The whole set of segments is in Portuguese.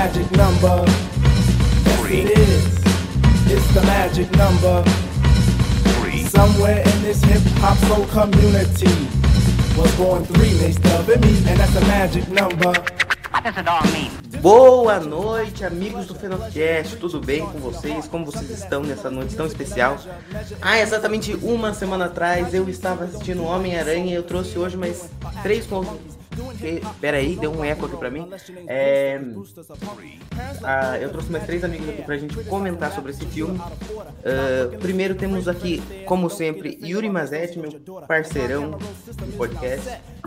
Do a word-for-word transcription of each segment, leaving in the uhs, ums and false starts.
magic number. Yes, it is. It's the magic number. Somewhere in this hip-hop soul community was born three, they stubbing me, and that's the magic number. What does it all mean? Boa noite, amigos do Fenocast, tudo bem com vocês? Como vocês estão nessa noite tão especial? Ah, exatamente uma semana atrás eu estava assistindo Homem-Aranha e eu trouxe hoje mais três convidados. Pera aí, deu um eco aqui pra mim. É... Ah, eu trouxe mais três amigos aqui pra gente comentar sobre esse filme. Uh, primeiro temos aqui, como sempre, Yuri Mazetti, meu parceirão do podcast.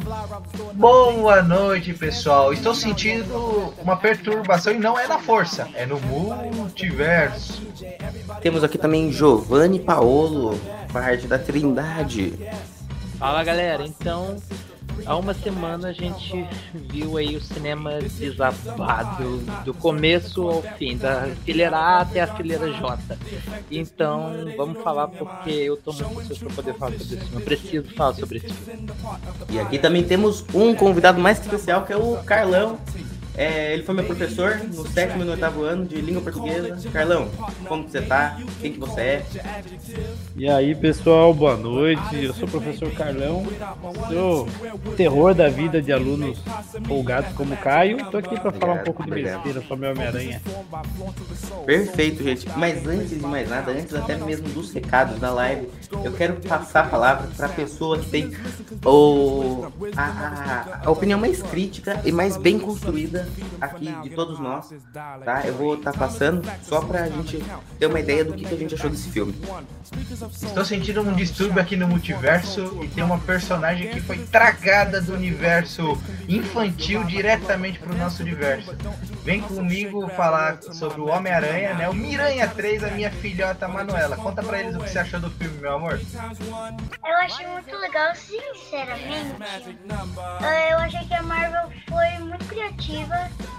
Boa noite, pessoal. Estou sentindo uma perturbação e não é na força, é no multiverso. Temos aqui também Giovanni Paolo, parte da Trindade. Fala, galera. Então, há uma semana a gente viu aí o cinema desabado, do começo ao fim, da fileira A até a fileira J. Então, vamos falar porque eu tô muito ansioso para poder falar sobre esse filme. Eu preciso falar sobre esse filme. E aqui também temos um convidado mais especial, que é o Carlão. É, ele foi meu professor no sétimo e no oitavo ano de língua portuguesa. Carlão, como que você tá? Quem que você é? E aí, pessoal, boa noite. Eu sou o professor Carlão, sou o terror da vida de alunos folgados como o Caio. Estou aqui para falar um pouco de besteira sobre Homem-Aranha. Perfeito, gente. Mas antes de mais nada, antes até mesmo dos recados da live, eu quero passar a palavra para a pessoa que tem o, a, a, a opinião mais crítica e mais bem construída aqui de todos nós, tá? Eu vou estar tá passando só pra gente ter uma ideia do que, que a gente achou desse filme. Estou sentindo um distúrbio aqui no multiverso e tem uma personagem que foi tragada do universo infantil diretamente pro nosso universo. Vem comigo falar sobre o Homem-Aranha, né? O Miranha três, a minha filhota Manuela. Conta pra eles o que você achou do filme, meu amor. Eu achei muito legal, sinceramente. Eu achei que a Marvel foi muito criativa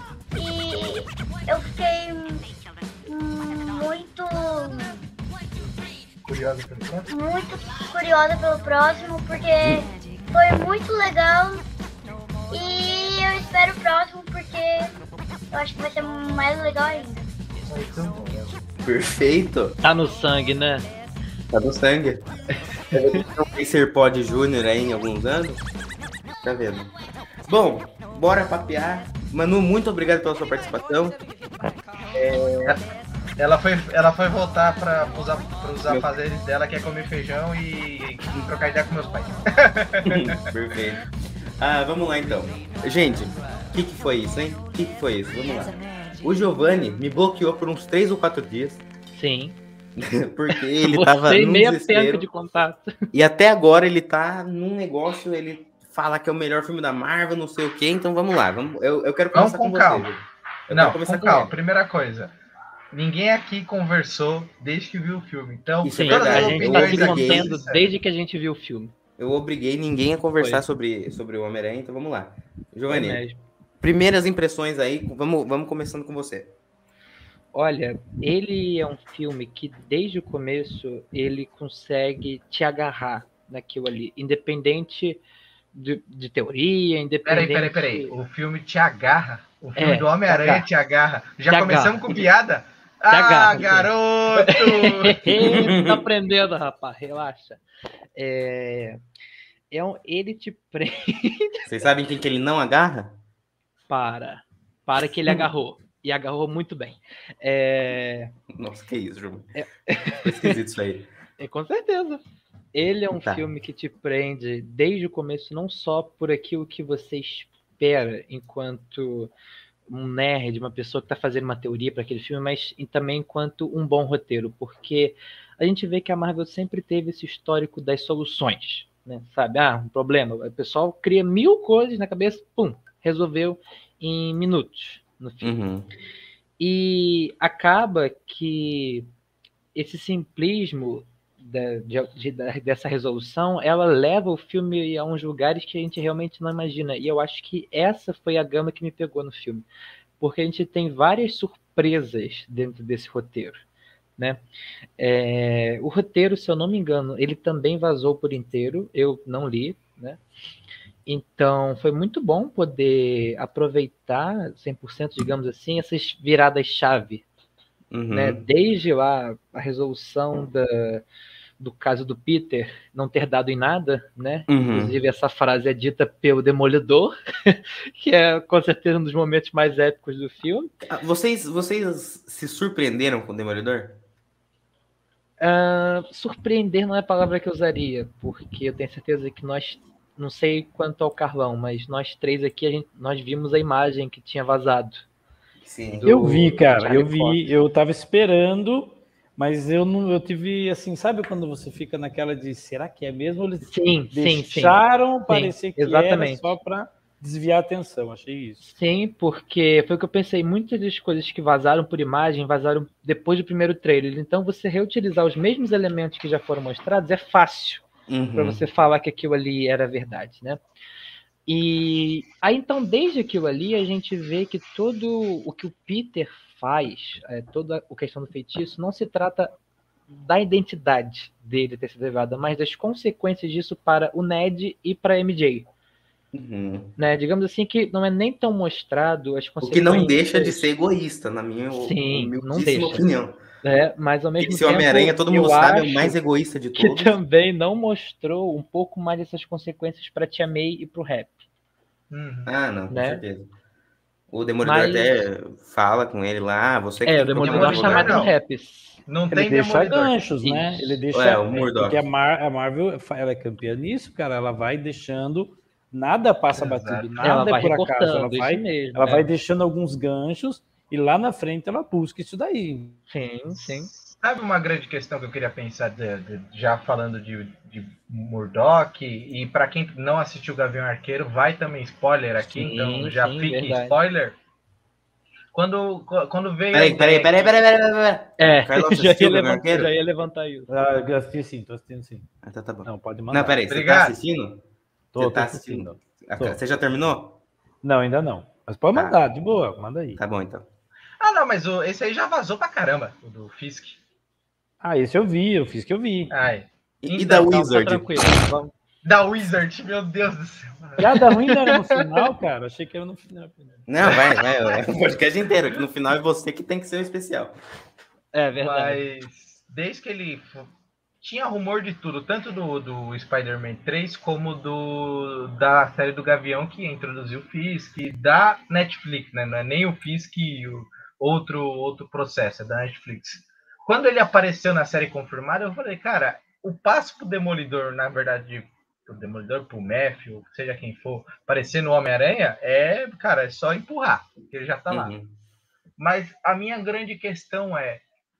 e eu fiquei muito Curiosa pelo próximo? muito curiosa pelo próximo, porque foi muito legal e eu espero o próximo porque eu acho que vai ser mais legal ainda. Perfeito. Tá no sangue, né? Tá no sangue. Vai ser Pod Júnior aí em alguns anos. Tá vendo? Bom, bora papear. Manu, muito obrigado pela sua participação. É... Ela foi, ela foi voltar para usar os afazeres dela, que é comer feijão e, e trocar ideia com meus pais. Perfeito. Ah, vamos lá então. Gente, o que, que foi isso, hein? O que, que foi isso? Vamos lá. O Giovanni me bloqueou por uns três ou quatro dias. Sim. Porque ele Você tava num meia desespero. penca de contato. E até agora ele tá num negócio, ele fala que é o melhor filme da Marvel, não sei o quê. Então vamos lá. Vamos, eu, eu quero começar vamos com, com calma. você. Eu não, com com calma. Primeira coisa. Ninguém aqui conversou desde que viu o filme. Então, isso é Sim, verdade. A gente tá se mantendo desde que a gente viu o filme. Eu obriguei ninguém a conversar sobre, sobre o Homem-Aranha, então vamos lá. Giovanni, é primeiras impressões aí, vamos, vamos começando com você. Olha, ele é um filme que desde o começo ele consegue te agarrar naquilo ali, independente de, de teoria, independente... Peraí, peraí, peraí, o filme te agarra? O filme é, do Homem-Aranha te agarra? Já te começamos agarra. com piada? Te ah, agarra, garoto! Tá aprendendo, rapaz, relaxa. É, é um, ele te prende... Vocês sabem quem que ele não agarra? Para, para que ele agarrou. E agarrou muito bem. É... Nossa, que isso, João. É... Foi esquisito isso aí. É, com certeza. Ele é um tá. filme que te prende desde o começo, não só por aquilo que você espera enquanto um nerd, uma pessoa que está fazendo uma teoria para aquele filme, mas também enquanto um bom roteiro, porque a gente vê que a Marvel sempre teve esse histórico das soluções, né? Sabe? Ah, um problema. O pessoal cria mil coisas na cabeça, pum, resolveu em minutos no filme. Uhum. E acaba que esse simplismo da, de, de, dessa resolução, ela leva o filme a uns lugares que a gente realmente não imagina. E eu acho que essa foi a gama que me pegou no filme. Porque a gente tem várias surpresas dentro desse roteiro, né? É, o roteiro, se eu não me engano, ele também vazou por inteiro. Eu não li, né? Então, foi muito bom poder aproveitar cem por cento, digamos assim, essas viradas-chave, Uhum. né? Desde lá a resolução da, do caso do Peter não ter dado em nada, né? Uhum. Inclusive, essa frase é dita pelo Demolidor, que é com certeza um dos momentos mais épicos do filme. Vocês, vocês se surpreenderam com o Demolidor? Uh, surpreender não é a palavra que eu usaria, porque eu tenho certeza que nós, não sei quanto ao Carlão, mas nós três aqui, a gente, nós vimos a imagem que tinha vazado. Sim. Do, eu vi, cara, eu vi, Fox. Eu tava esperando, mas eu não, eu tive, assim, sabe quando você fica naquela de, será que é mesmo? Eles sim, deixaram sim, parecer sim, que exatamente. Era só para desviar a atenção, achei isso. Sim, porque foi o que eu pensei, muitas das coisas que vazaram por imagem, vazaram depois do primeiro trailer, então você reutilizar os mesmos elementos que já foram mostrados é fácil, uhum, para você falar que aquilo ali era verdade, né? E aí, então, desde aquilo ali, a gente vê que todo o que o Peter faz, é, toda a questão do feitiço, não se trata da identidade dele ter sido levada, mas das consequências disso para o Ned e para a M J. Uhum. Né? Digamos assim que não é nem tão mostrado as consequências. O que não deixa de ser egoísta, na minha Sim, não deixa. opinião. É, mas ao mesmo Esse tempo, Homem-Aranha, todo mundo sabe, é o mais egoísta de todos. Que também não mostrou um pouco mais dessas consequências para Tia May e para o Rap. Uhum. Ah, não, com né? certeza. O Demolidor mas... até fala com ele lá, você que é, tem o Demolidor é chamado de Raps. Não ele tem deixa Demolidor. ganchos, né? Isso. Ele deixa. É, o Murdoch. Porque a, Mar, a Marvel ela é campeã nisso, cara. Ela vai deixando. Nada passa Exato. batido, nada ela vai é por acaso. Ela vai, mesmo, ela é. vai deixando alguns ganchos e lá na frente ela busca isso daí. Sim, sim. Sabe uma grande questão que eu queria pensar, de, de, já falando de, de Murdoch, e, e para quem não assistiu Gavião Arqueiro, vai também spoiler aqui, sim, então já sim, fique verdade. spoiler. Quando, quando veio. Peraí, peraí, peraí, peraí, peraí, peraí. É, Carlos, já, ia levantar, já ia levantar isso. Ah, eu assisti sim, tô assistindo sim. Ah, tá, tá bom. Não, pode mandar. Não, peraí, você tá assistindo? Tô, você tô tá assistindo. assistindo. Você já terminou? Não, ainda não. Mas pode mandar, ah. de boa, manda aí. Tá bom, então. Ah, não, mas o, esse aí já vazou pra caramba, o do Fisk. Ah, esse eu vi, o Fisk eu vi. Ai. E, então, da Wizard? Tá tranquilo, vamos. Da Wizard, meu Deus do céu. Já da ruim era no final, cara? Achei que era no final. Não, vai, vai. O podcast inteiro, que no final é você que tem que ser o especial. É verdade. Mas desde que ele... Tinha rumor de tudo, tanto do, do Spider-Man três, como do da série do Gavião, que introduziu o Fisk, da Netflix, né? Não é nem o Fisk e o outro, outro processo, é da Netflix. Quando ele apareceu na série confirmada, eu falei, cara, o passo pro Demolidor, na verdade, pro Demolidor, pro Matthew, seja quem for, aparecer no Homem-Aranha, é, cara, é só empurrar, porque ele já tá lá. Uhum. Mas a minha grande questão é,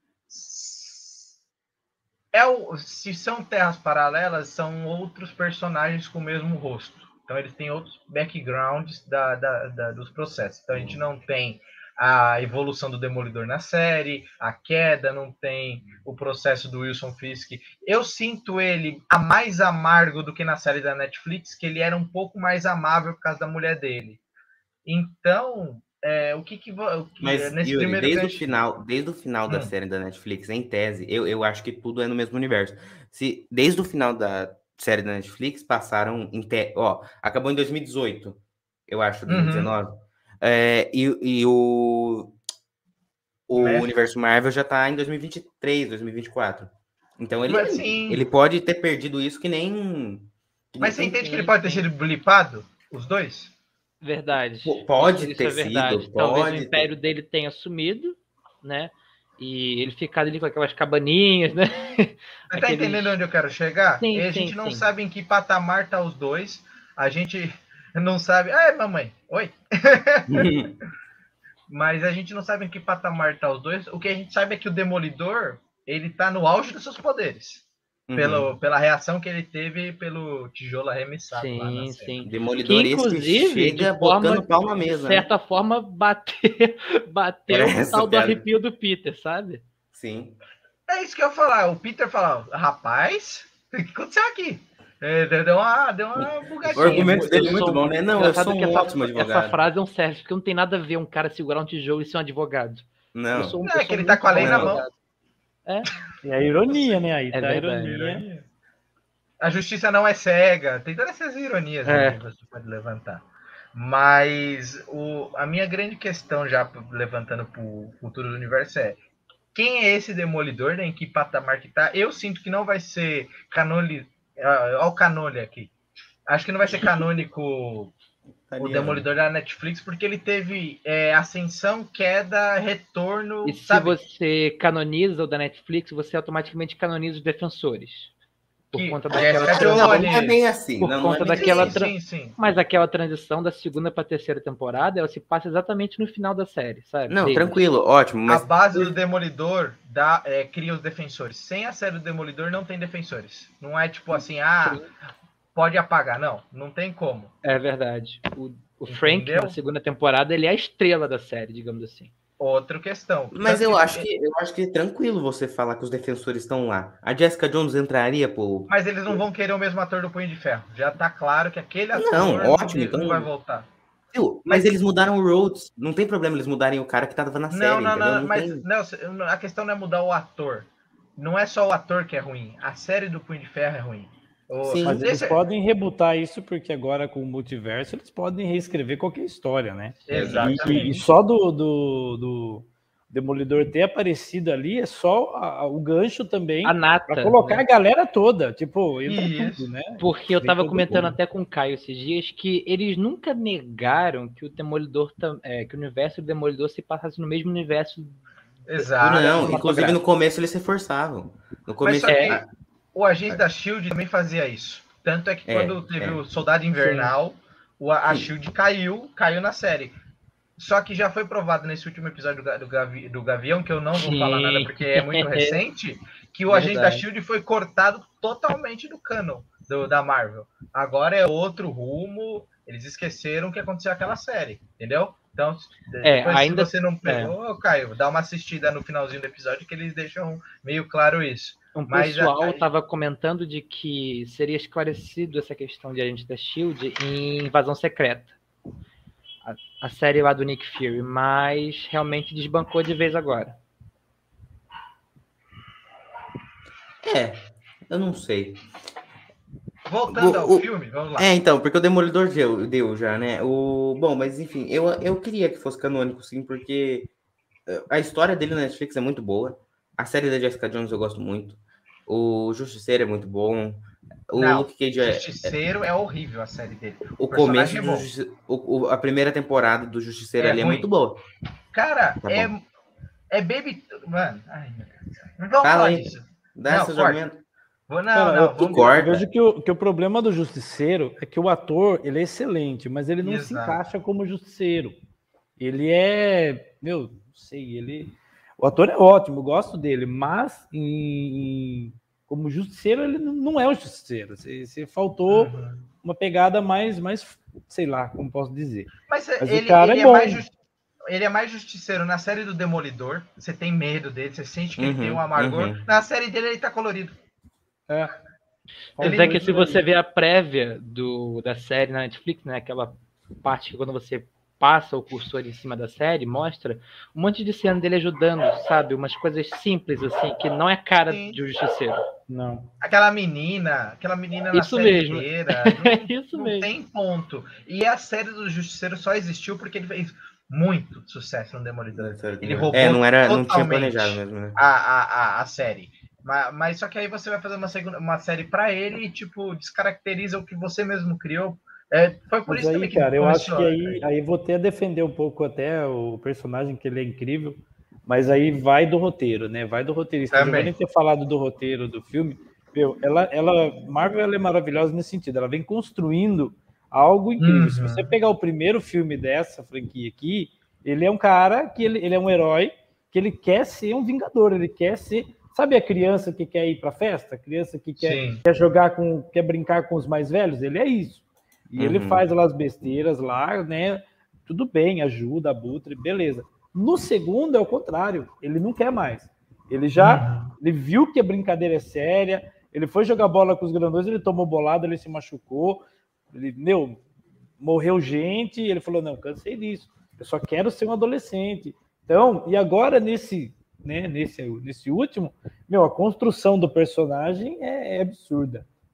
é o, se são terras paralelas, são outros personagens com o mesmo rosto. Então eles têm outros backgrounds da, da, da, dos processos. Então a gente não tem a evolução do Demolidor na série, a queda, não tem o processo do Wilson Fisk. Eu sinto ele a mais amargo do que na série da Netflix, que ele era um pouco mais amável por causa da mulher dele. Então, é, o que que... O que Mas, nesse Yuri, primeiro desde, teste... o final, desde o final da hum. série da Netflix, em tese, eu, eu acho que tudo é no mesmo universo. Se, desde o final da série da Netflix, passaram... Em te... Ó, acabou em dois mil e dezoito, eu acho, dois mil e dezenove. Uhum. É, e, e o, o universo Marvel já tá em dois mil e vinte e três, dois mil e vinte e quatro. Então ele, assim, ele pode ter perdido isso que nem... Que mas nem você entende que ele pode ter sido blipado? Os dois? Verdade. Pô, pode isso, ter isso é verdade. sido. Talvez pode o império ter... dele tenha sumido, né? E ele ficado ali com aquelas cabaninhas, né? Você Aqueles... tá entendendo onde eu quero chegar? Sim, e a sim, gente não sim. sabe em que patamar tá os dois. A gente não sabe... Ah, mamãe, oi? Mas a gente não sabe em que patamar tá os dois. O que a gente sabe é que o Demolidor, ele tá no auge dos seus poderes. Uhum. Pelo, pela reação que ele teve pelo tijolo arremessado. Sim, lá na sim. Demolidor, que, inclusive, chega de forma, botando pau na mesa. De certa né? forma, bater, bateu é o tal do cara. arrepio do Peter, sabe? Sim. É isso que eu ia falar. O Peter falava, rapaz, o que aconteceu aqui? É, deu uma, deu uma bugadinha. O argumento dele é muito sou, bom, né? Não, eu sou um essa, ótimo advogado. Essa frase não serve, porque não tem nada a ver um cara segurar um tijolo e ser um advogado. Não, eu sou, não eu é que ele tá com a lei na mão. É. É a ironia, né? Aí é tá a verdade. ironia. A justiça não é cega. Tem todas essas ironias É. aí que você pode levantar. Mas o, a minha grande questão, já levantando para o futuro do universo, é quem é esse Demolidor, né? Em que patamar que tá? Eu sinto que não vai ser canônico. Olha o canônico aqui. Acho que não vai ser canônico o Demolidor da Netflix, porque ele teve é, ascensão, queda, retorno. E se sabe? você canoniza o da Netflix, você automaticamente canoniza os defensores. Por Que- conta é, daquela Jessica transição. Não, Jones. não é bem assim. Por não, conta não é bem daquela assim. tra- Sim, sim. Mas aquela transição da segunda para terceira temporada, ela se passa exatamente no final da série, sabe? Não, Deles. tranquilo, ótimo, mas A base do Demolidor dá, é, cria os defensores. Sem a série do Demolidor não tem defensores. Não é tipo assim, ah, pode apagar. Não, não tem como. É verdade. O, o Frank, Entendeu? na segunda temporada, ele é a estrela da série, digamos assim. Outra questão. Mas Tanto eu acho que eu acho que é tranquilo você falar que os defensores estão lá. A Jessica Jones entraria, pô. Mas eles não vão querer o mesmo ator do Punho de Ferro. Já tá claro que aquele ator Não, não, ótimo, não então- vai voltar. Viu? Mas eles mudaram o Rhodes. Não tem problema eles mudarem o cara que tava na série, Não, não, entendeu? não, Não mas tem- não, a questão não é mudar o ator. Não é só o ator que é ruim. A série do Punho de Ferro é ruim. O- Sim. Mas eles Esse- podem rebutar isso, porque agora com o multiverso eles podem reescrever qualquer história, né? Exatamente. E, e só do, do, do Demolidor ter aparecido ali é só a- o gancho também A Nata. para colocar né? a galera toda. Tipo, entra Isso. tudo, né? Porque eu Vem tava todo comentando mundo. até com o Caio esses dias que eles nunca negaram que o Demolidor, tam- é, que o universo do Demolidor se passasse no mesmo universo. Exato. não, cinematográfico. inclusive no começo eles se forçavam. No Mas começo só que é, o agente da Shield também fazia isso. Tanto é que É, quando teve é. o Soldado Invernal, o, a Sim. Shield caiu, caiu na série. Só que já foi provado nesse último episódio do, Ga- do, Gavi- do Gavião, que eu não vou Sim. falar nada porque é muito recente, que o agente da Verdade. Shield foi cortado totalmente do canon do, da Marvel. Agora é outro rumo, eles esqueceram o que aconteceu naquela série, entendeu? Então, É, depois, ainda- se você não pegou, Caio, dá uma assistida no finalzinho do episódio que eles deixam meio claro isso. Um Mas pessoal a- a- estava comentando de que seria esclarecido essa questão de agente da Shield em Invasão Secreta. A, a série lá do Nick Fury, mas realmente desbancou de vez agora. é, eu não sei. Voltando O- ao o- filme, vamos lá. É, então, porque o Demolidor deu, deu já, né? O, bom, mas enfim, eu, eu queria que fosse canônico, sim, porque eh, a história dele na Netflix é muito boa. A série da Jessica Jones eu gosto muito. O Justiceiro é muito bom. O Não, Luke Cage é. Justiceiro é horrível a série dele. O personagem começo é do bom. Justi- o, o- a primeira temporada do Justiceiro É ali é ruim. muito boa. Cara, Tá é, bom. é baby. Mano, ai, meu Deus. Não vamos Fala falar aí. disso. Dá Não, essas corta. argumentos. Vou, não, Cara, não, eu- vamos. corta. Eu vejo que o, que o problema do Justiceiro é que o ator, ele é excelente, mas ele não se Exato. encaixa como Justiceiro. Ele é, meu, não sei, ele... O ator é ótimo, eu gosto dele, mas em- como Justiceiro, ele não- não é o Justiceiro. Você, você faltou Uhum. uma pegada mais, mais, sei lá, como posso dizer. Mas, Mas o ele, cara ele é é, bom. mais justi- ele é mais justiceiro na série do Demolidor. Você tem medo dele, você sente que ele Uhum, tem um amargor. uhum. Na série dele, ele tá colorido. É. Mas Ele- é que se você vê a prévia do, da série na Netflix, né, aquela parte que quando você passa o cursor em cima da série, mostra um monte de cena dele ajudando, sabe? Umas coisas simples, assim, que não é cara Sim. de um justiceiro. Não. Aquela menina, aquela menina na Isso série mesmo. inteira. É isso Não mesmo. tem ponto. E a série do Justiceiro só existiu porque ele fez muito sucesso no Demolidor. Ele roubou É, não era, não tinha totalmente planejado mesmo, né? a, a, a, a série. Mas, mas só que aí você vai fazer uma, segunda, uma série pra ele e, tipo, descaracteriza o que você mesmo criou. É, foi por Mas isso aí, também que cara, eu acho começou, que aí, né? aí vou até defender um pouco até o personagem, que ele é incrível, mas aí vai do roteiro, né? Vai do roteirista. Também. Giovanni ter falado do roteiro do filme, meu, ela, ela, Marvel ela é maravilhosa nesse sentido, ela vem construindo algo incrível. Uhum. Se você pegar o primeiro filme dessa franquia aqui, ele é um cara que ele, ele é um herói, que ele quer ser um vingador, ele quer ser... Sabe a criança que quer ir pra festa? A criança que quer, Sim. quer jogar com... quer brincar com os mais velhos? Ele é isso. E ele Uhum. faz lá as besteiras lá, né? Tudo bem, ajuda, abutre, beleza. No segundo é o contrário, ele não quer mais. Ele já Uhum. ele viu que a brincadeira é séria, ele foi jogar bola com os grandões, ele tomou bolada, ele se machucou, ele, meu, morreu gente, ele falou, não, cansei disso, eu só quero ser um adolescente. Então, e agora nesse, né, nesse, nesse último, meu, a construção do personagem é, é absurda.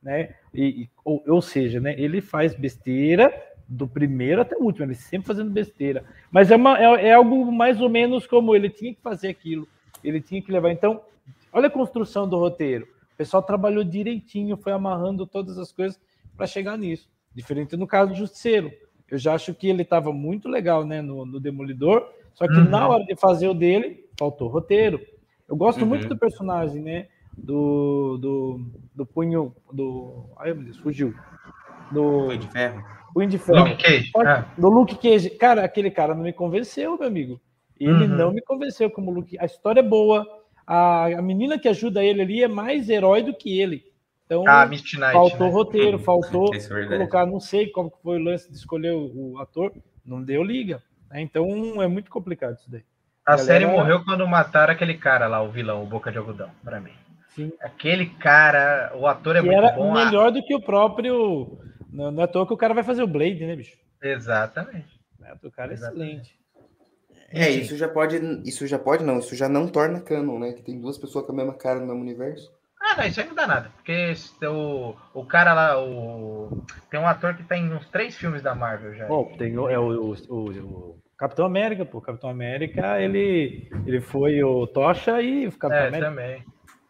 né? E, e, ou, ou seja, né, ele faz besteira do primeiro até o último, ele sempre fazendo besteira. Mas é, uma, é, é algo mais ou menos como ele tinha que fazer aquilo, ele tinha que levar. Então, olha a construção do roteiro. O pessoal trabalhou direitinho, foi amarrando todas as coisas para chegar nisso. Diferente no caso do Justiceiro. Eu já acho que ele estava muito legal, né, no, no Demolidor, só que uhum. na hora de fazer o dele, faltou roteiro. Eu gosto uhum. muito do personagem, né, do, do, do punho, do... Ai, meu Deus, fugiu. Do Punho de Ferro. Punho de Ferro. Luke Cage. Ah. Do Luke Cage. Cara, aquele cara não me convenceu, meu amigo. Ele uhum. não me convenceu como Luke. A história é boa, a, a menina que ajuda ele ali é mais herói do que ele. Então, ah, Misty Knight, faltou né? roteiro, faltou é colocar, não sei qual foi o lance de escolher o, o ator, não deu liga. Né? Então, é muito complicado isso daí. A, a galera... série morreu quando mataram aquele cara lá, o vilão, o Boca de Algodão, pra mim. Sim. Aquele cara, o ator é que muito era bom. melhor a... do que o próprio... Não, não é à toa que o cara vai fazer o Blade, né, bicho? Exatamente. O cara é Exatamente. excelente. É, isso já pode... Isso já pode, não. Isso já não torna canon, né? Que tem duas pessoas com a mesma cara no mesmo universo. Ah, não, isso aí não dá nada. Porque o, o cara lá, o... tem um ator que tá em uns três filmes da Marvel já. Bom, tem o, é o, o, o Capitão América, pô. O Capitão América, ele, ele foi o Tocha e o Capitão é, América. também.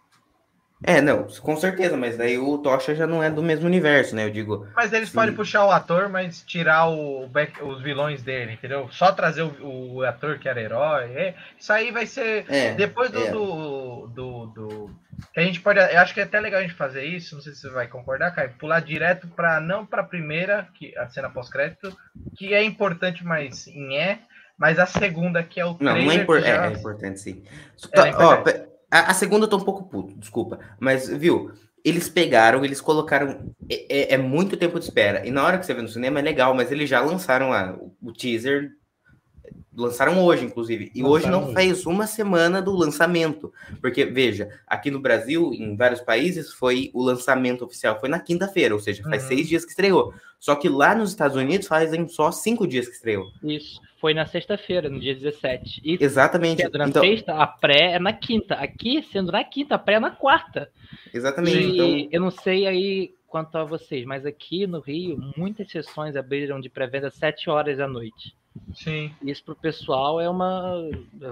É, não, com certeza, mas daí o Tocha já não é do mesmo universo, né? Eu digo. Mas eles sim. podem puxar o ator, mas tirar o back, os vilões dele, entendeu? Só trazer o, o ator que era herói. É, isso aí vai ser. É, depois do, é. do, do, do. Que a gente pode. Eu acho que é até legal a gente fazer isso. Não sei se você vai concordar, Caio. Pular direto para não para a primeira, que a cena pós-crédito, que é importante, mas em é. Mas a segunda, que é o trailer. Não, não é, impor- já... é, é importante, sim. É importante. Ó, A, a segunda eu tô um pouco puto, desculpa. Mas, viu, eles pegaram, eles colocaram... É, é, é muito tempo de espera. E na hora que você vê no cinema é legal, mas eles já lançaram lá o, o teaser. Lançaram hoje, inclusive. E lançaram hoje não hoje. Faz uma semana do lançamento. Porque, veja, aqui no Brasil, em vários países, foi o lançamento oficial. Foi na quinta-feira, ou seja, faz uhum. seis dias que estreou. Só que lá nos Estados Unidos fazem só cinco dias que estreou. Isso. Foi na sexta-feira, no dia dezessete. E exatamente. Sendo na então... sexta, a pré é na quinta. Aqui, sendo na quinta, a pré é na quarta. Exatamente. E então... eu não sei aí quanto a vocês, mas aqui no Rio, muitas sessões abriram de pré-venda às sete horas da noite. Sim. Isso pro pessoal é uma...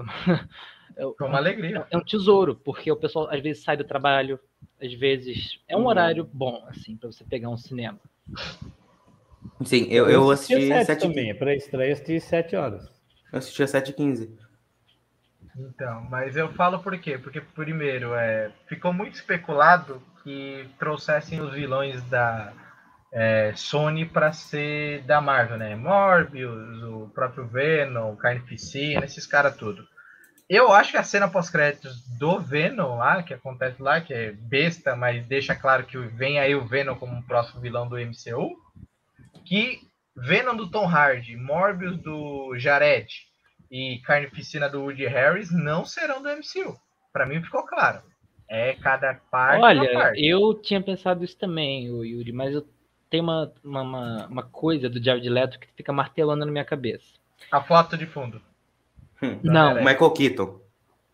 É uma, é uma alegria. É um tesouro, porque o pessoal às vezes sai do trabalho, às vezes... É um hum. horário bom, assim, para você pegar um cinema. Sim, eu, eu, eu assisti sete, sete também, para estreia assisti sete horas. Eu assisti às sete e quinze. Então, mas eu falo por quê? Porque, primeiro, é, ficou muito especulado que trouxessem os vilões da é, Sony para ser da Marvel, né? Morbius, o próprio Venom, Carnificina, esses caras tudo. Eu acho que a cena pós-créditos do Venom lá, que acontece lá, que é besta, mas deixa claro que vem aí o Venom como um próximo vilão do M C U, que Venom do Tom Hardy, Morbius do Jared e Carnificina do Woody Harris não serão do M C U. Para mim ficou claro. É cada parte. Olha, uma parte. Eu tinha pensado isso também, Yuri, mas eu tenho uma, uma, uma coisa do Jared Leto que fica martelando na minha cabeça. A foto de fundo. Hum, não. Michael Keaton.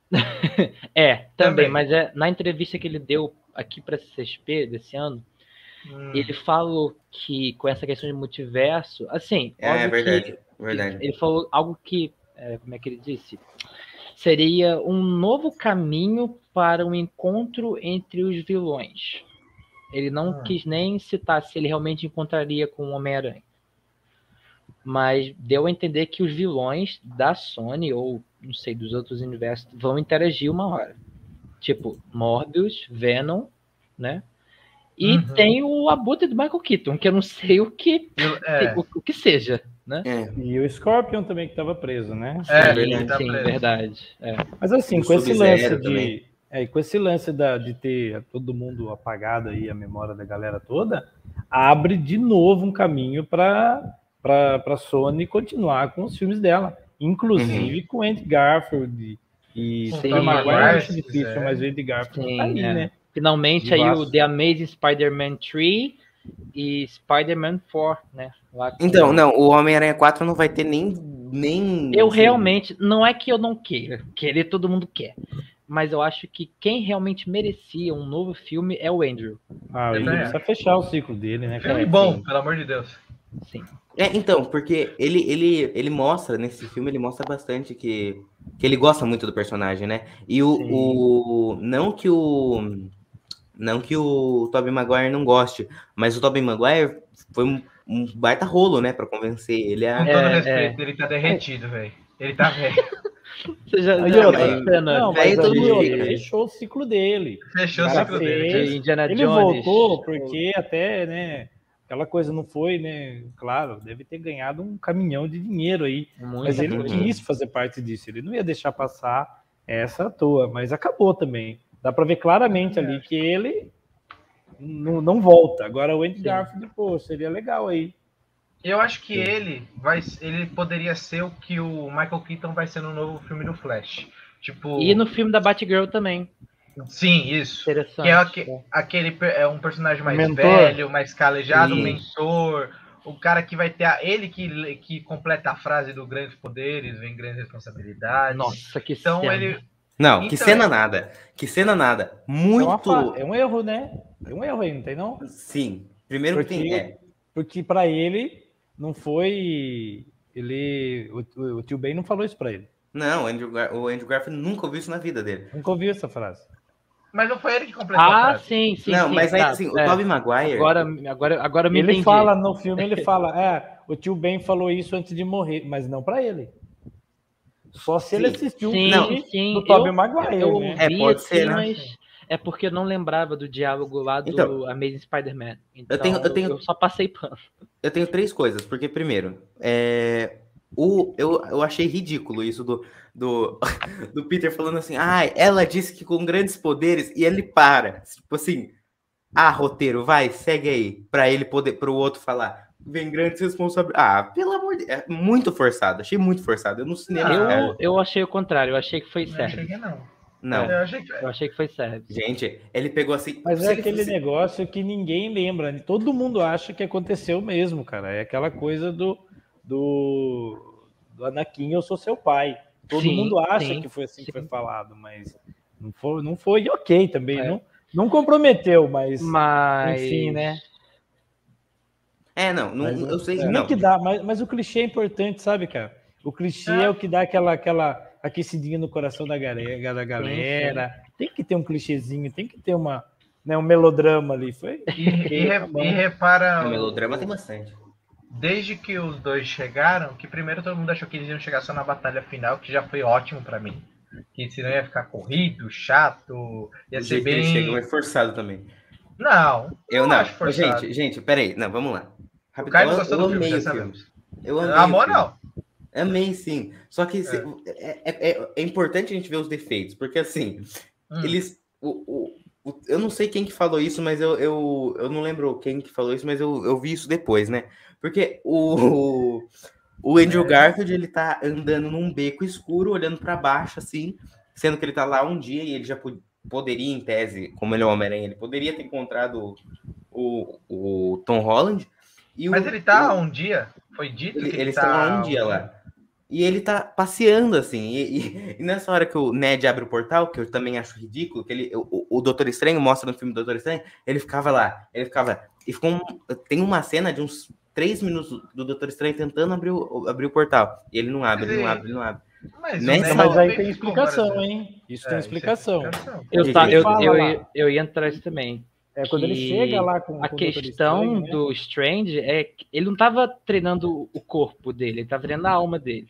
é, também, também, mas é, na entrevista que ele deu aqui para a C C X P desse ano, Hum. ele falou que com essa questão de multiverso, assim, é, é verdade, que, verdade. Ele, ele falou algo que, é, como é que ele disse? Seria um novo caminho para um encontro entre os vilões. Ele não ah. quis nem citar se ele realmente encontraria com o Homem-Aranha. Mas deu a entender que os vilões da Sony, ou não sei, dos outros universos, vão interagir uma hora. Tipo, Morbius, Venom, né? E uhum. tem o Abutre do Michael Keaton, que eu não sei o que, é. o, o que seja, né? É. E o Scorpion também, que estava preso, né? É, sim, tá sim verdade. É. Mas assim, com esse lance de... É, com esse lance da, de ter todo mundo apagado aí, a memória da galera toda, abre de novo um caminho para a Sony continuar com os filmes dela. Inclusive uhum. com Andy Garfield e... Sim, Tom Maguire, acho difícil, é. mas o Andy Garfield sim, tá aí, é. né? Finalmente aí o The Amazing Spider-Man três e Spider-Man quatro, né? Lá com... Então, não, o Homem-Aranha quatro não vai ter nem... nem eu assim... realmente, não é que eu não queira, querer todo mundo quer, mas eu acho que quem realmente merecia um novo filme é o Andrew. Ah, ele também precisa fechar o ciclo dele, né, cara? Filme bom, sim. pelo amor de Deus. Sim. É, então, porque ele, ele, ele mostra, nesse filme, ele mostra bastante que, que ele gosta muito do personagem, né? E o, Sim. o não que o não que o Tobey Maguire não goste, mas o Tobey Maguire foi um, um baita rolo, né, pra convencer ele Com a... todo É, respeito, é. ele tá derretido, velho. Ele tá velho. Você já, Aí, já outra, viu a cena não, velho mas todo aí, mundo outra, fica. fechou o ciclo dele. Fechou O o cara ciclo dele. de fez, Indiana ele Jones? voltou porque até, né, aquela coisa não foi, né, claro, deve ter ganhado um caminhão de dinheiro aí, Muita mas ele coisa. quis fazer parte disso, ele não ia deixar passar essa à toa, mas acabou também. Dá pra ver claramente ali que ele não, não volta. Agora o Andy Sim. Garfield, pô, seria legal aí. Eu acho que ele vai, ele poderia ser o que o Michael Keaton vai ser no novo filme do Flash. Tipo, E no filme da Batgirl também. sim, isso. Interessante. Que é aque- aquele per- é um personagem mais Mentor. velho, mais calejado, um Isso. mentor, o cara que vai ter a, ele que, que completa a frase do grandes poderes, vem grandes responsabilidades. Nossa, que Então cena. ele Não, que Então, cena é- nada. Que cena nada. É, uma Muito... fa- é um erro, né? É um erro aí, não tem não? Sim. Primeiro que tem... Porque, É. porque para ele não foi. Ele. O, o, o tio Ben não falou isso para ele. Não, o Andrew, Gar- o Andrew Garfield nunca ouviu isso na vida dele. Nunca ouviu essa frase. Mas não foi ele que completou a Ah, frase. sim, sim. não, sim, mas aí, tá, assim, o é. Tobey Maguire... Agora, agora, agora eu me Ele entendi. fala no filme, ele fala, é, o tio Ben falou isso antes de morrer, mas não para ele. Só se ele Sim. assistiu Sim, um filme sim. do Tobey eu, Maguire, eu né? É, ouvi pode assim, ser, né? mas é porque eu não lembrava do diálogo lá do Então, Amazing Spider-Man. Então, tenho- eu tenho- eu só passei pano. Eu tenho três coisas, porque primeiro, é, o, eu, eu achei ridículo isso do, do, do Peter falando assim, ah, ela disse que com grandes poderes, e ele para, tipo assim, ah, roteiro, vai, segue aí, pra ele poder, pro outro falar, vem grandes responsabilidades. Ah, pelo amor de Deus, é muito forçado, achei muito forçado, eu no cinema, Não, cara, Eu, eu achei o contrário, eu achei que foi Não achei sério. que não. não, Eu achei que Eu achei que foi sério. gente, ele pegou assim, Mas se é ele aquele fosse- negócio que ninguém lembra, né? Todo mundo acha que aconteceu mesmo, cara. É aquela coisa do, do, do Anakin, eu sou seu pai. Todo Sim, mundo acha sim, que foi assim que sim. foi falado, mas não foi, não foi e ok também. É. Não, não comprometeu, mas, Mas. enfim, né? é, não, não Mas, eu sei, é, não, que dá, mas, mas o clichê é importante, sabe, cara? O clichê é, É. o que dá aquela, aquela aquecidinha no coração da galera, da galera. Tem que ter um clichêzinho, tem que ter uma, né, um melodrama ali. Foi. E, e, re- Tá bom. e repara, o o- melodrama tem bastante. desde que os dois chegaram, que primeiro todo mundo achou que eles iam chegar só na batalha final, que já foi ótimo pra mim. Que senão ia ficar corrido, chato, ia O ser jeito que bem. eles chegam é forçado também. Não, Eu não não, acho forçado. gente, gente, peraí, não, vamos lá. O Caio não eu, gostou eu do filme, amei já o filme. sabemos. Eu amei Amor o filme. não. Amei, sim. Só que se- é. É, é- é importante a gente ver os defeitos, porque assim, Hum. eles. O, o, o- eu não sei quem que falou isso, mas eu, eu, eu não lembro quem que falou isso, mas eu, eu vi isso depois, né? Porque o, o Andrew É. Garfield, ele tá andando num beco escuro, olhando pra baixo, assim, sendo que ele tá lá um dia e ele já po- poderia, em tese, como ele é o Homem-Aranha, ele poderia ter encontrado o, o Tom Holland. E Mas o, ele tá há o- um dia? Foi dito ele- que ele eles tá estão lá há um dia lá. E ele tá passeando, assim. E, e- e nessa hora que o Ned abre o portal, que eu também acho ridículo, que ele, o, o Doutor Estranho mostra no filme do Doutor Estranho, ele ficava lá. Ele ficava. E ficou um- tem uma cena de uns três minutos do Doutor Estranho tentando abrir o, abrir o portal. E ele não abre, ele não abre, ele não abre. Mas, Nessa- o Não, Ned mas aí também tem ficou explicação, várias hein? Isso vezes. tem É, explicação. isso tem explicação. Eu, Gente, tá, ele eu, fala eu, lá. ia- eu ia entrar isso também. É quando ele que chega lá com, A com o Doutor questão Estranho, né? do Strange é que ele não tava treinando o corpo dele, ele tava treinando a alma dele,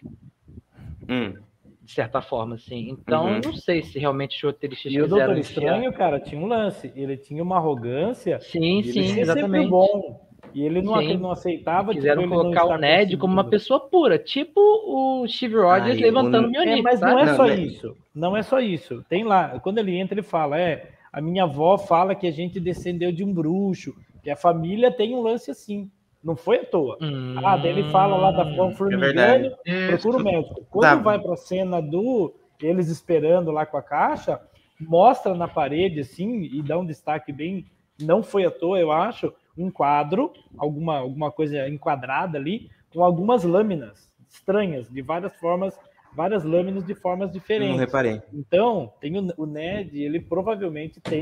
Hum. de certa forma, assim. Então, Uhum. eu não sei se realmente os roteiristas E o quiseram Doutor enfiar. Estranho, cara, tinha um lance. Ele tinha uma arrogância. Sim, de ele sim, ser sempre exatamente. bom. E ele não, Sim. ele não aceitava. Quiseram tipo, ele não colocar o estar Ned como uma conseguindo. pessoa pura, tipo o Steve Rogers Ai, levantando o- o Mjolnir, É, mas sabe? não é Não, só mas- isso. Não é só isso. Tem lá, quando ele entra, ele fala: é, a minha avó fala que a gente descendeu de um bruxo, que a família tem um lance assim. Não foi à toa. Hum, Ah, daí ele fala lá da Fão É Formigano, verdade. procura o médico. Quando Tá. vai pra cena do eles esperando lá com a caixa, mostra na parede assim e dá um destaque bem. Não foi à toa, eu acho, um quadro, alguma, alguma coisa enquadrada ali, com algumas lâminas estranhas, de várias formas, várias lâminas de formas Não diferentes. reparei. Então, tem o, o Ned, ele provavelmente tem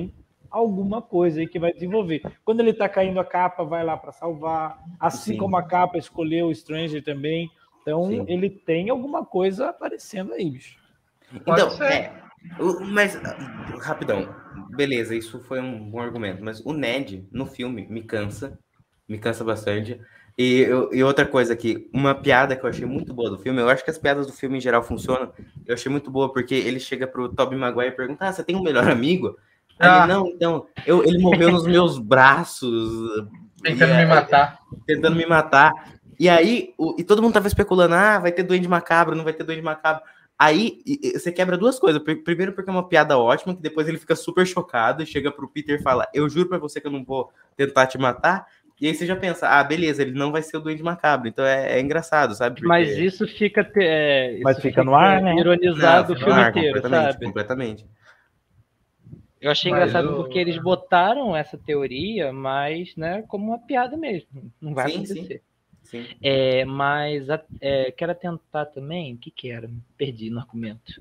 alguma coisa aí que vai desenvolver. Quando ele tá caindo a capa, vai lá para salvar, assim Sim. como a capa escolheu o Stranger também. Então, Sim. ele tem alguma coisa aparecendo aí, bicho. Então, Pode ser. é. o- Mas, rapidão, beleza, isso foi um bom argumento. Mas o Ned, no filme, me cansa. Me cansa bastante. E, eu- e outra coisa aqui, uma piada que eu achei muito boa do filme, eu acho que as piadas do filme em geral funcionam. Eu achei muito boa, porque ele chega pro Tobey Maguire e pergunta: ah, você tem um melhor amigo? Aí Ah. ele, não, então, eu, ele morreu nos meus braços. Tentando E, me é, matar. tentando me matar. E aí, o- e todo mundo tava especulando, ah, vai ter Duende Macabro, não vai ter Duende Macabro. Aí, e- e você quebra duas coisas. Pr- Primeiro porque é uma piada ótima, que depois ele fica super chocado e chega pro Peter e fala, eu juro pra você que eu não vou tentar te matar. E aí você já pensa, ah, beleza, ele não vai ser o Duende Macabro. Então é, é engraçado, sabe? Porque... Mas isso fica, te- é, Mas isso fica no ar, né? ironizado Não, o filme ar, inteiro, completamente, sabe? completamente. Eu achei Mas engraçado eu- porque eles botaram essa teoria, mas, né, como uma piada mesmo. Não vai Sim, acontecer. Sim. É, mas a- é, quero atentar também. O que que era? Me perdi no argumento.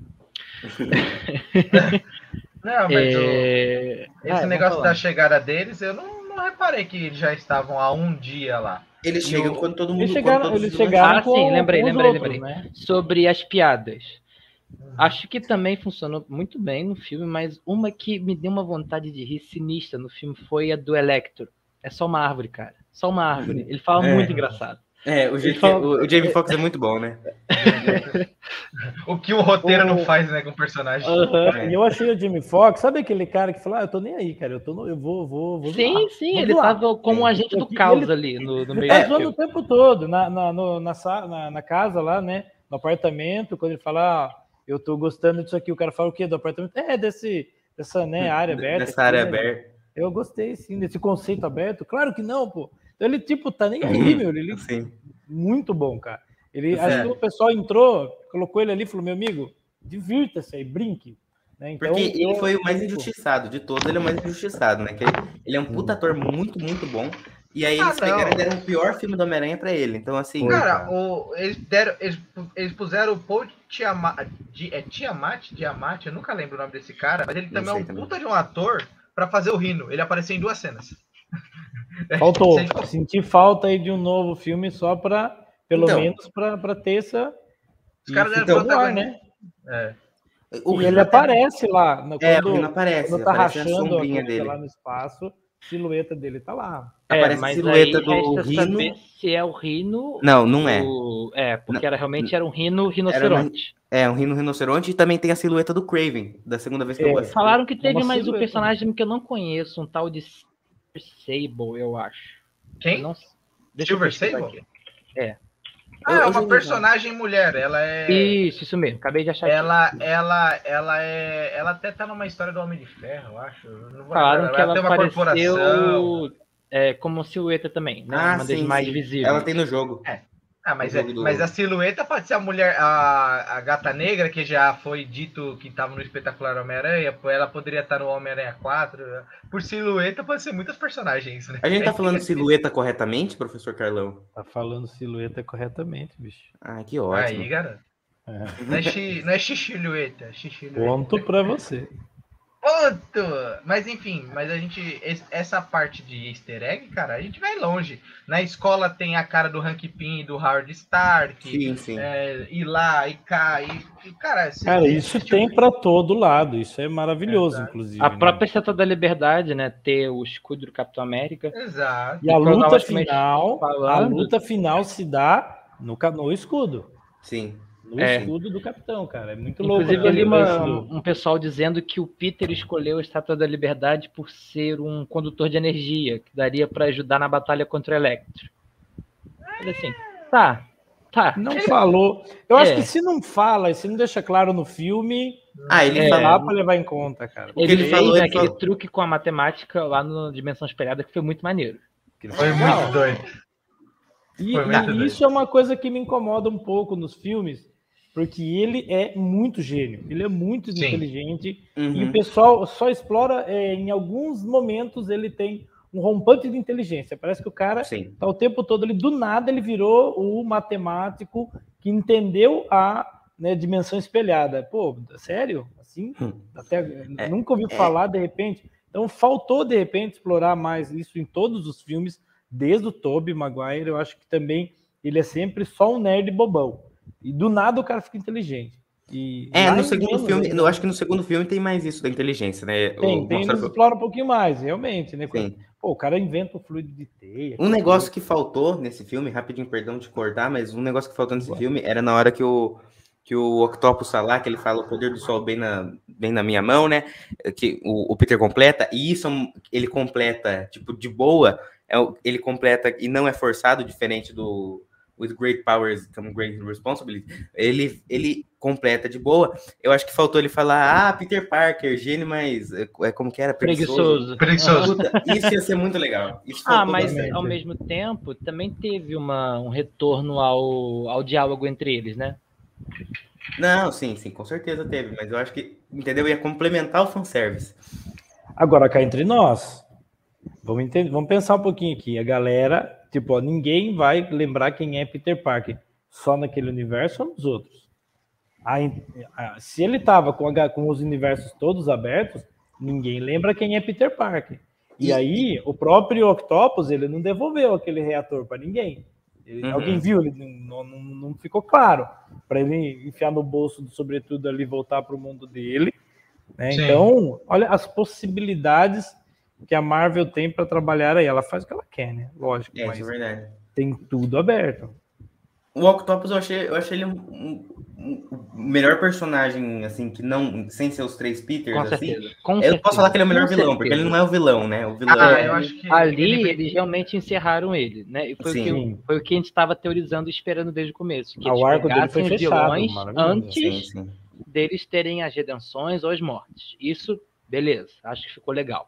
Não, mas o- É, esse vai, negócio vamos da falar. chegada deles, eu não, não reparei que eles já estavam há um dia lá. Eles E chegam o- quando todo mundo... Eles quando chegaram, todos eles os chegaram Ah, com, sim, lembrei, com os lembrei, outros, lembrei. né? Sobre as piadas. Acho que também funcionou muito bem no filme, mas uma que me deu uma vontade de rir sinistra no filme foi a do Electro. É só uma árvore, cara. Só uma árvore. Ele fala É. muito engraçado. É, o, jeito Ele fala- que- o, o Jamie Foxx é muito bom, né? O que o roteiro O- não faz, né, com o personagem. Aham. É. E eu achei o Jimmy Fox, sabe aquele cara que fala, ah, eu tô nem aí, cara, eu, tô no- eu vou, vou, vou Sim, zoar, sim, vou ele zoar. tava como um agente do Ele- caos ali no, no Ele meio tá do zoando o filme. tempo todo, na, na, no- na, sa- na, na casa lá, né, no apartamento, quando ele fala, ah, eu tô gostando disso aqui, o cara fala o quê do apartamento? É, desse, dessa né, área aberta. Dessa aqui, área né? aberta. Eu gostei, sim, desse conceito aberto. Claro que não, pô. Então ele, tipo, tá nem aí, meu, ele Sim. muito bom, cara. Ele, Sim. acho que o pessoal entrou, colocou ele ali e falou, meu amigo, divirta-se aí, brinque. Né? Então, Porque ele eu- foi o mais injustiçado de todos, ele é o mais injustiçado, né? Que ele, ele é um puta ator muito, muito bom. E aí Ah, eles não. pegaram e deram o pior filme do Homem-Aranha pra ele. Então, assim. Foi. Cara, o, eles, deram, eles, eles puseram o Paul Tiamat, Di- é Tiamat? Diamante? Eu nunca lembro o nome desse cara, mas ele Não também é sei um também. puta de um ator pra fazer o Rino. Ele apareceu em duas cenas. Faltou. Você ficou- Senti falta aí de um novo filme só para, pelo Então. menos, para ter essa. Os caras e deram ficou no ar, protagonismo. né? É. O E Rino ele até- aparece lá. no- É, quando, o Rino aparece, quando tá aparece a rachando a sombrinha coisa dele. lá no espaço, a silhueta dele tá lá. É, Aparece a mas silhueta aí do resta Rhino. saber se é o Rino. Não, não é. o- É, porque Não. era, realmente era um Rino rinoceronte. É, um Rino rinoceronte e também tem a silhueta do Craven, da segunda vez que É. eu assisti. Falaram que É teve uma mais um silhueta. personagem que eu não conheço, um tal de Sable, eu acho. Eu Quem? não... Deixa eu Silver pesquisar Sable? aqui. Ah, Eu- é eu uma já vi, personagem mulher. Ela é. Isso, isso mesmo. Acabei de achar aqui. Ela, ela, ela é. Ela até tá numa história do Homem de Ferro, eu acho. Eu Não vou Falaram lembrar. que ela tem uma corporação. apareceu é, como silhueta também, né? Ah, Uma das sim, mais sim. visíveis. Ela tem no jogo. Ah, mas, O é, jogo do- mas a silhueta pode ser a mulher, a, a gata negra, que já foi dito que estava no espetacular Homem-Aranha, pô, ela poderia estar no Homem-Aranha quatro. Por silhueta pode ser muitos personagens, né? A gente tá falando silhueta corretamente, professor Carlão? Tá falando silhueta corretamente, bicho. Ah, que ótimo. Aí, garoto. É. Não é, xi, não é xixilhueta, é xixilhueta. Ponto pra você. Ponto! Mas enfim, mas a gente. es- Essa parte de easter egg, cara, a gente vai longe. Na escola tem a cara do Hank Pym e do Howard Stark. Sim, sim. É, ir lá e cá. E, e, cara, se- Cara, se- isso se- tem pra todo lado. Isso é maravilhoso, Exato. inclusive. A né? própria Estátua da Liberdade, né? Ter o escudo do Capitão América. Exato. E a luta cronologicamente final, a falando- luta final se dá no, ca- no escudo. Sim. No É. escudo do capitão, cara. É muito louco. Inclusive, eu li aquele uma- lance do- um pessoal dizendo que o Peter escolheu a Estátua da Liberdade por ser um condutor de energia, que daria pra ajudar na batalha contra o Electro. Falei assim, tá, tá. Não falou. Eu acho É. que se não fala e se não deixa claro no filme, Ah, ele É. dá falou. pra levar em conta, cara. O que Ele, ele fez falou, ele aquele falou- truque com a matemática lá no Dimensão Espelhada que foi muito maneiro. Foi muito doido. E, Foi muito e doido. isso é uma coisa que me incomoda um pouco nos filmes, porque ele é muito gênio, ele é muito Sim. inteligente, Uhum. e o pessoal só explora, é, em alguns momentos ele tem um rompante de inteligência. Parece que o cara Sim. tá o tempo todo, ele do nada ele virou o matemático que entendeu a, né, dimensão espelhada. Pô, sério? Assim? Hum. Até, É, nunca ouvi é. falar, de repente. Então faltou, de repente, explorar mais isso em todos os filmes, desde o Tobey Maguire. Eu acho que também ele é sempre só um nerd bobão. E do nada o cara fica inteligente. E É, no em segundo Venom, filme, né? eu acho que no segundo filme tem mais isso da inteligência, né? Tem, O, tem, mostra- eles exploram um pouquinho mais, realmente, né? Sim. Pô, o cara inventa o fluido de teia. Um negócio que faltou nesse filme, rapidinho, perdão de cortar, mas um negócio que faltou nesse Ué. filme era na hora que o, que o Octopus tá lá, que ele fala o poder do sol bem na, bem na minha mão, né? Que o, o Peter completa, e isso é um- ele completa, tipo, de boa, é, o- ele completa e não é forçado, diferente do With Great Powers Come Great Responsibility. Ele, ele completa de boa. Eu acho que faltou ele falar, ah, Peter Parker, gênio, mas é, é como que era? Preguiçoso. Preguiçoso. Puta, isso ia ser muito legal. Isso Ah, faltou mas bastante. ao mesmo tempo também teve uma, um retorno ao, ao diálogo entre eles, né? Não, sim, sim, com certeza teve, mas eu acho que, entendeu? Ia complementar o fanservice. Agora, cá entre nós, vamos, entender, vamos pensar um pouquinho aqui. A galera, tipo, ó, ninguém vai lembrar quem é Peter Parker. Só naquele universo ou nos outros? Aí, ah, se ele tava com, a- com os universos todos abertos, ninguém lembra quem é Peter Parker. E, E- aí, o próprio Octopus, ele não devolveu aquele reator para ninguém. Ele- Uhum. Alguém viu? Ele não, não, não ficou claro. Para ele enfiar no bolso do sobretudo ali e voltar para o mundo dele. Né? Sim. Então, olha as possibilidades que a Marvel tem para trabalhar aí. Ela faz o que ela quer, né? Lógico, É, mas isso é verdade. tem tudo aberto. O Octopus eu achei, eu achei ele um, um- um- o melhor personagem, assim, que não, sem ser os três Peters, Com assim. certeza. Com Eu certeza. posso falar que ele é o melhor Com vilão, certeza. porque ele não é o vilão, né? O vilão Ah, é... eu acho que Ali ele- eles realmente encerraram ele, né? E foi, o Sim. que, foi o que a gente estava teorizando e esperando desde o começo. Que Ah, eles o arco dele pegassem foi os fechado, vilões maravilhoso. antes Sim, sim. deles terem as redenções ou as mortes. Isso, beleza. Acho que ficou legal.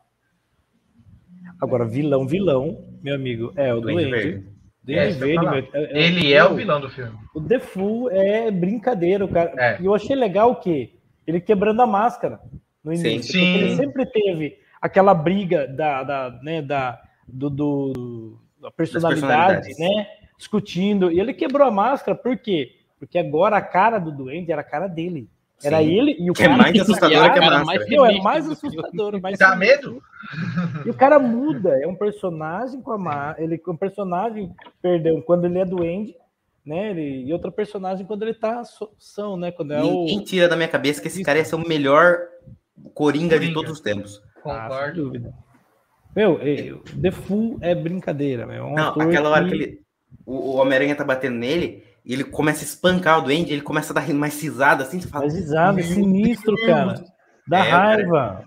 Agora, vilão, vilão, meu amigo, é o Duende Duende. Verde. Duende É, isso que eu ia Verde, falar. meu, é- é- Ele é o meu, vilão do filme. O Defoe é brincadeira, o cara. É. E eu achei legal o quê? Ele quebrando a máscara no Sim. início. Sim. Porque ele sempre teve aquela briga da, da, né, da, do, do- da personalidade, personalidades. né? Discutindo. E ele quebrou a máscara, por quê? Porque agora a cara do Duende era a cara dele. Era Sim. ele e o Que é cara. mais assustador que a Cara, máscara. mais Meu, é sinistro mais do filme. assustador. Mais Dá sinistro. medo? E o cara muda, é um personagem com a má, ele é um personagem, perdão, quando ele é doente, né? Ele, e outra personagem quando ele tá so- são, né? Quando é o Ninguém tira da minha cabeça que esse cara ia ser o melhor Coringa, de Coringa. todos os tempos. Ah, sem Concordo. dúvida. Meu, é, o Defoe é brincadeira, meu. É um Não, ator aquela hora que- que ele, o, o Homem-Aranha tá batendo nele, e ele começa a espancar o Duende, ele começa a dar mais risada, assim, você fala... faz risada, é "Meu sinistro, Deus". cara. Dá É, o cara- raiva.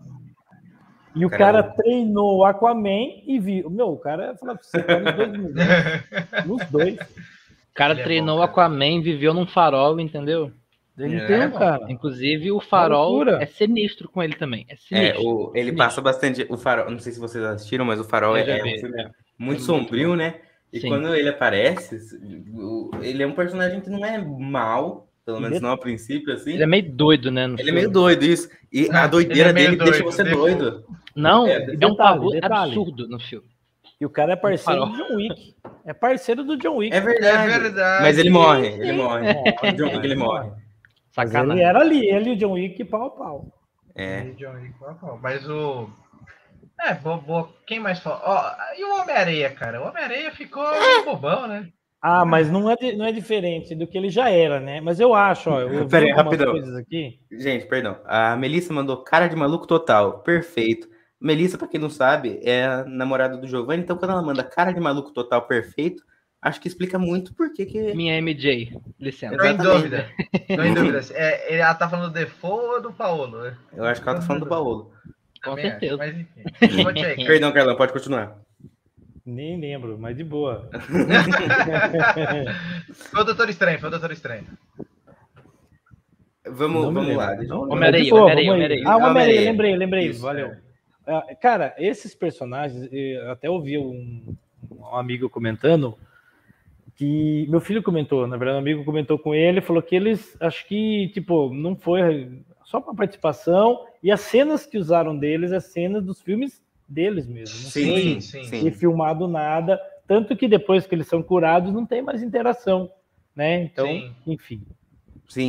E o cara cara, é louco. treinou o Aquaman e viu. Meu, o cara falou pra você, tá nos dois universos. Nos dois. O cara Ele é treinou bom, o cara. Aquaman, viveu num farol, entendeu? Ele É, tem, bom. cara. Inclusive, o farol loucura. é sinistro com ele também. É É, sinistro. o, ele Sinistro. passa bastante. O Farol, não sei se vocês assistiram, mas o Farol Eu é, já é vi, um filme é. muito É sombrio, muito né? E Sim. quando ele aparece, o- ele é um personagem que não é mal, pelo menos Ele- não a princípio, assim. Ele é meio doido, né? no Ele é filme. meio doido, isso. E Ah, a doideira ele é meio dele deixa doido, você depois- doido. Não, É, é, um detalhe, pavor detalhe. absurdo no filme. E o cara é parceiro Farol. do John Wick. É parceiro do John Wick. É verdade. É verdade. Mas ele morre, Sim, ele sim. morre. É, O John Wick, ele morre. Mas Sacanagem. ele era ali, ele e o John Wick pau a pau. É. E John Wick, ó, ó, mas o. É, vou, vou- quem mais fala? Ó, e o Homem-Areia, cara? O Homem-Areia ficou meio bobão, né? Ah, mas não é, di- não é diferente do que ele já era, né? Mas eu acho, ó, eu vi Pera aí, algumas rapidão. coisas aqui. Gente, perdão. A Melissa mandou cara de maluco total. Perfeito. Melissa, pra quem não sabe, é a namorada do Giovanni. Então, quando ela manda cara de maluco total perfeito, acho que explica muito por que que... Minha M J, licença. Tô em Exatamente. dúvida. Tô em dúvida. É, ele- ela tá falando do Defoe ou do Paolo? né? Eu acho que ela tá falando do Paolo. Com Também certeza. acho, mas enfim. Conte aí, cara. Perdão, Carlão, pode continuar. Nem lembro, mas de boa. Foi o Doutor Estranho, foi o Doutor Estranho. Vamos, Não me vamos lembro. lá. deixa eu- Não lembro. Homem-Aranha, De boa, Homem-Aranha, vamos aí. Homem-Aranha. Ah, o Homem-Aranha, Homem-Aranha. lembrei, lembrei. Isso, Valeu. é. Ah, cara, esses personagens, eu até ouvi um, um amigo comentando que meu filho comentou, na verdade, um amigo comentou com ele, falou que eles, acho que, tipo, não foi só para participação, e as cenas que usaram deles, as cenas dos filmes deles mesmo. Não Sim, foi sim, sim. sim. e filmado nada, tanto que depois que eles são curados, não tem mais interação, né? Então, Sim. enfim. Sim.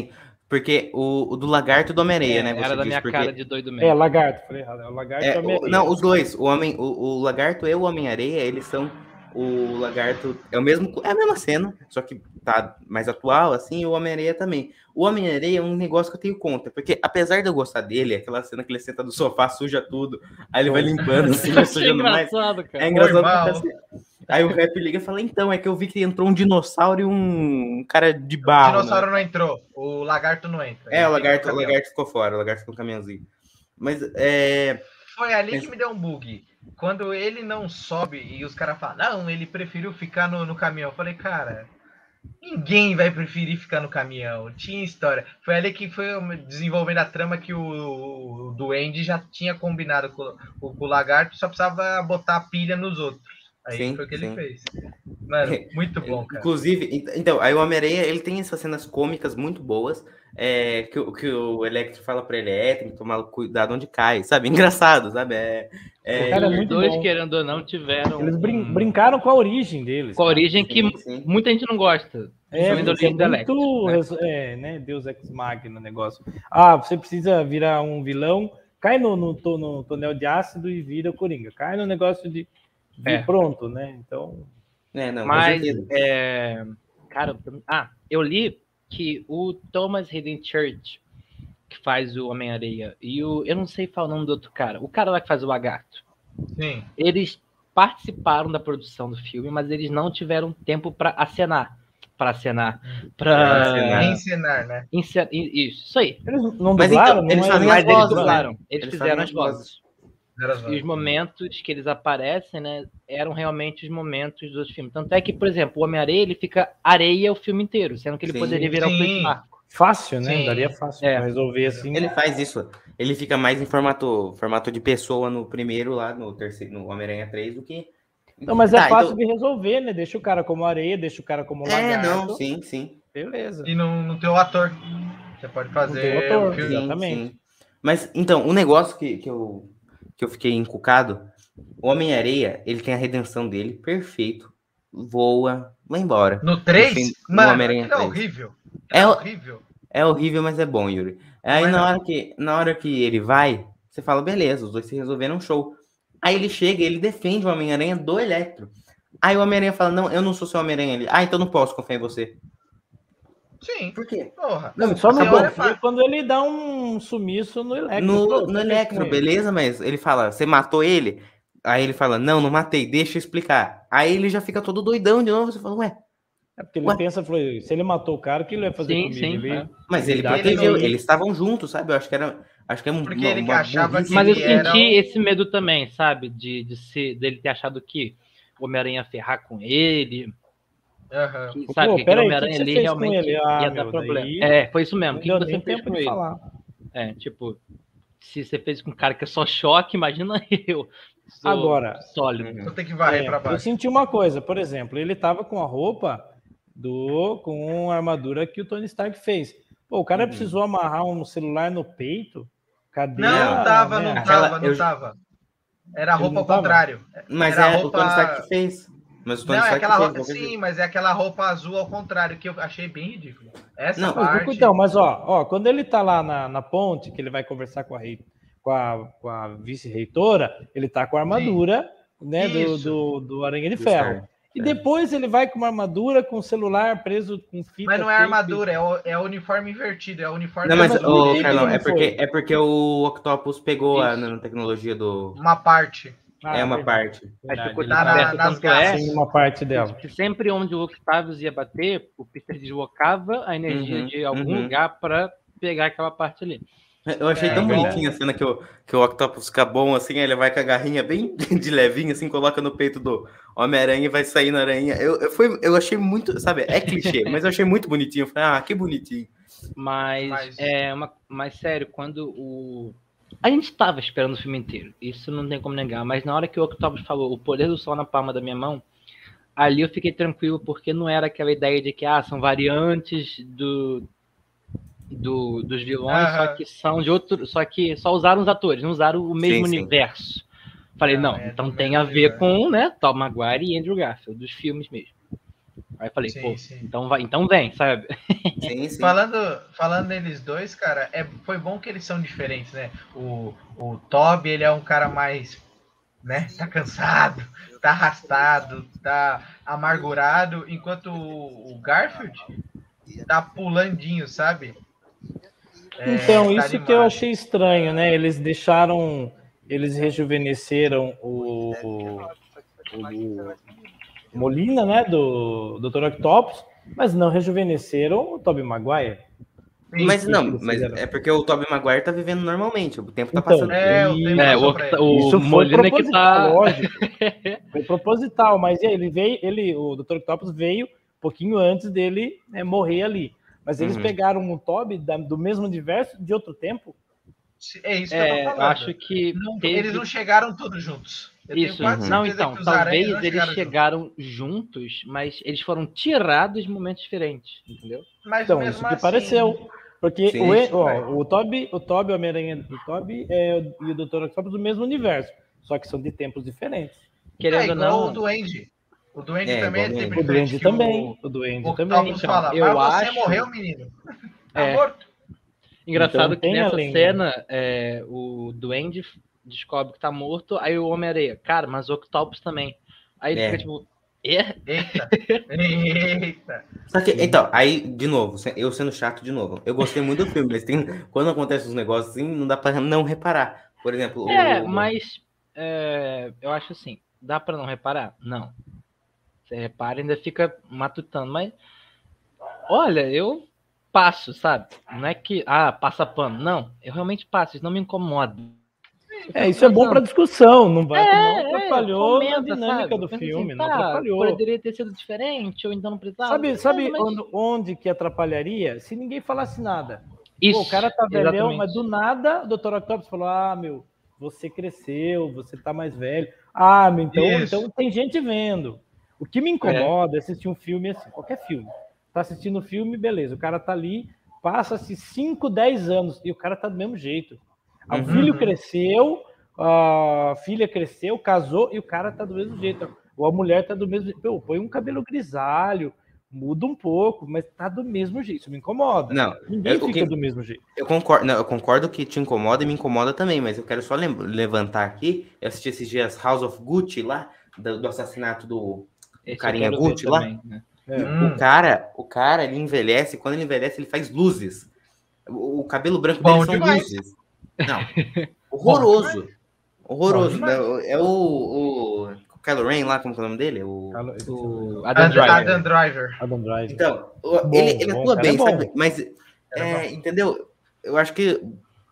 Porque o, o do lagarto e do Homem-Areia, É, né? Você era da disse, minha porque... cara de doido É, mesmo. lagarto, falei errado. É o lagarto É, e o o- Homem-Aranha. não, os dois. O, homem, o, o lagarto e o Homem-Areia, eles são. O lagarto é o mesmo, é a mesma cena, só que tá mais atual, assim, e o Homem-Areia também. O Homem-Areia é um negócio que eu tenho contra, porque apesar de eu gostar dele, aquela cena que ele senta do sofá, suja tudo, aí ele vai limpando, assim, vai Achei sujando mais. engraçado, cara. É engraçado pra Normal. cacete. Aí o Rap liga e fala, então, é que eu vi que entrou um dinossauro e um cara de O barro. dinossauro né? não entrou, o lagarto não entra. É, Ele o fica lagarto, no o caminhão. lagarto ficou fora, o lagarto ficou no caminhãozinho. Mas, é... Foi ali Mas- que me deu um bug. Quando ele não sobe e os caras falam, não, ele preferiu ficar no, no caminhão. Eu falei, cara, ninguém vai preferir ficar no caminhão. Tinha história. Foi ali que foi desenvolvendo a trama que o, o Duende já tinha combinado com, com, com o lagarto, só precisava botar a pilha nos outros. Aí Sim, foi o que sim. ele fez. Mano, muito bom, cara. Inclusive, ent- então, aí o Homem-Aranha, ele tem essas cenas cômicas muito boas, é, que, o- que o Electro fala pra ele, é, tem que tomar cuidado onde cai, sabe? Engraçado, sabe? É, é, Cara, é Os muito dois, bom. querendo ou não, tiveram. Eles brin- um- brincaram com a origem deles. Com a cara. origem que sim, sim. muita gente não gosta. É, Principalmente da porque é origem do Electro, muito, né? resu- é, né, Deus Ex Machina o negócio. Ah, você precisa virar um vilão, cai no, no, to- no tonel de ácido e vira o Coringa. Cai no negócio de, de É. pronto, né? Então, é, não, com Mas, certeza. é, cara, ah, eu li que o Thomas Hayden Church, que faz o Homem-Areia, e o, eu não sei falar o nome do outro cara, o cara lá que faz o Lagarto, Sim. eles participaram da produção do filme, mas eles não tiveram tempo para acenar, para acenar, para acenar. Encenar, né? isso, isso aí. eles não Mas dublaram? então, eles não é- fazem Mas as eles vozes, dublaram, né? eles, Eles fizeram fazem as as vozes. vozes. E os momentos que eles aparecem, né, eram realmente os momentos dos filmes. Tanto é que, por exemplo, o Homem-Areia, ele fica areia o filme inteiro, sendo que ele Sim. poderia virar Sim. o Chris Marco. Fácil, né? Sim. Daria fácil É. pra resolver assim. Ele faz isso. Ele fica mais em formato, formato de pessoa no primeiro lá, no terceiro, no Homem-Aranha três, do que... Não, mas é Tá, fácil então- de resolver, né? Deixa o cara como areia, deixa o cara como É, lagarto. não, sim, sim. Beleza. E não, não tem o ator. Você pode fazer Não tem o ator. o filme. Sim, Exatamente. sim. Mas, então, um negócio que, que, eu, que eu fiquei encucado, o Homem-Areia, ele tem a redenção dele, perfeito, voa, vai embora. No três? No fim, no Mano, Homem-Aranha aquilo é três. horrível. É É o- horrível. É horrível, mas é bom, Yuri. Aí Não é na não. hora, que, na hora que ele vai, você fala, beleza, os dois se resolveram um show. Aí ele chega e ele defende o Homem-Aranha do Electro. Aí o Homem-Aranha fala, não, eu não sou seu Homem-Aranha. Ele, ah, então não posso confiar em você. Sim. Por quê? Porra. Não, só Você não olha confia pra- quando ele dá um sumiço no Electro. No, Pô, no tá Electro, com ele. beleza, mas ele fala, você matou ele? Aí ele fala, não, não matei, deixa eu explicar. Aí ele já fica todo doidão de novo, você fala, ué, É porque ele Ué? pensa, falou, se ele matou o cara, o que ele vai fazer Sim, comigo? sim, Ele- é. mas ele Ele protegeu, não- eles estavam juntos, sabe? Eu acho que era, acho que é um, Porque uma, ele uma achava burrice. que Mas eu ele era senti um- esse medo também, sabe? De, de ser, dele ter achado que o Homem-Aranha ia ferrar com ele. Aham. Que, Pô, sabe, que aquele peraí, o que Homem-Aranha que você ali fez com realmente ele? Ah, ia dar meu, problema. daí É, foi isso mesmo. Não O que, deu que você nem fez tempo com de ele? falar. É, tipo, se você fez com um cara que é só choque, imagina eu. Sou Agora, sólido. Uhum. Então tem que varrer É, pra eu baixo. senti uma coisa, por exemplo, ele tava com a roupa do com a armadura que o Tony Stark fez. Pô, o cara Uhum. precisou amarrar um celular no peito. Cadê? Não, a- não tava, né, não Aquela- tava, não eu- tava. Era a Ele roupa não ao tava? contrário. Mas Era é a o roupa- Tony Stark que fez. Mas o Tony Não, é Stark aquela fez. roupa. qualquer Sim, jeito. mas é aquela roupa azul ao contrário, que eu achei bem ridículo. Essa Não, Mas, parte. então, mas ó, ó, quando ele tá lá na, na ponte, que ele vai conversar com a, rei, com a, com a vice-reitora, ele tá com a armadura, né, do, Isso. do, do Aranha de Do Ferro. Stark, E é. depois ele vai com uma armadura com o celular preso com fita. Mas não é tape. armadura, é o, é o uniforme invertido, é o uniforme Não, mas, mas azul. por ô, que que Carlão, não é porque, foi? é porque o Octopus pegou a Isso. nanotecnologia do. Uma parte. Ah, é uma verdade, parte. Aí verdade. ficou Ele Tá na- descoberto, nas tanto é garras. Tem uma parte dela. que sempre onde o Octavius ia bater, o Peter deslocava a energia Uhum, de algum uhum. lugar para pegar aquela parte ali. Eu achei É, tão então- bonitinha a cena que o, que o Octopus fica bom, assim, aí ele vai com a garrinha bem de levinho, assim, coloca no peito do Homem-Aranha e vai sair na aranha. Eu, eu, foi, eu achei muito, sabe, é clichê, mas eu achei muito bonitinho. Eu falei, ah, que bonitinho. Mas, Mas- é uma, mas sério, quando o. A gente estava esperando o filme inteiro, isso não tem como negar, mas na hora que o Octopus falou o poder do sol na palma da minha mão, ali eu fiquei tranquilo, porque não era aquela ideia de que ah, são variantes do, do, dos vilões, Aham. só que são de outro. Só que só usaram os atores, não usaram o mesmo Sim, sim. universo. Falei, Não, não, é então do tem mesmo a ver universo. com, né, Tom Maguire e Andrew Garfield, dos filmes mesmo. Aí eu falei, Sim, pô, sim. então vai, então vem, sabe? Sim, sim. Falando, falando neles dois, cara, é, foi bom que eles são diferentes, né? O, o Toby, ele é um cara mais, né? Tá cansado, tá arrastado, tá amargurado, enquanto o, o Garfield tá pulandinho, sabe? É, Então, tá isso que eu animado. achei estranho, né? Eles deixaram, eles rejuvenesceram o, o, o Molina, né, do doutor Octopus, mas não rejuvenesceram o Tobey Maguire. Mas que não, eles mas fizeram? é porque o Tobey Maguire tá vivendo normalmente, o tempo tá Então, passando. É, o tempo É, passou o, pra ele. o Isso foi Molina que proposital, tá. lógico. Foi proposital, mas e aí, ele veio, ele, o doutor Octopus veio um pouquinho antes dele né, morrer ali. Mas eles Uhum. pegaram o Tobey da- do mesmo universo de outro tempo. É isso que eu É, tô eu falando. acho que Não, teve- eles não chegaram todos juntos. Eu Isso, tenho quase não, certeza então, que os talvez aranhas não eles chegaram, chegaram juntos, mas eles foram tirados de momentos diferentes, entendeu? juntos. Mas Então, mesmo isso que assim, pareceu. Porque Sim, o, E- isso, ó, vai. o Tobey, o Tobey, o Homem-Aranha do Tobey é, o- e o doutor Octopus do mesmo universo, só que são de tempos diferentes. Querendo é ou igual não, o Duende. O Duende É, também é igual o tempo O diferente Duende que também. o, O Duende o também. Octopus Então, fala, eu mas você acho- morreu, menino. Tá É. morto. engraçado Então, que tem nessa além, né? cena é, o Duende descobre que tá morto, aí o Homem-Areia, cara, mas o Octopus também. Aí ele É. fica tipo, é? Eita. Eita. Só que, então, aí, de novo, eu sendo chato de novo. Eu gostei muito do filme, mas tem, quando acontece uns negócios assim, não dá pra não reparar. Por exemplo, É, o. mas é, eu acho assim, dá pra não reparar? Não. Você repara e ainda fica matutando, mas olha, eu passo, sabe? Não é que, ah, passa pano. Não, eu realmente passo, isso não me incomoda. É, isso é bom para discussão, não vai, É, não é, atrapalhou na comenta, dinâmica sabe? do Pensa filme, assim, não tá, atrapalhou. poderia ter sido diferente, ou então não precisava. Sabe, sabe Beleza, mas- onde, onde que atrapalharia? Se ninguém falasse nada. Isso, Pô, o cara tá velhão, exatamente. mas do nada o doutor Octopus falou: ah, meu, você cresceu, você tá mais velho. Ah, meu, então, Isso. então tem gente vendo. O que me incomoda é assistir um filme assim, qualquer filme. Tá assistindo o filme, beleza, o cara tá ali, passa-se cinco, dez anos e o cara tá do mesmo jeito. O Uhum. filho cresceu, a filha cresceu, casou e o cara tá do mesmo jeito. Ou a mulher tá do mesmo jeito. Pô, põe um cabelo grisalho, muda um pouco, mas tá do mesmo jeito. Isso me incomoda. Não, Ninguém eu- o fica que- do mesmo jeito. Eu concordo, não, eu concordo que te incomoda e me incomoda também, mas eu quero só lem- levantar aqui. Eu assisti esses dias House of Gucci lá, do, do assassinato do, Esse eu carinha quero ver Gucci lá? também, né? É. Hum. O cara, o cara, ele envelhece, quando ele envelhece, ele faz luzes. O, o cabelo branco Bom dele são demais. luzes. Não, horroroso. Horroroso. Bom demais. É o, o, o Kylo Ren lá, como que é o nome dele? O... O Adam Adam, Driver. Adam Driver. Adam Driver. Então, o- Bom, ele, ele bom, atua cara bem, é bom. sabe? Mas, Cara é é, entendeu? Eu acho que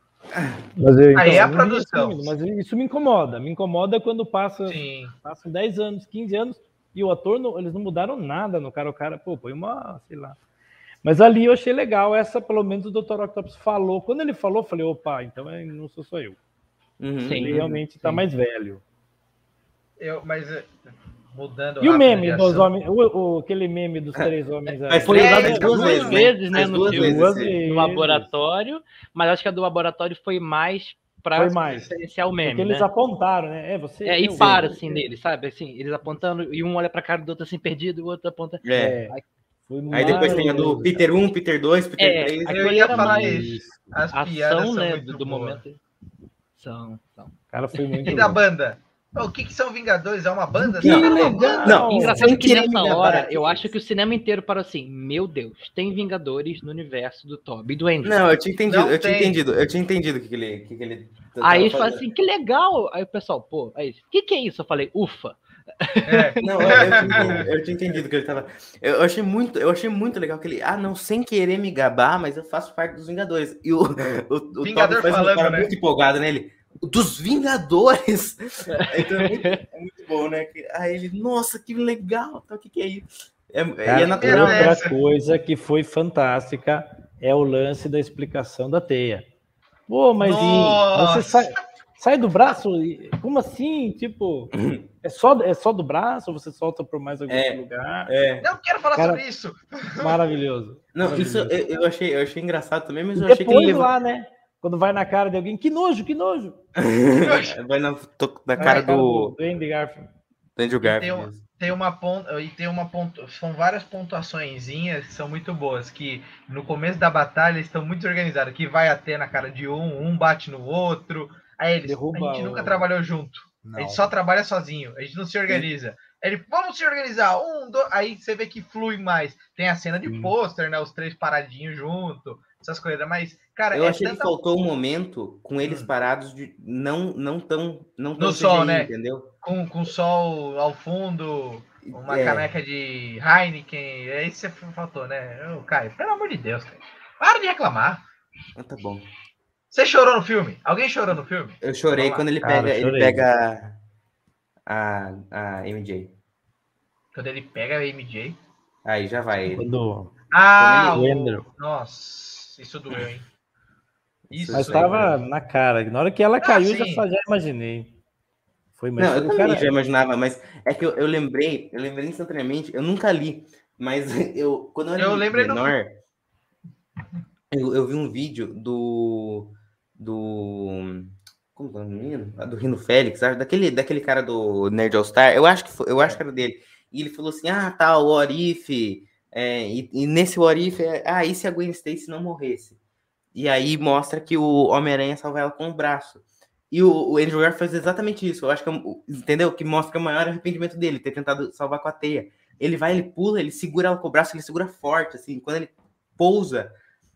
Mas eu, Aí é a eu não vi produção. esse filme, mas isso me incomoda. Me incomoda quando passa, Sim. passam dez anos, quinze anos e o ator, não, eles não mudaram nada no cara. O cara, pô, põe uma, sei lá. Mas ali eu achei legal, essa pelo menos o doutor Octopus falou. Quando ele falou, eu falei, opa, então é- não sou só eu. Uhum. Sim. Ele realmente tá sim. mais velho. Eu, mas eh, mudando E o rápido meme de dos assunto. homens, o, o- aquele meme dos três homens aí. Mas Foi É, usado faz duas, duas vezes, vezes, né? né, Faz no duas filme, Duas vezes. vezes. no laboratório, mas acho que a do laboratório foi mais pra Foi mais. diferenciar o meme, Porque eles né? apontaram, né? É, você. É, e eu, para, eu, assim, eu. nele, sabe? Assim, eles apontando, e um olha pra cara do outro, assim, perdido, e o outro aponta. É. É, foi Aí depois tem a do maravilhoso. Peter um, Peter dois, Peter É, três. aquilo Eu ali ia era falar mais isso. As piadas ação, são né, muito do, do boas. momento. São, são. Cara, foi muito E da bom. banda? O que, que são Vingadores? É uma banda? Que Não, é uma legal! banda. Não, Engraçado sem que querer nessa me gabar hora, aqui. eu acho que o cinema inteiro parou assim, meu Deus, tem Vingadores no universo do Tobey e do Andrew. Não, eu tinha entendido, Não eu tinha tem. entendido, eu tinha entendido o que, que ele, o que, que ele tava Aí eles falam fazendo. assim, que legal! Aí o pessoal, pô, aí, o que que é isso? Eu falei, ufa. É. Não, eu, eu, tinha entendido, eu tinha entendido que ele tava. Eu, eu achei muito, eu achei muito legal que ele. Ah, não, sem querer me gabar, mas eu faço parte dos Vingadores. E o, o, o Vingador Tobey faz falando, um cara né? muito empolgado nele. Dos Vingadores! Então é muito, é muito bom, né? Que- Aí ele, nossa, que legal! Então, o que, que é isso? É, Cara, e é natural, outra né? outra coisa que foi fantástica é o lance da explicação da teia. Pô, mas Nossa! você sai, sai do braço? e- Como assim? Tipo, é só, é só do braço ou você solta por mais algum É. lugar? É. Não quero falar Cara, sobre isso. Maravilhoso. Não, isso Maravilhoso. eu, eu achei, eu achei engraçado também, mas E eu achei que depois ele lá, né? Quando vai na cara de alguém, que nojo, que nojo. vai na, to- na cara do, do Andy Garfield. do Andrew Tem, Garfield. um- mesmo. tem uma ponta, e tem uma ponta, são várias pontuaçõezinhas que são muito boas, que no começo da batalha eles estão muito organizados, que vai até na cara de um, um bate no outro, aí eles, Derruba a gente o- nunca trabalhou junto, a Não. gente só trabalha sozinho, a gente não se organiza. Ele, vamos se organizar, um, dois, aí você vê que flui mais. Tem a cena de Sim. pôster, né, os três paradinhos junto, essas coisas, mas, cara, Eu é achei que tanta... faltou um momento com eles Hum. parados de não não tão não tão No sol, né? entendeu? Com, com sol ao fundo, uma É. caneca de Heineken, é isso que faltou, né? Ô, Caio, pelo amor de Deus, cara. Para de reclamar. Ah, tá bom. Você chorou no filme? Alguém chorou no filme? Eu chorei Vamos lá. quando ele Cara, pega eu ele chorei. pega a a M J. Quando ele pega a M J. Aí já vai ele. Quando... Ah, Quando ele- o Andrew. Nossa, isso doeu, hein? Isso Mas Isso doeu. tava na cara. Na hora que ela Ah, caiu, já, sim. já imaginei. Foi, mas Não, eu o também cara... já imaginava, mas é que eu, eu lembrei, eu lembrei instantaneamente, eu nunca li, mas eu quando eu era Eu lembrei do- menor, eu, eu vi um vídeo do do como que é o menino? Ah, do Rino Félix, sabe? Daquele, daquele cara do Nerd All Star, eu acho que foi, eu acho que era dele. E ele falou assim: ah, tá, o What If, é, e, e nesse What If, é, ah, e se a Gwen Stacy não morresse? E aí mostra que o Homem-Aranha salva ela com o braço. E o, o Andrew Garfield faz exatamente isso. Eu acho que, é um- entendeu? Que mostra que é o maior arrependimento dele, ter tentado salvar com a teia. Ele vai, ele pula, ele segura ela com o braço, ele segura forte, assim. Quando ele pousa,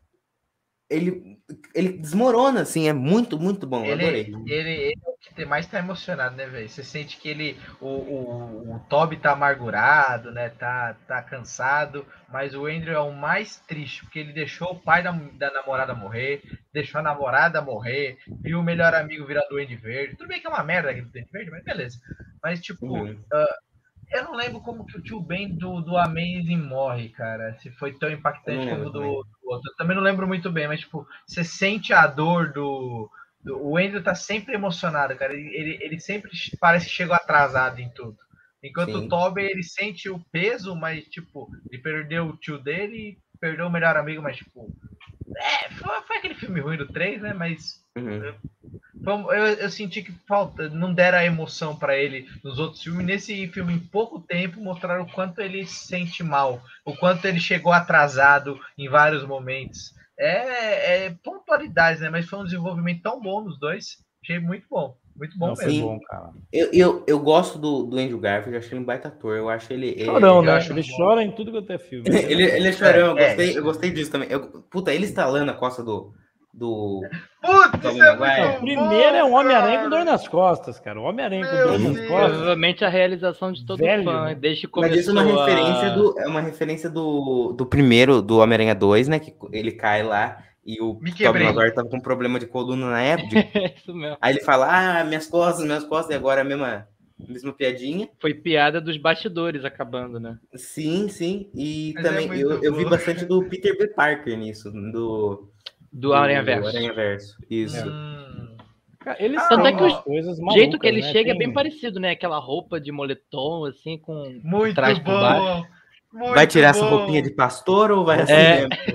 ele, ele desmorona, assim. É muito, muito bom. Eu Ele, adorei. ele, ele é o que mais tá emocionado, né, velho? Você sente que ele, o, o, o Toby tá amargurado, né? Tá, tá cansado, mas o Andrew é o mais triste, porque ele deixou o pai da, da namorada morrer, deixou a namorada morrer, viu o melhor amigo virar Duende Verde. Tudo bem que é uma merda aqui do Duende Verde, mas beleza. Mas, tipo, Uhum. eu não lembro como que o tio Ben do, do Amazing morre, cara. Se foi tão Eu impactante não como lembro do, também. do outro. Eu também não lembro muito bem, mas, tipo, você sente a dor do. do o Andrew tá sempre emocionado, cara. Ele, ele, ele sempre parece que chegou atrasado em tudo. Enquanto Sim. o Toby, ele sente o peso, mas, tipo, ele perdeu o tio dele, perdeu o melhor amigo, mas, tipo. É, foi, foi aquele filme ruim do três, né? Mas. Uhum. Vamos- Eu, eu senti que falta, não deram a emoção pra ele nos outros filmes. Nesse filme, em pouco tempo, mostraram o quanto ele se sente mal, o quanto ele chegou atrasado em vários momentos. É, é pontualidade, né? Mas foi um desenvolvimento tão bom nos dois. Achei muito bom, muito bom Não, foi mesmo. bom, cara. Eu, eu, eu gosto do, do Andrew Garfield, eu acho ele um baita ator. Eu acho ele. ele- Chorão, eu né? acho Ele bom. chora em tudo quanto é filme. Ele, ele é chorão, eu É, gostei, é. eu gostei disso também. Eu, puta, ele estalando a costa do. do Putz, Tobey isso é Maguire. Não, muito primeiro é um bom, Homem-Aranha com dor cara. nas costas, cara. O Homem-Aranha com Meu dor nas Deus. costas. Provavelmente a realização de todo Velho, fã, né? desde que Mas começou isso é uma referência, a... do, é uma referência do, do primeiro, do Homem-Aranha dois, né? Que ele cai lá e o Me Tobey quebrei. Maguire tava com problema de coluna na época. de- É isso mesmo. Aí ele fala, ah, minhas costas, minhas costas, e agora é a mesma, mesma piadinha. Foi piada dos bastidores acabando, né? Sim, sim. E Mas é também muito eu, eu vi bom. bastante do Peter B. Parker nisso, do, Do Aranha do Verso. Aranha Verso. Isso. Hum. Cara, eles Ah, têm Tanto é que umas o coisas O malucas, jeito que ele né? chega é Tem- bem parecido, né? Aquela roupa de moletom, assim, com Muito trás por baixo. bom. Muito Vai tirar essa bom. roupinha de pastor ou vai assim É. mesmo?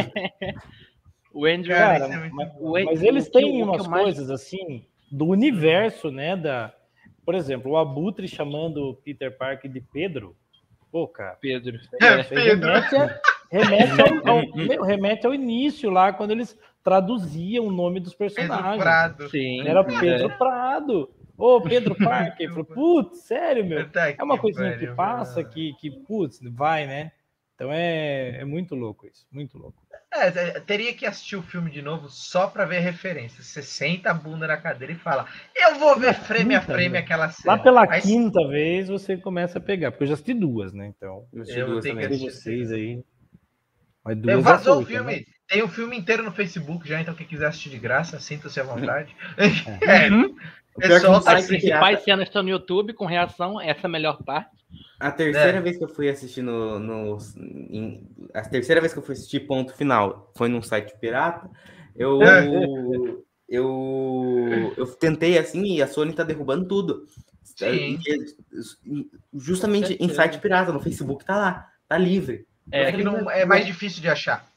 O Andrew... Cara, Cara, isso é muito mas, bom. o- mas o eles que- têm o que eu umas mais- coisas assim do universo, né? Da, por exemplo, o Abutre chamando o Peter Parker de Pedro. Pô, cara, Pedro. É, isso aí Pedro. remete, a- remete, ao, ao- meu, remete ao início lá, quando eles traduziam o nome dos Pedro personagens. Prado. Sim. Era Pedro Prado. Ô, Pedro Parker. Falei, putz, sério, meu. Puta É uma que coisinha que pariu, passa, mano. que, que, putz, vai, né? Então é, é muito louco isso, muito louco. É, é, teria que assistir o filme de novo só pra ver referência. Você senta a bunda na cadeira e fala, eu vou ver frame a quinta, frame né? aquela cena. Lá pela Aí, quinta vez você começa a pegar, porque eu já assisti duas, né? Então, Eu assisti Eu duas tenho que também. sei assistir. vocês aí. Mas eu duas é vazou o curta, filme. né? Tem o filme inteiro no Facebook já, então quem quiser assistir de graça, sinta-se à vontade. É, Uhum. pessoal Pior que tá no As site assim, principais cenas estão no YouTube com reação, essa é a melhor parte. A terceira É. vez que eu fui assistir no. no em- a terceira vez que eu fui assistir ponto final foi num site pirata. Eu. É. Eu, eu tentei assim e a Sony tá derrubando tudo. Sim. E- justamente em site pirata, no Facebook tá lá, tá livre. É, É que não, é mais difícil de achar.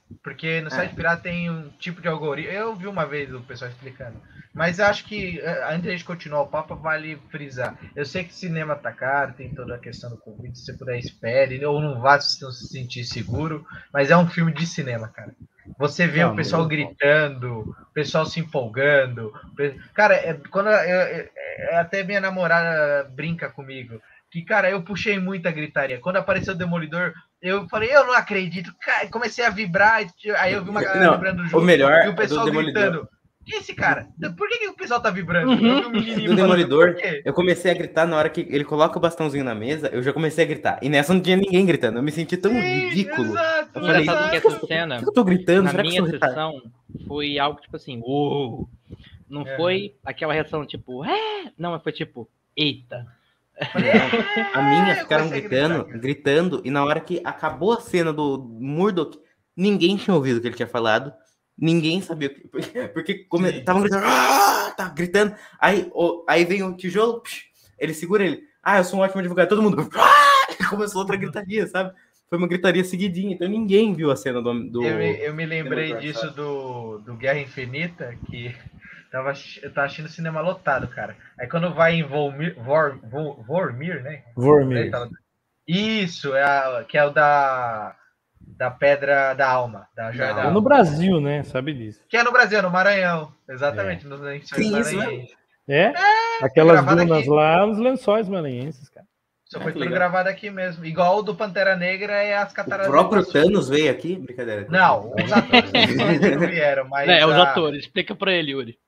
Porque no site Ah. pirata tem um tipo de algoritmo. Eu vi uma vez o pessoal explicando. Mas eu acho que, antes de a gente continuar o papo, vale frisar. Eu sei que cinema tá caro, tem toda a questão do Covid. Se você puder, espere. Ou não vá se você não se sentir seguro. Mas é um filme de cinema, cara. Você vê Não, o pessoal não. gritando, o pessoal se empolgando. Cara, é, quando eu, eu, eu, até minha namorada brinca comigo. Que, cara, eu puxei muita gritaria. Quando apareceu o Demolidor, eu falei, eu não acredito. Cara, comecei a vibrar, aí eu vi uma galera Não, vibrando o junto melhor e o pessoal do Demolidor. gritando. Quem é esse cara? Por que, que o pessoal tá vibrando? Eu vi um menininho Do Demolidor, por quê? eu comecei a gritar na hora que ele coloca o bastãozinho na mesa, eu já comecei a gritar. E nessa não tinha ninguém gritando, eu me senti tão Sim, ridículo. exato, Eu falei, Engraçado que por essa cena, que eu tô gritando? na Será que eu minha sou retardado? sessão, foi algo tipo assim, uou! Não É. foi aquela reação tipo, é! Não, mas foi tipo, eita! A minha eu ficaram comecei a gritando, gritar, cara. gritando, e na hora que acabou a cena do Murdoch, ninguém tinha ouvido o que ele tinha falado, ninguém sabia, o que- porque, porque come- Sim. estavam gritando, ah, tá gritando, aí, o- aí vem o tijolo, psh, ele segura ele, ah, eu sou um ótimo advogado, todo mundo, ah, começou outra gritaria, sabe? Foi uma gritaria seguidinha, então ninguém viu a cena do... do... Eu, me, eu me lembrei Demolidor, disso sabe? do, do Guerra Infinita, que tava, eu tava assistindo cinema lotado, cara. Aí quando vai em Volmir, Vor, Vor, Vormir, né? Vormir. Isso, é a, que é o da, da Pedra da Alma, da Joia Não. da Tá Alma. no Brasil, né? Sabe disso. Que é no Brasil, no Maranhão. Exatamente, nos lençóis Sim, isso maranhenses. É? Aquelas gravado dunas aqui. lá, os lençóis maranhenses, cara. Isso Ah, foi que tudo legal. gravado aqui mesmo. Igual o do Pantera Negra e as O cataratas do próprio Iguaçu. Thanos veio aqui? Brincadeira. Não, os atores principalmente não vieram, mas. É, os a- atores, explica pra ele, Yuri.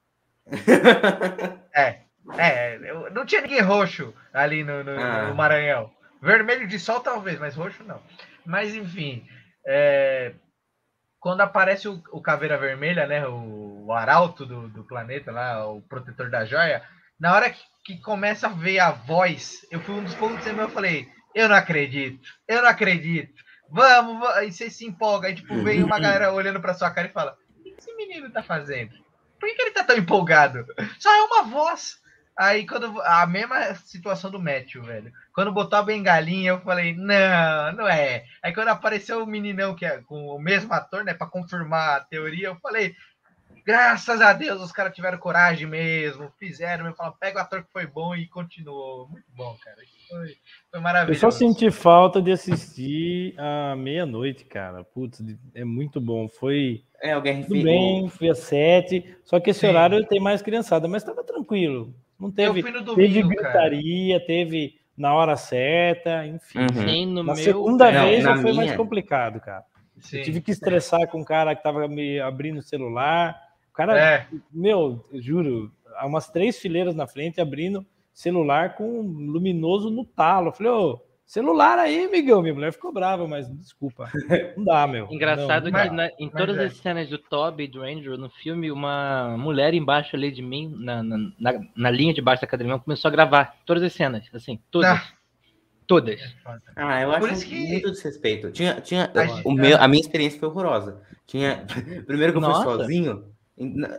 É, é, eu- não tinha ninguém roxo ali no, no- Ah. no Maranhão. Vermelho de sol talvez, mas roxo não. Mas enfim, é, quando aparece o, o Caveira Vermelha, né, o, o arauto do, do planeta lá, o protetor da joia, na hora que, que começa a ver a voz, eu fui um dos poucos que eu falei, eu não acredito, eu não acredito. Vamos, vamos. Aí você se empolga, aí tipo, vem uma galera olhando pra sua cara e fala, o que esse menino tá fazendo? Por que, que ele tá tão empolgado? Só é uma voz. Aí quando a mesma situação do Matthew, velho. Quando botou a bengalinha, eu falei, não, não é. Aí quando apareceu o meninão que é com o mesmo ator, né, para confirmar a teoria, eu falei, graças a Deus os caras tiveram coragem mesmo, fizeram, me falaram, pega o ator que foi bom e continuou. Muito bom, cara. Foi, foi Eu maravilhoso. só senti falta de assistir à meia-noite, cara. Putz, é muito bom. Foi É, o Guerra tudo Infinita. bem, fui às sete. Só que esse Sim. horário tem mais criançada, mas tava tranquilo. Não teve, Eu fui no teve domingo, cara. gritaria, teve na hora certa, enfim. Uhum. Sim, no Na meu. segunda Não, vez na já foi mais minha- complicado, cara. Sim. Eu tive que estressar com um cara que tava me abrindo o celular. O cara, É, meu, eu juro, há umas três fileiras na frente abrindo celular com luminoso no talo. Eu falei, ô, celular aí, amigão. Minha mulher ficou brava, mas desculpa. Não dá, meu. Engraçado Não, que não dá. na- em mas todas é. as cenas do Toby e do Andrew no filme, uma mulher embaixo ali de mim, na, na, na, na linha de baixo da academia, começou a gravar todas as cenas, assim, todas. Ah. Todas. Ah, eu Por acho isso que- muito desrespeito. Tinha, tinha, A gente- o meu, a minha experiência foi horrorosa. Tinha, primeiro que eu fui Nossa. sozinho. em- na-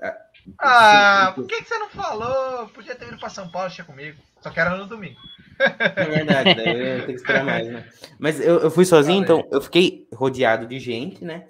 Ah, por que, que você não falou? Podia ter vindo pra São Paulo, tinha comigo. Só que era no domingo. É verdade, daí eu tenho que esperar mais, né? Mas eu, eu fui sozinho, Falei. então eu fiquei rodeado de gente, né?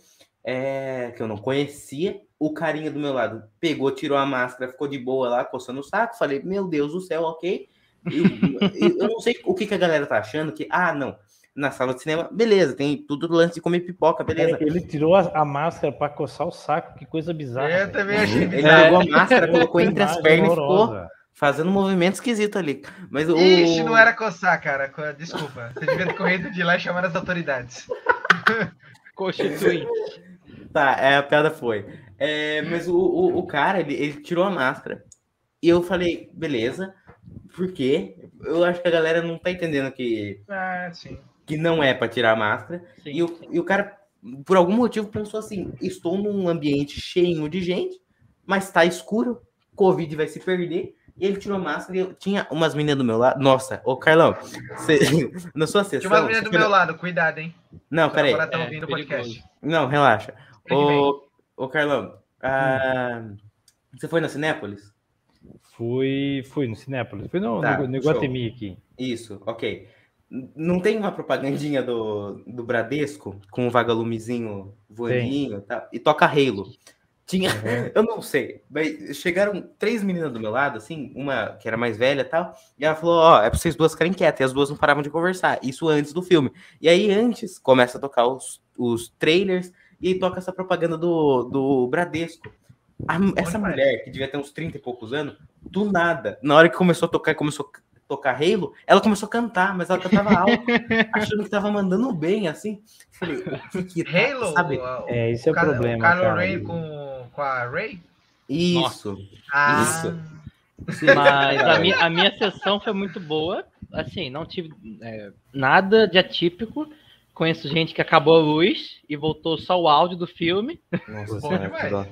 É, que eu não conhecia. O carinha do meu lado pegou, tirou a máscara, ficou de boa lá, coçando o saco. Falei, meu Deus do céu, ok. E, e eu não sei o que, que a galera tá achando, que, ah, não, na sala de cinema, beleza, tem tudo do lance de comer pipoca, beleza. Ele tirou a, a máscara pra coçar o saco, que coisa bizarra. Eu velho. também achei Ele bizarro. pegou a máscara, colocou entre as Imagem pernas e ficou horrorosa. fazendo um movimento esquisito ali. Mas o... Ixi, não era coçar, cara. Co- Desculpa. Você devia ter corrido de lá e chamar as autoridades. Constituinte. Tá, é, a piada foi. É, mas o, o, o cara, ele, ele tirou a máscara. E eu falei, beleza, por quê? Eu acho que a galera não tá entendendo que, Ah, sim. que não é pra tirar a máscara. Sim, E o, sim. e o cara, por algum motivo, pensou assim, estou num ambiente cheio de gente, mas tá escuro, Covid vai se perder. E ele tirou a máscara e eu tinha umas meninas do meu lado. Nossa, ô Carlão, você, na sua sessão... Tinha umas meninas você do foi meu na- lado, cuidado, hein? Não, Sua peraí. namorada tá É, ouvindo o perigoso. podcast. Não, relaxa. Fique Ô, ô Carlão, ah, você foi na Cinépolis? Fui, fui no Cinépolis. Fui no, Tá, no, no Iguatemi aqui. Isso, ok. Não tem uma propagandinha do, do Bradesco com um vagalumezinho voadinho e tal? E toca Halo. Tinha, uhum. Eu não sei, mas chegaram três meninas do meu lado, assim, uma que era mais velha e tal, e ela falou, ó, oh, é pra vocês duas ficarem quietas, e as duas não paravam de conversar, isso antes do filme. E aí antes começa a tocar os, os trailers, e aí toca essa propaganda do, do Bradesco. A, essa mulher, que devia ter uns trinta e poucos anos, do nada, na hora que começou a tocar, começou a tocar Halo, ela começou a cantar, mas ela cantava alto, achando que tava mandando bem, assim. Falei, o que que tá, Halo, sabe? O, é, isso é o Car problema, o Kylo cara. Ren com, com a Rey? Isso. Ah. Isso. Mas a minha, a minha sessão foi muito boa, assim, não tive é, nada de atípico. Conheço gente que acabou a luz e voltou só o áudio do filme. Nossa, bom demais.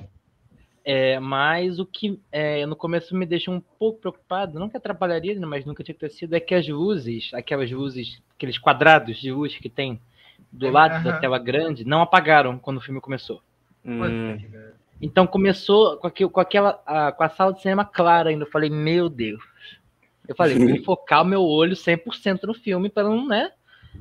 É, mas o que é, no começo me deixou um pouco preocupado, não que atrapalharia, mas nunca tinha acontecido, é que as luzes, aquelas luzes, aqueles quadrados de luz que tem do é, lado uh-huh. da tela grande, não apagaram quando o filme começou. Hum. Então começou com, aquilo, com aquela a, com a sala de cinema clara ainda. Eu falei, meu Deus. Eu falei, vou focar o meu olho cem por cento no filme para não, né?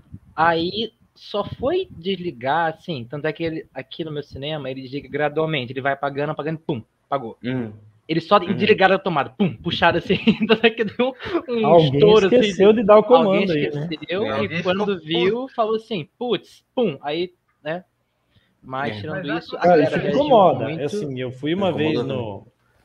Aí só foi desligar, assim, tanto é que ele, aqui no meu cinema, ele desliga gradualmente, ele vai apagando, apagando, pum, apagou. Hum. Eles só Hum. desligaram a tomada, pum, puxaram assim, tanto é que deu um Alguém estouro, esqueceu assim, de dar o comando alguém aí, esqueceu, né? e quando viu, falou assim, putz, pum, aí, né, mas É. tirando Mas, isso, a Cara, galera isso reagiu incomoda. muito. É assim, eu fui uma vez no,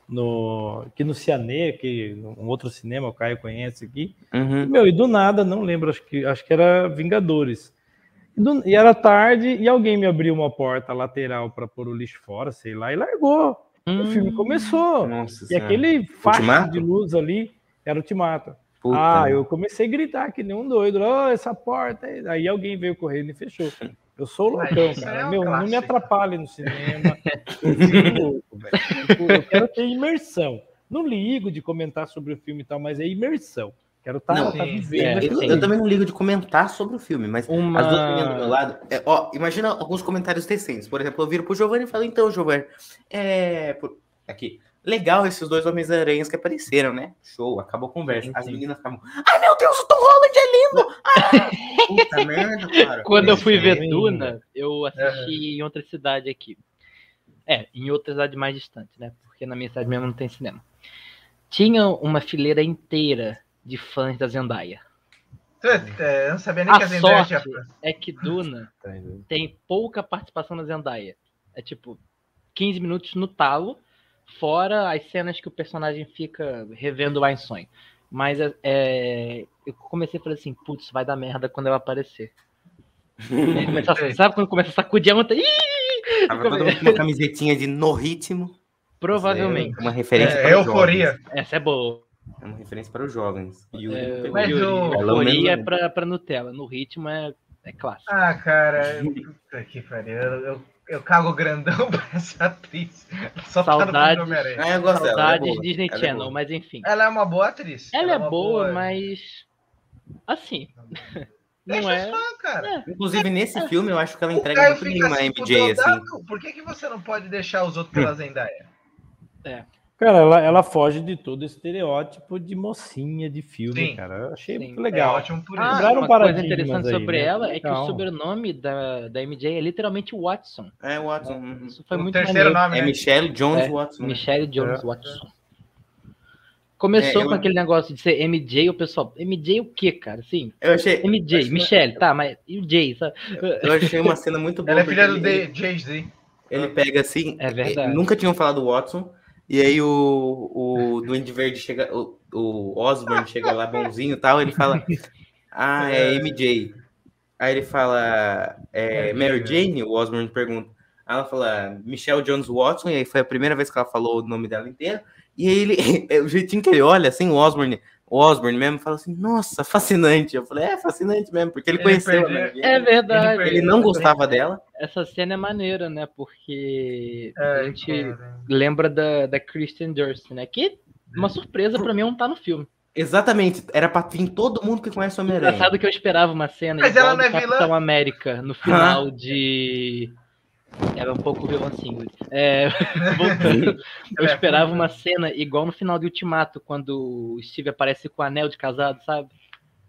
no aqui no Cianê, que um outro cinema, o Caio conhece aqui. Uhum. E, meu, e do nada, não lembro, acho que acho que era Vingadores. E, do, e era tarde e alguém me abriu uma porta lateral para pôr o lixo fora, sei lá, e largou. Hum. O filme começou. Nossa E senhora. aquele faixa Ultimato? de luz ali era Ultimato. Puta, ah, né? eu comecei a gritar que nem um doido. Oh, essa porta. Aí alguém veio correndo e fechou. Eu sou loucão, Mas cara. é um Meu, não me clássico. atrapalhe no cinema. Eu fico louco, velho. Tipo, eu quero ter imersão. Não ligo de comentar sobre o filme e tal, mas é imersão. Quero estar Não, tá sim, vivendo é, aquilo Eu, ali. eu também não ligo de comentar sobre o filme, mas Uma- as duas meninas do meu lado. É, ó, imagina alguns comentários decentes. Por exemplo, eu viro pro Giovanni e falo, então, Giovanni, é. por- Aqui. Legal esses dois Homens-Aranhas que apareceram, né? Show, acabou a conversa. Sim, As sim. meninas ficavam, ai meu Deus, o Tom Holland é lindo! Ah, puta merda, cara. Quando eu fui ver Sim. Duna, eu assisti em outra cidade aqui. É, em outra cidade mais distante, né? Porque na minha cidade mesmo não tem cinema. Tinha uma fileira inteira de fãs da Zendaya. É, eu não sabia nem que A a Zendaya sorte tinha... é que Duna tem pouca participação da Zendaya. É tipo quinze minutos no talo, fora as cenas que o personagem fica revendo lá em sonho. Mas é, é, eu comecei a falar assim, putz, vai dar merda quando ela aparecer. É, começa a- sabe quando começa a sacudir a manta? Ih! Tava todo mundo com uma camisetinha de No Ritmo. Provavelmente. É uma referência É, para os euforia. jovens. Essa é boa. É uma referência para os jovens. E o É, Mas Yuri, o- euforia é Pelo menos- pra, pra Nutella. No ritmo é, é clássico. Ah, cara, puta que pariu. Eu, eu, eu cago grandão pra essa atriz. Só tá no filme do Saudades. Homem-Aranha. Ah, eu gosto dela. ela é Saudades boa. Disney Ela é Channel, boa. mas enfim. Ela é uma boa atriz. Ela é uma boa, mas. Assim. Não Deixa é. só, cara. Inclusive, nesse filme, eu acho que ela O entrega Caio muito bem fica uma assim, M J, assim. pudoroso. Por que, que você não pode deixar os outros pela Zendaya? Cara, ela, ela foge de todo esse estereótipo de mocinha de filme, Sim. cara. Eu achei Sim. muito É legal. ótimo por Ah, isso. Quebraram uma coisa paradigmas interessante aí, sobre né? ela é que o Legal. sobrenome da, da M J é literalmente Watson. É, Watson. uhum. Isso foi O muito terceiro maneiro. nome, É né? Michelle Jones É, Watson. né? Michelle Jones É. Watson. Começou É, eu- com aquele negócio de ser M J, o pessoal. M J o quê, cara? Sim. Eu achei. M J, achei- Michelle, tá, mas e o J, sabe? Eu achei uma cena muito boa. Ela é porque filha do ele, D- Jay-Z. ele pega assim. É verdade. Nunca tinham falado Watson. E aí o, o Duende Verde chega. O, o Osborn chega lá bonzinho e tal. Ele fala. Ah, é M J. Aí ele fala. É, Mary Jane? O Osborn pergunta. Aí ela fala Michelle Jones Watson. E aí foi a primeira vez que ela falou o nome dela inteiro. E aí ele. O jeitinho que ele olha, assim, o Osborn. O Osborn mesmo fala assim, nossa, fascinante. Eu falei, é fascinante mesmo, porque ele, Ele conheceu a perdeu- Mary Jane. É verdade. Ele não gostava dela. Essa cena é maneira, né? Porque a É, gente cara. lembra da, da Kristen Dunst, né? Que uma surpresa pra mim não tá no filme. Exatamente, era pra vir todo mundo que conhece o Homem-Aranha. Engraçado que eu esperava uma cena Mas igual ela não do é vilã? Capitão América no final de. Era um pouco vilãozinho. É, voltando. Eu Ela é esperava foda. uma cena igual no final de Ultimato, quando o Steve aparece com o anel de casado, sabe?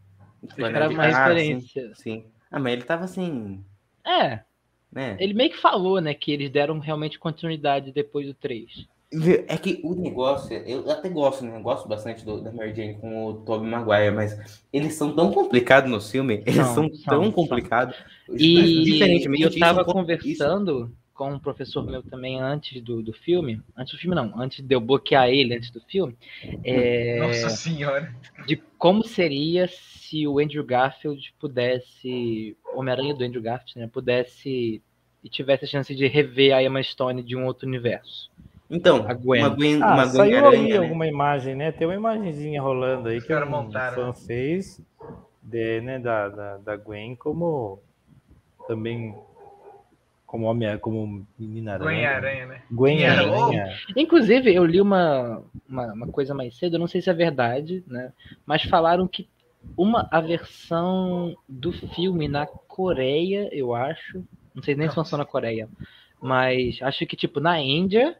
Eu esperava uma Ah, referência. Sim, sim. Ah, mas ele tava assim, É, né? ele meio que falou, né, que eles deram realmente continuidade depois do três. É que o negócio, eu até gosto, né? Eu gosto bastante do, da Mary Jane com o Tobey Maguire, mas eles são tão complicados no filme, eles São, são, são, tão são. complicados. E Diferentemente, eu isso tava con- conversando com um professor meu também antes do, do filme, antes do filme não, antes de eu bloquear ele antes do filme, é, Nossa senhora. de como seria se o Andrew Garfield pudesse, Homem-Aranha do Andrew Garfield, né, pudesse e tivesse a chance de rever a Emma Stone de um outro universo. Então, A Gwen. uma Gwen, Ah, uma Gwen saiu Aranha, aí né? alguma imagem, né? Tem uma imagenzinha rolando aí Os que caras um montaram, fã né? fez de, né, da, da, da Gwen como também como homem, como menina Gwen aranha. Aranha, né? Gwen Quem era? Aranha. Inclusive, eu li uma, uma, uma coisa mais cedo, eu não sei se é verdade, né? Mas falaram que uma a versão do filme na Coreia, eu acho, não sei nem se lançou na Coreia, mas acho que tipo na Índia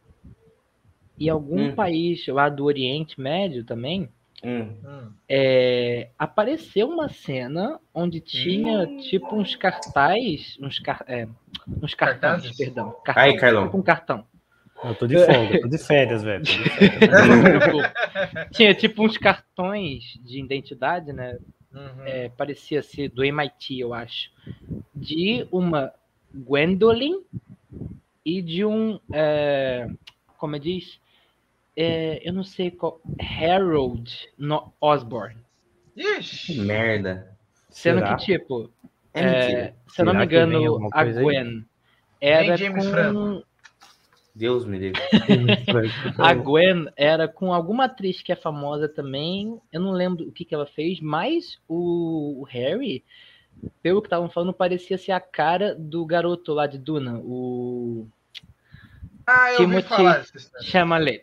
e algum Hum. país lá do Oriente Médio também, Hum. Hum. é, apareceu uma cena onde tinha tipo uns cartazes, uns, car, é, uns cartões, Cartazes? perdão, cartão, Aí, Carlão. tipo um cartão. Eu tô de folga, tô de férias, velho. Tô de férias. Tinha tipo uns cartões de identidade, né? Uhum. É, parecia ser do M I T, eu acho, de uma Gwendolyn e de um, é, como é diz, é, eu não sei qual, Harold no- Osborn. Que Ixi. merda. Sendo Será? que, tipo, É, é, mentira. se eu não Será me que vem engano, alguma a coisa aí? Gwen era Nem James com... Franco. Deus me livre. A Gwen era com alguma atriz que é famosa também. Eu não lembro o que, que ela fez, mas o, o Harry, pelo que estavam falando, parecia ser a cara do garoto lá de Duna, o Ah, eu ouvi Timothy falar dessa história. Chalamet.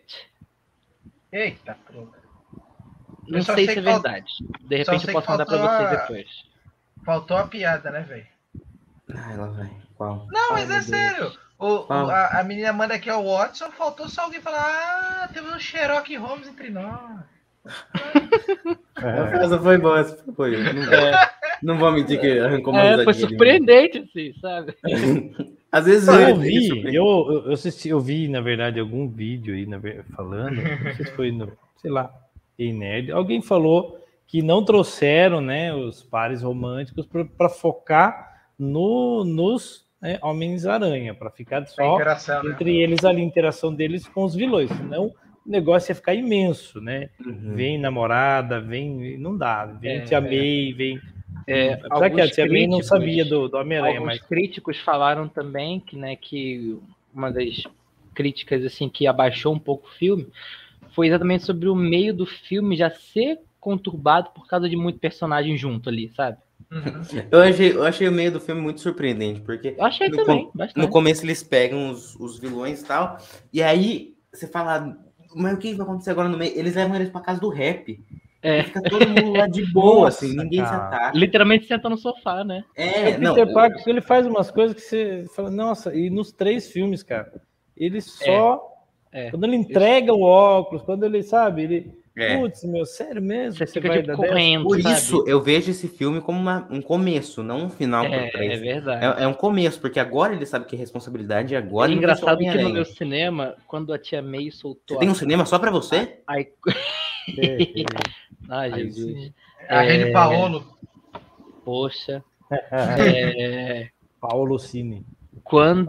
Eita, porra. Não Eu só sei sei se é que fal- verdade. De só repente sei eu posso que mandar pra faltou vocês a- depois. Faltou a piada, né, velho? Ai, lá vai. Qual? Não, Ai, mas meu é Deus. sério. O, o- Fala. a, a menina manda aqui ao Watson, faltou só alguém falar: Ah, temos um Sherlock Holmes entre nós. A frase foi boa, essa foi. Não, vou- não vou mentir que arrancou uma É, foi risadinha de mim. surpreendente, assim, sabe? Às vezes Eu ele ouvi, surpreende. eu, eu, eu assisti, eu vi, na verdade, algum vídeo aí na ver- falando, não sei se foi no, sei lá, em Nerd, alguém falou que não trouxeram, né, os pares românticos para focar no, nos né, Homens-Aranha, para ficar A só interação, né? entre eles ali, a interação deles com os vilões, senão o negócio ia ficar imenso, né? Uhum. Vem namorada, vem, não dá, vem É, Tia May, vem... É, Apesar que a alguns Tia May não críticos- sabia do, do Homem-Aranha, Alguns mas... críticos falaram também que, né, que uma das críticas assim que abaixou um pouco o filme foi exatamente sobre o meio do filme já ser conturbado por causa de muito personagem junto ali, sabe? Uhum. Eu achei, eu achei o meio do filme muito surpreendente, porque Eu achei no, também, com- bastante. no começo eles pegam os, os vilões e tal, e aí você fala, mas o que vai acontecer agora no meio? Eles levam eles pra casa do rap. É. E fica todo mundo lá de boa, Nossa, assim, ninguém se cara. ataca. Literalmente senta no sofá, né? É, o não. Peter Parker, ele faz umas coisas que você fala, nossa, e nos três filmes, cara, ele só. É. Quando ele entrega o óculos, quando ele sabe, ele. É. Putz, meu, sério mesmo? Você Você fica vai tipo dar dessa? correndo, Por sabe? isso, eu vejo esse filme como uma- um começo, não um final É, por trás. é verdade. É, é um começo, porque agora ele sabe que é responsabilidade e agora É ele vai ser o engraçado que no Homem-Aranha. meu cinema, quando a tia May soltou Você tem um a... cinema só pra você? Ai, É, Ai Aí Jesus. sim. A É. Rede Paolo. Poxa. é. É, Paulo Cine. Quando...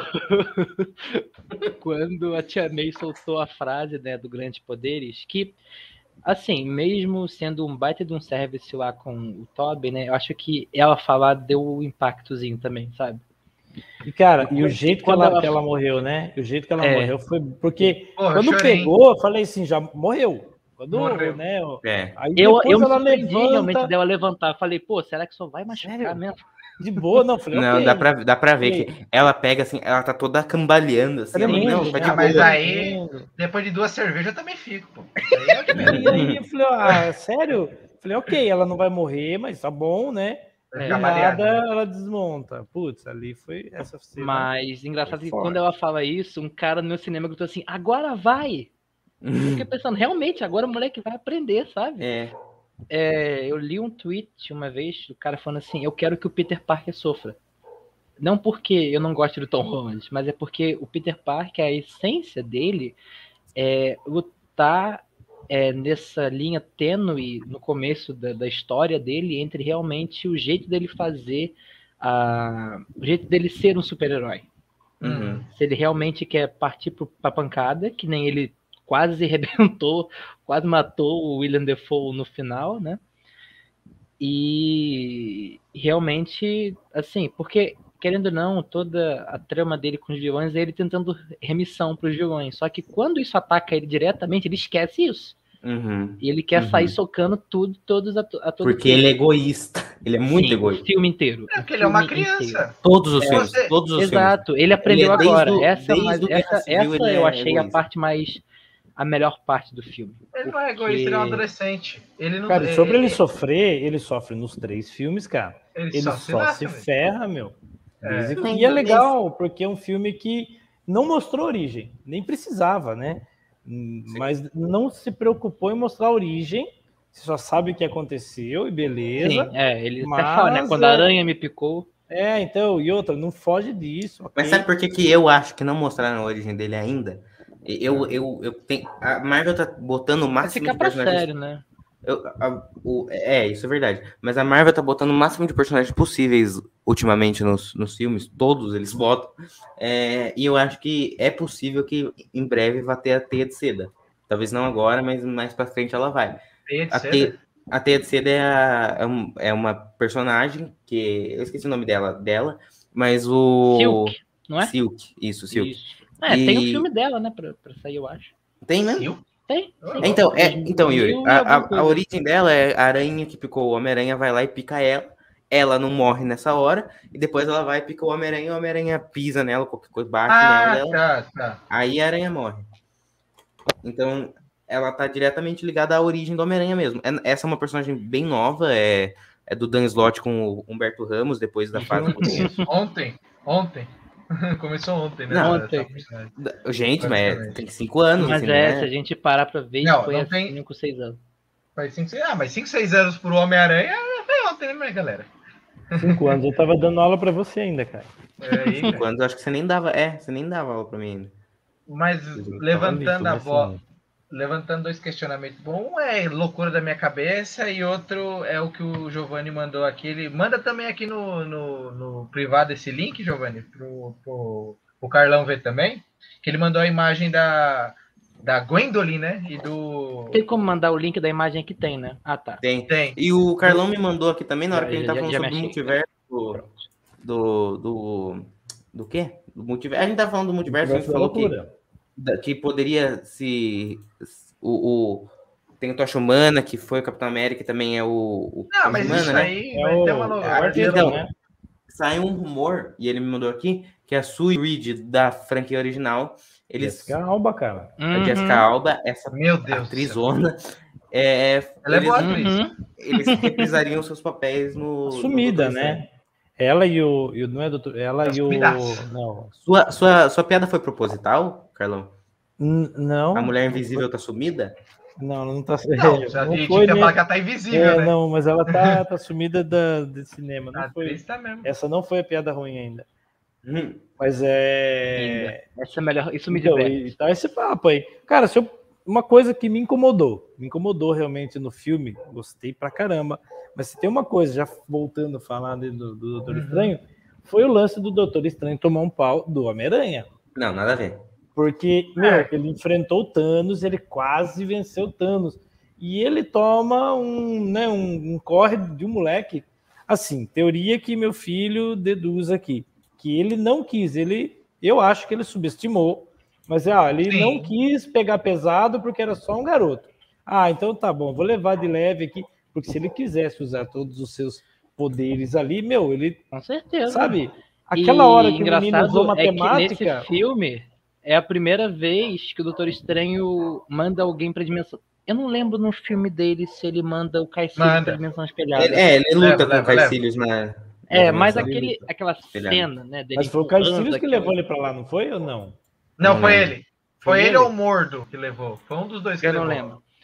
quando a tia May soltou a frase, né, do Grandes Poderes, que, assim, mesmo sendo um baita de um service lá com o Tobey, né, eu acho que ela falar deu um impactozinho também, sabe? E, cara, e o Quando- jeito que quando ela, ela- que ela morreu, né? O jeito que ela É. morreu foi. Porque Porra, eu quando chorei. pegou, eu falei assim, já morreu. Quando, Morreu. né? ó, É. Aí Eu, depois eu me ela surpreendi realmente levanta dela levantar. Falei, pô, será que só vai machucar Sério? mesmo? de boa, não. Falei, Não, ok. dá pra, dá pra ver Falei, que ela pega assim, ela tá toda cambaleando assim. ela, tremendo, não, tá né? de Ah, mas boa. aí- Depois de duas cervejas eu também fico, pô. Aí é o de menos. E aí eu falei, ah, sério? Falei, ok, ela não vai morrer, mas tá bom, né? Vai E ficar nada, baleado, né? ela desmonta. Putz, ali foi essa cena. Mas engraçado Foi que forte. quando ela fala isso, um cara no meu cinema gritou assim, agora vai! Eu fiquei pensando, realmente, agora o moleque vai aprender, sabe? É. é, eu li um tweet uma vez, o cara falando assim, eu quero que o Peter Parker sofra. Não porque eu não gosto do Tom Holland, mas é porque o Peter Parker, a essência dele é lutar é, nessa linha tênue no começo da, da história dele entre realmente o jeito dele fazer, a, o jeito dele ser um super-herói. Uhum. Se ele realmente quer partir para a pancada, que nem ele quase arrebentou, quase matou o William Dafoe no final, né? E realmente, assim, porque, querendo ou não, toda a trama dele com os vilões é ele tentando remissão para os vilões. Só que quando isso ataca ele diretamente, ele esquece isso. Uhum. E ele quer Uhum. sair socando tudo, todos a, a todo Porque ele é egoísta. Ele é muito Sim, egoísta. o filme inteiro. É o porque ele é uma filme criança. inteiro. Todos os É, filmes. você- Todos os Exato, ele aprendeu Ele é desde agora. o- essa desde mais, o Guerra essa, Civil, essa ele eu é achei egoísta. a parte mais. A melhor parte do filme. Ele não é egoísta, ele é um adolescente. Ele não, Cara, e sobre ele, ele sofrer, ele sofre nos três filmes, cara. ele Ele só só, se lasca, se velho. ferra, meu. Desde que- É. E é legal, porque é um filme que não mostrou origem, nem precisava, né? Hum, Mas não se preocupou em mostrar a origem, você só sabe o que aconteceu e beleza. Sim, é, ele mas, até fala, né? Quando a é- aranha me picou. É, então, e outra, não foge disso. ok? Mas sabe por que, que eu acho que não mostraram a origem dele ainda? Eu, eu, eu tenho. A Marvel tá botando o Vai máximo ficar de pra personagens. sério, né? Eu- a- o- é, isso é verdade. Mas a Marvel tá botando o máximo de personagens possíveis ultimamente nos, nos filmes. Todos eles botam. É, e eu acho que é possível que em breve vá ter a Teia de Seda. Talvez não agora, mas mais pra frente ela vai. Teia de A seda? Teia, a Teia de Seda é, a- é um- é uma personagem que. Eu esqueci o nome dela, dela mas o. Silk, não é? Silk, isso, Silk. Isso. É, tem o E- filme dela, né? Pra, pra sair, eu acho. Tem, né? Sil? Tem. Ah, sim. Então, é, dois mil então Yuri, e a, alguma a- coisa. a origem dela é a aranha que picou o Homem-Aranha, vai lá e pica ela. Ela não morre nessa hora, e depois ela vai e pica o Homem-Aranha, e o Homem-Aranha pisa nela, qualquer coisa, bate Ah, nela, tá, tá. aí a aranha morre. Então, ela tá diretamente ligada à origem do Homem-Aranha mesmo. É- Essa é uma personagem bem nova, é, é do Dan Slott com o Humberto Ramos, depois da fase do Ontem, ontem. Começou ontem, né? Não, essa ontem. personagem. Gente, mas é- tem cinco anos, Mas assim, é, né? se a gente parar pra ver, Não, foi não há tem- cinco, seis anos. Faz cinco, seis- ah, mas cinco, seis anos pro Homem-Aranha foi ontem, né, galera? Cinco anos, eu tava dando aula pra você ainda, cara. É aí, Cinco cara. anos, eu acho que você nem dava, é, você nem dava aula pra mim ainda. Mas Tava levantando a nisso, bola, assim, levantando dois questionamentos. Um é loucura da minha cabeça e outro é o que o Giovanni mandou aqui. Ele manda também aqui no, no, no privado esse link, Giovanni, pro, pro, pro Carlão ver também. Que ele mandou a imagem da, da Gwendolyn, né? E do. Tem como mandar o link da imagem que tem, né? Ah, tá. Tem. Tem. E o Carlão me mandou aqui também, na hora Já- que a gente já- tava falando já me sobre o achei. multiverso do, Pronto. do, do. Do quê? Do multiverso. A gente tava falando do multiverso, a gente Multiverso da falou que, loucura. da- que poderia se. O, o- tem o Tocha Humana, que foi o Capitão América, e também é o. o Não, Tocha mas Humana, isso né? aí É vai o- ter uma é o loucura. arqueiro, Então, né? Saiu um rumor, e ele me mandou aqui, que a Sue Reed da franquia original, eles. Jessica Alba, cara. A Uhum. Jessica Alba, essa Meu Deus. do céu. atrizona, é, Ela é eles, boa atriz. Uhum. eles reprisariam seus papéis no. Sumida, no Doutor né? Ela e o, e o. Não é doutor. Ela Tá e o. sumidaça. Não. Sua, sua, sua piada foi proposital, Carlão? N- Não. A mulher invisível tá sumida? Não, não tá. Não, já não tinha foi, que né? falar que ela tá invisível, É, né? não, mas ela tá, tá sumida da, do cinema. A Não foi, atriz tá mesmo. essa não foi a piada ruim ainda. Hum. Mas é. Essa é melhor. Isso me Então, diverte. e tá esse papo aí. Cara, se eu- uma coisa que me incomodou, me incomodou realmente no filme, gostei pra caramba. Mas se tem uma coisa, já voltando a falar ali do, do Doutor Uhum. Estranho, foi o lance do Doutor Estranho tomar um pau do Homem-Aranha. Não, nada a ver. Porque, meu, É. ele enfrentou o Thanos, ele quase venceu o Thanos. E ele toma um, né, um, um corre de um moleque. Assim, teoria que meu filho deduz aqui. Que ele não quis, ele, eu acho que ele subestimou. Mas ah, ele Sim. não quis pegar pesado porque era só um garoto. Ah, então tá bom, vou levar de leve aqui. Porque se ele quisesse usar todos os seus poderes ali, meu, ele, Com certeza. sabe? Aquela hora que o menino engraçado usou é que matemática... nesse filme é a primeira vez que o Doutor Estranho manda alguém pra dimensão. Eu não lembro no filme dele se ele manda o Caecilius Manda. pra dimensão espelhada. Ele, é, ele luta Leva, com leva, o Caecilius na. É, na mas dimensão. aquele, aquela Espelhado. cena, né? Dele Mas foi o empurrando Caecilius que aquela- levou ele pra lá, não foi ou não? Não, Não foi lembro. ele. Foi Foi ele ele? ou o Mordo que levou? Foi um dos dois que Eu não levou. lembro.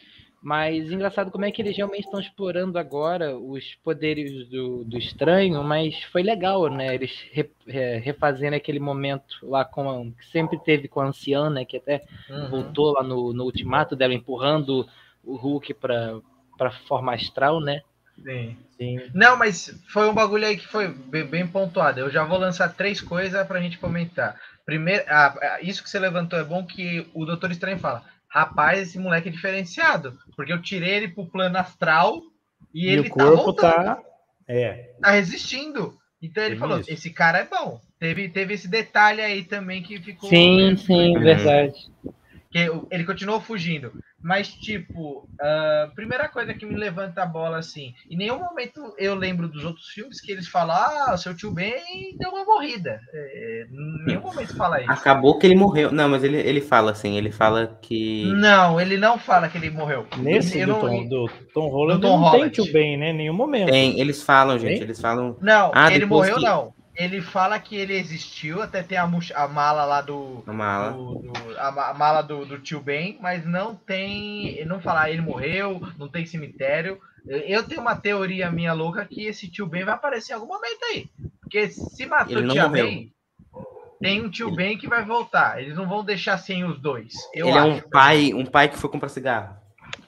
Mas engraçado como é que eles realmente estão explorando agora os poderes do, do estranho, mas foi legal, né? Eles re, re, refazendo aquele momento lá com a, que sempre teve com a anciã, né? Que até uhum. voltou lá no, no ultimato dela, empurrando o Hulk para para forma astral, né? Sim. Sim. Não, mas foi um bagulho aí que foi bem, bem pontuado. Eu já vou lançar três coisas pra gente comentar. Primeiro, ah, isso que você levantou é bom que o Doutor Estranho fala: rapaz, esse moleque é diferenciado, porque eu tirei ele pro plano astral e, e ele o corpo tá voltando. Tá... É. Tá resistindo. Então ele Tem falou: isso. esse cara é bom. Teve, teve esse detalhe aí também que ficou. Sim, né? sim, verdade. Que ele continuou fugindo. Mas, tipo, a uh, primeira coisa que me levanta a bola, assim, em nenhum momento eu lembro dos outros filmes que eles falam: ah, seu tio Ben deu uma morrida. É, em nenhum momento fala isso. Acabou que ele morreu. Não, mas ele, ele fala assim, ele fala que... Não, ele não fala que ele morreu. Nesse eu do, não... Tom, do Tom Holland do Tom não Holland. tem tio Ben, né? Em nenhum momento. Tem, eles falam, gente, tem? eles falam... Não, ah, ele morreu que... não. Ele fala que ele existiu, até tem a, a mala lá do... A mala. Do, do, a, a mala do, do tio Ben, mas não tem... Ele não fala, ele morreu, não tem cemitério. Eu tenho uma teoria minha louca que esse tio Ben vai aparecer em algum momento aí. Porque se matou o tio Ben, tem um tio ele... Ben que vai voltar. Eles não vão deixar sem os dois. Eu ele acho, é um pai, um pai que foi comprar cigarro.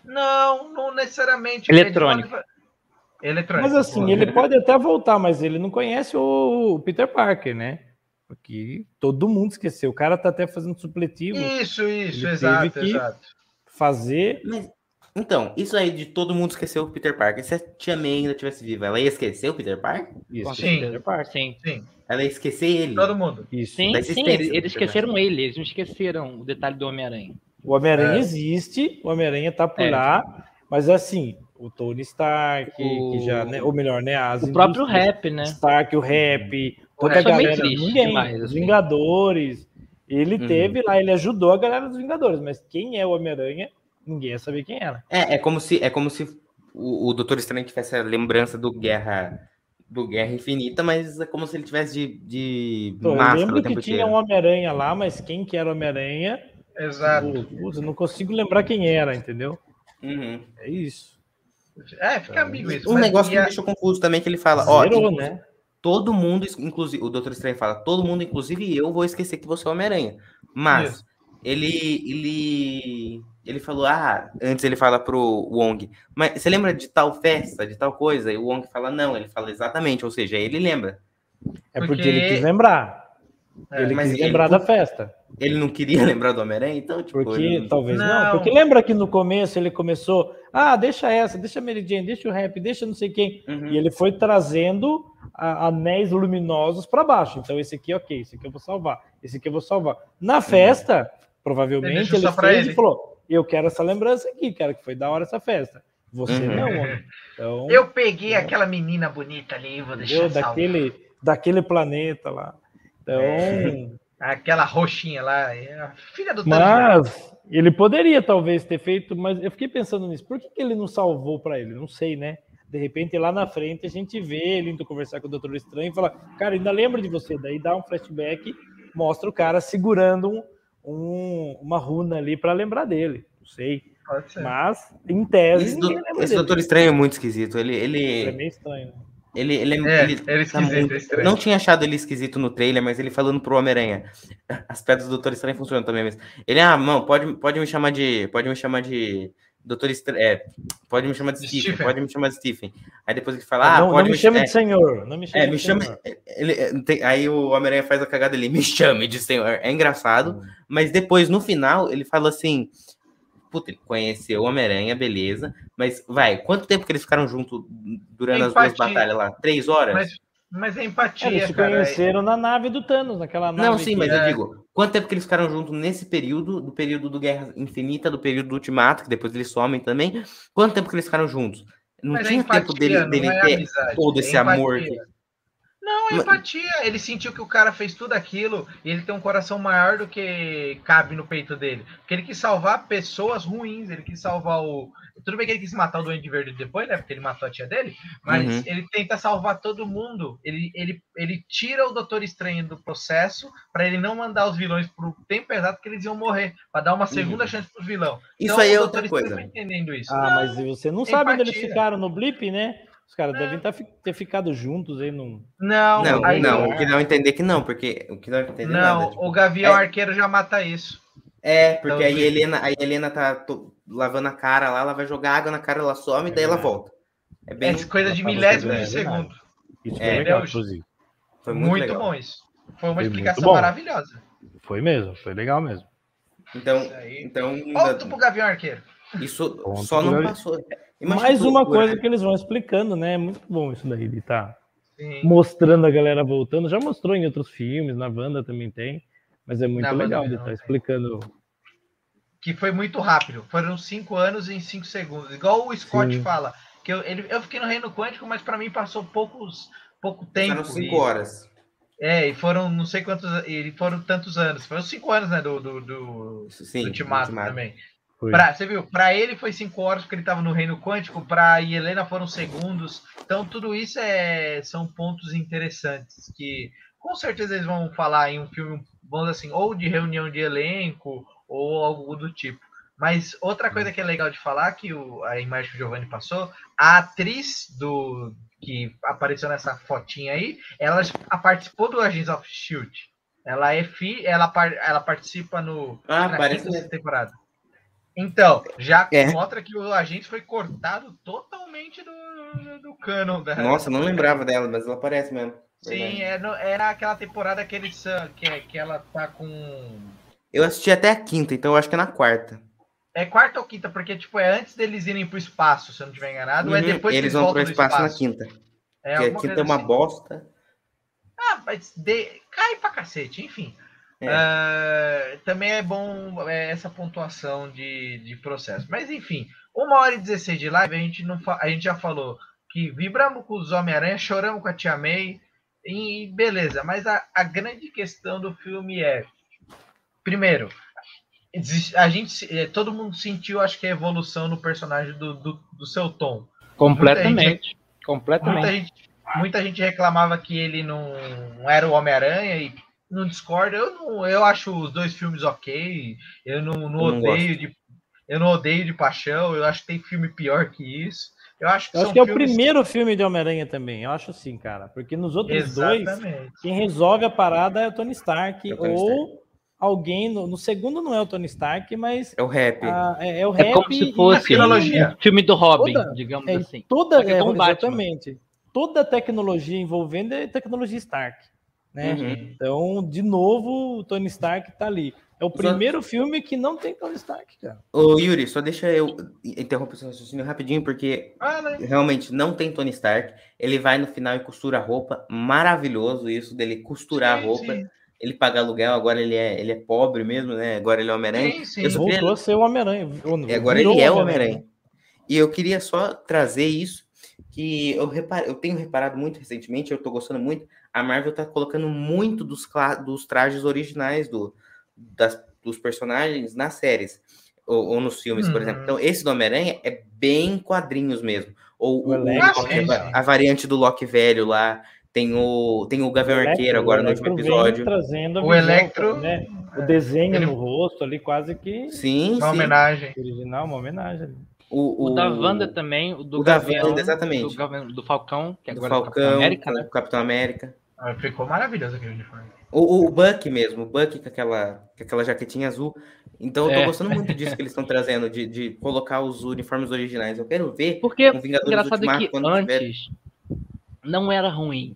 Não, não necessariamente. Eletrônico. Eletrônico. Mas assim, ele pode até voltar, mas ele não conhece o Peter Parker, né? Porque todo mundo esqueceu. O cara tá até fazendo supletivo. Isso, isso, exato, exato. Fazer... Mas, então, isso aí de todo mundo esqueceu o Peter Parker. Se a tia May ainda tivesse viva, ela ia esquecer o Peter Parker? Isso, sim. Peter Parker, sim. sim. Ela ia esquecer ele? Todo mundo. Isso. Sim, sim, eles, eles esqueceram ele. Eles não esqueceram o detalhe do Homem-Aranha. O Homem-Aranha é. existe, o Homem-Aranha tá por é. lá, mas assim... O Tony Stark, o... que já, né, ou melhor, né, as o próprio Rap, né? Stark, o Rap, toda a galera, ninguém, demais, os Vingadores, ele uhum. teve lá, ele ajudou a galera dos Vingadores, mas quem é o Homem-Aranha, ninguém ia saber quem era. É, é como se, é como se o, o Doutor Estranho tivesse a lembrança do Guerra, do Guerra Infinita, mas é como se ele tivesse de, de Pô, máscara. Eu lembro o tempo que tinha inteiro. um Homem-Aranha lá, mas quem que era o Homem-Aranha? Exato. Eu, eu não consigo lembrar quem era, entendeu? Uhum. É isso. É, fica amigo isso. Um negócio que me deixou confuso também, que ele fala, Zero, ó, né? todo mundo, inclusive, o Doutor Estranho fala, todo mundo, inclusive eu, vou esquecer que você é o Homem-Aranha. Mas, isso. ele, ele, ele falou, ah, antes ele fala pro Wong, mas você lembra de tal festa, de tal coisa? E o Wong fala, não, ele fala exatamente, ou seja, ele lembra. É porque, porque ele quis lembrar. É, ele quis lembrar ele, da festa. Ele não queria lembrar do Homem-Aranha, então, tipo... Porque, não... talvez não. não. Porque lembra que no começo ele começou... Ah, deixa essa, deixa a Mary Jane, deixa o Rap, deixa não sei quem. Uhum. E ele foi trazendo a, anéis luminosos para baixo. Então, esse aqui, ok, esse aqui eu vou salvar. Esse aqui eu vou salvar. Na festa, uhum. provavelmente, ele, ele fez ele. e falou... Eu quero essa lembrança aqui, cara, que foi da hora essa festa. Você uhum. não, homem. Então, eu peguei não. aquela menina bonita ali, vou deixar eu, daquele, daquele planeta lá. Então... É, aquela roxinha lá, é a filha do Mas Thanos. Ele poderia talvez ter feito, mas eu fiquei pensando nisso. Por que, que ele não salvou para ele? Não sei, né? De repente, lá na frente, a gente vê ele indo conversar com o Doutor Estranho e fala, cara, ainda lembra de você. Daí dá um flashback, mostra o cara segurando um, um, uma runa ali para lembrar dele. Não sei. Mas, em tese, esse, do, esse Doutor Estranho é muito esquisito. Ele, ele... ele é meio estranho, né? Ele, ele, é, ele, ele tá muito... Eu não tinha achado ele esquisito no trailer, mas ele falando pro Homem-Aranha. As pedras do Doutor Estranho funcionam também mesmo. Ele, ah, não, pode, pode me chamar de. Pode me chamar de. Doutor Estranho. É, pode me chamar de Stephen, Stephen, pode me chamar de Stephen. Aí depois ele fala, ah, não, pode não me, me chame é, de senhor. Não me chame é, me de chame, senhor. Ele, tem, aí o Homem-Aranha faz a cagada ali, me chame de senhor. É engraçado, hum. mas depois, no final, ele fala assim. Puta, ele conheceu o Homem-Aranha, beleza. Mas, vai, quanto tempo que eles ficaram juntos durante empatia. As duas batalhas lá? Três horas? Mas, mas é empatia, eles se cara. conheceram é... na nave do Thanos, naquela nave. Não, sim, mas é... eu digo, quanto tempo que eles ficaram juntos nesse período, do período do Guerra Infinita, do período do Ultimato, que depois eles somem também. Quanto tempo que eles ficaram juntos? Não mas tinha empatia, tempo dele, dele é ter amizade, todo esse é amor. Que... Não, Mas- empatia. Ele sentiu que o cara fez tudo aquilo e ele tem um coração maior do que cabe no peito dele. Porque ele quis salvar pessoas ruins, ele quis salvar o... Tudo bem que ele quis matar o Duende Verde depois, né? Porque ele matou a tia dele. Mas Uhum. ele tenta salvar todo mundo. Ele, ele, ele tira o Doutor Estranho do processo pra ele não mandar os vilões pro tempo exato que eles iam morrer. Pra dar uma segunda Uhum. chance pros vilões. Isso aí é o outra Doutor Estranho coisa. tá entendendo isso. Ah, Não, mas você não sabe onde eles empatia. ficaram no blip, né? Os caras Não. devem tá, fi- ter ficado juntos aí num. Não, Não, aí, não, o que dá a entender que não, porque o que dá a entender não, nada. tipo, o Gavião é- Arqueiro já mata isso. É, porque Então, aí a Felipe. Helena, aí a Helena tá to- lavando a cara lá, ela vai jogar água na cara, ela some, É daí ela verdade. volta. É bem. É coisa de Ela tá milésimo botando- de é verdade. segundo. Isso É, foi legal, Deus. inclusive. Foi muito, Muito, legal. bom isso. Foi uma Foi muito explicação bom. maravilhosa. Foi mesmo, foi legal mesmo. Então, Isso aí. então Ponto pro Gavião Arqueiro. isso Ponto só pro não Gavi- passou. Imagina Mais que uma loucura, coisa né? que eles vão explicando, né? É muito bom isso daí, de tá Sim. mostrando a galera voltando. Já mostrou em outros filmes, na Wanda também tem. Mas é muito Na Wanda legal de não estar tem. explicando. Que foi muito rápido. Foram cinco anos em cinco segundos. Igual o Scott Sim. fala. Que eu, ele, eu fiquei no Reino Quântico, mas pra mim passou poucos, pouco tempo. Foram cinco e- horas. É, e foram não sei quantos. E foram tantos anos. Foram cinco anos, né? Do, do, do, Sim, do Ultimato Ultimato. também. Foi. Pra, você viu? Pra ele foi cinco horas porque ele tava no Reino Quântico, pra Helena foram segundos. Então tudo isso é, são pontos interessantes que com certeza eles vão falar em um filme, vamos dizer assim, ou de reunião de elenco ou algo do tipo. Mas outra coisa que é legal de falar, que o, a imagem que o Giovanni passou, a atriz do que apareceu nessa fotinha aí, ela a- participou do Agents of Shield. Ela é fi, ela, par- ela participa no Ah, na parece quinta mesmo. temporada. Então, já É. mostra que o agente foi cortado totalmente do, do canon. Da, Nossa, não lembrava dela, mas ela aparece mesmo. Sim, Verdade. é no- era aquela temporada que, eles, são- que, é- que ela tá com. Eu assisti até a quinta, então eu acho que é na quarta. É quarta ou quinta, porque tipo, é antes deles irem pro espaço, se eu não estiver enganado, ou é Uhum, depois que eles eles vão voltam pro do espaço, espaço. na quinta. É porque a alguma quinta coisa é uma assim. bosta. Ah, mas de... cai pra cacete, enfim. É. Ah, também é bom é, essa pontuação de, de processo. Mas enfim, uma hora e dezesseis de live, a gente, não fa... a gente já falou que vibramos com os Homem-Aranha, choramos com a Tia May, e beleza. Mas a, a grande questão do filme é, primeiro, existe- a gente, eh, todo mundo sentiu, acho que a evolução no personagem do, do, do seu Tom. Completamente. Muita Completamente. gente, muita gente reclamava que ele não era o Homem-Aranha e não discorda. Eu, não, eu acho os dois filmes ok. Eu não, não não odeio gosto. de, eu não odeio de paixão. Eu acho que tem filme pior que isso. Eu acho que Eu são acho que é o filmes... primeiro filme de Homem-Aranha também. Eu acho assim, cara. Porque nos outros dois, Exatamente. quem resolve a parada é o Tony Stark. É o Tony ou alguém. No, no segundo não é o Tony Stark, mas É o rap. ah, é, é o É rap. como se e- fosse e- tecnologia. um filme do Robin, Toda- digamos É, assim. toda, Só que é, com o Batman. exatamente. Toda a tecnologia envolvendo é tecnologia Stark. Né? Uhum. Então, de novo, o Tony Stark tá ali. É o primeiro filme que não tem Tony Stark, cara. Ô, Yuri, só deixa eu interromper o seu raciocínio rapidinho, porque Ah, né? realmente não tem Tony Stark. Ele vai no final e costura a roupa. Maravilhoso isso dele costurar Sim, a roupa. sim. Ele paga aluguel, agora ele é, ele é pobre mesmo, né? Agora ele é Homem-Aranha. Sim, sim. Eu só queria- Voltou a ser o Homem-Aranha. E agora Virou ele é o Homem-Aranha. Homem-Aranha. E eu queria só trazer isso, que eu, repar... eu tenho reparado muito recentemente, eu tô gostando muito, a Marvel tá colocando muito dos, cla... dos trajes originais do, das... dos personagens nas séries, ou, ou nos filmes, por Uhum. exemplo. Então, esse do Homem-Aranha é bem quadrinhos mesmo. Ou O o, Electro, Loki, né? a variante do Loki velho lá, tem o, tem o Gavião Electro, Arqueiro agora o no último Electro vem episódio. trazendo a O visão, Electro- né? O desenho Ele- no rosto ali, quase que Sim, Uma sim. homenagem. original, uma homenagem. O, O da Wanda também, o do o da Gavião, Wanda, exatamente. Do, Gavião- do Falcão, que do agora é do Falcão, Capitão América, com né? o Capitão América. Ah, ficou maravilhoso aquele uniforme. O, o Buck mesmo, o Buck com aquela, com aquela jaquetinha azul. Então eu tô É. gostando muito disso que eles estão trazendo, de, de colocar os uniformes originais. Eu quero ver Porque um Vingadores engraçado é Ultimato que quando tiver. antes não era ruim,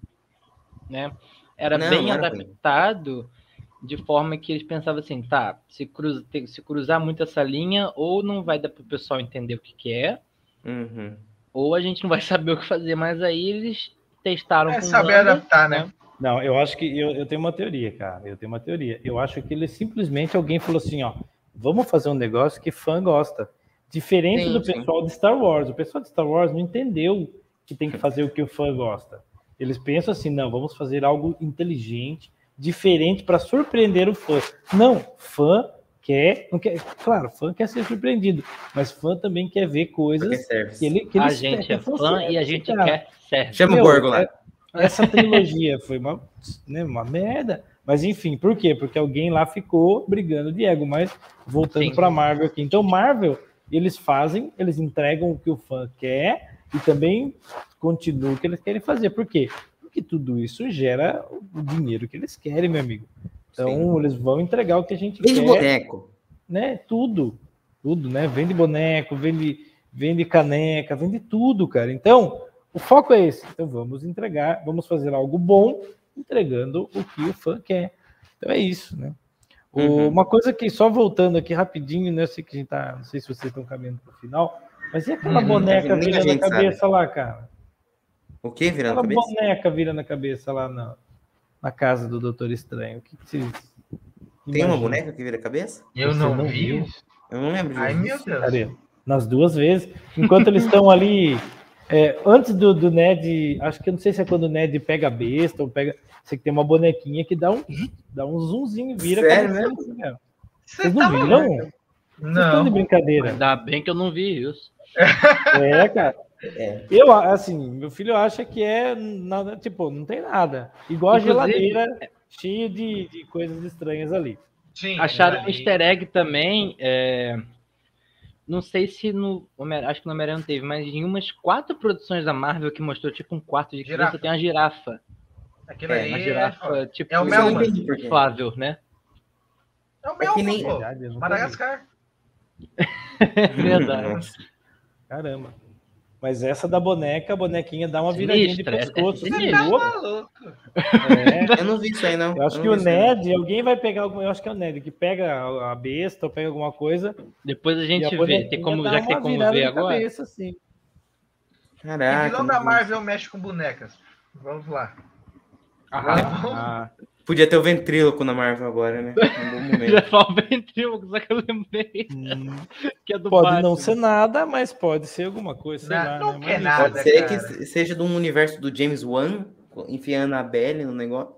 né? Era Não, bem não era ruim. adaptado de forma que eles pensavam assim, tá, se, cruz, tem- se cruzar muito essa linha, ou não vai dar pro pessoal entender o que, que é, Uhum. ou a gente não vai saber o que fazer, mas aí eles testaram É com saber Wanda, adaptar, né? Não, eu acho que eu, eu tenho uma teoria, cara. Eu tenho uma teoria. Eu acho que ele simplesmente alguém falou assim, ó, vamos fazer um negócio que fã gosta. Diferente Sim, do sim. pessoal de Star Wars. O pessoal de Star Wars não entendeu que tem que fazer o que o fã gosta. Eles pensam assim, não, vamos fazer algo inteligente, diferente para surpreender o fã. Não, fã quer, não quer, claro, fã quer ser surpreendido, mas fã também quer ver coisas que ele que A eles gente é esperam. fã e a gente Cara, quer certo. Chama Meu, o Borgo lá. é- essa trilogia foi uma, né, uma merda, mas enfim, por quê? Porque alguém lá ficou brigando de ego, mas voltando Sim. para Marvel aqui. Então, Marvel, eles fazem, eles entregam o que o fã quer e também continuam o que eles querem fazer. Por quê? Porque tudo isso gera o dinheiro que eles querem, meu amigo. Então, Sim. eles vão entregar o que a gente Vende quer, boneco. né? Tudo, tudo, né? Vende boneco, vende, vende caneca, vende tudo, cara. Então, o foco é esse. Então, vamos entregar, vamos fazer algo bom, entregando o que o fã quer. Então, é isso, né? O- Uhum. Uma coisa que, só voltando aqui rapidinho, né? Eu sei que a gente tá, não sei se vocês estão caminhando pro final, mas e aquela Uhum. boneca Nem a virando a gente cabeça lá, cara? O que virando Aquela a cabeça? boneca virando a cabeça lá na, na casa do Doutor Estranho. O que, que vocês Tem uma imaginam? boneca que vira a cabeça? Eu Você não, não vi viu? isso. Eu não lembro disso. Ai, meu Deus. Cara, nas duas vezes. Enquanto eles estão ali, é, antes do, do Ned, acho que eu não sei se é quando o Ned pega a besta ou pega. Sei que tem uma bonequinha que dá um, dá um zoomzinho, vira Sério a cabeça, mesmo? assim, cara. Você Vocês tá não viram? maluco? Vocês estão de Não. brincadeira. Ainda bem que eu não vi isso. É, cara. É. Eu, assim, meu filho acha que é nada, tipo, não tem nada. Igual Inclusive- a geladeira cheia de, de coisas estranhas ali. Sim, Acharam um ali. easter egg também. é, Não sei se no. Homem- Acho que no Homem-Aranha não teve, mas em umas quatro produções da Marvel que mostrou tipo um quarto de criança, Girafa. tem uma girafa. Aquilo É, ali Uma é, girafa, tipo, é o Isso eu não Melman. entendi por quê. inflável, né? É o É que Melman, nem- pô. Verdade, eu nunca Madagascar. É verdade. Nossa. Caramba. Mas essa da boneca, a bonequinha dá uma viradinha de Sinistra, é- pescoço. é Você sinistra. viu? Maluco. É. Eu não vi isso aí, não. Eu acho Eu que não o vi isso aí, não. Ned, alguém vai pegar alguma. Eu acho que é o Ned que pega a a besta ou pega alguma coisa. Depois a e gente a vê. bonequinha Tem como, dá já que tem uma como virada ver de agora. cabeça, assim. Que Caraca. vilão não da vi Marvel mexe com bonecas? Vamos lá. Ah, Ah, Podia ter o ventríloco na Marvel agora, né? Um bom momento. já fala ventríloco, só que eu lembrei hum, que é do pode Batman. não ser nada, mas pode ser alguma coisa, sei Não, lá. não né? quer Mas, nada. Pode ser cara. que seja de um universo do James Wan, enfiando a Belle no negócio.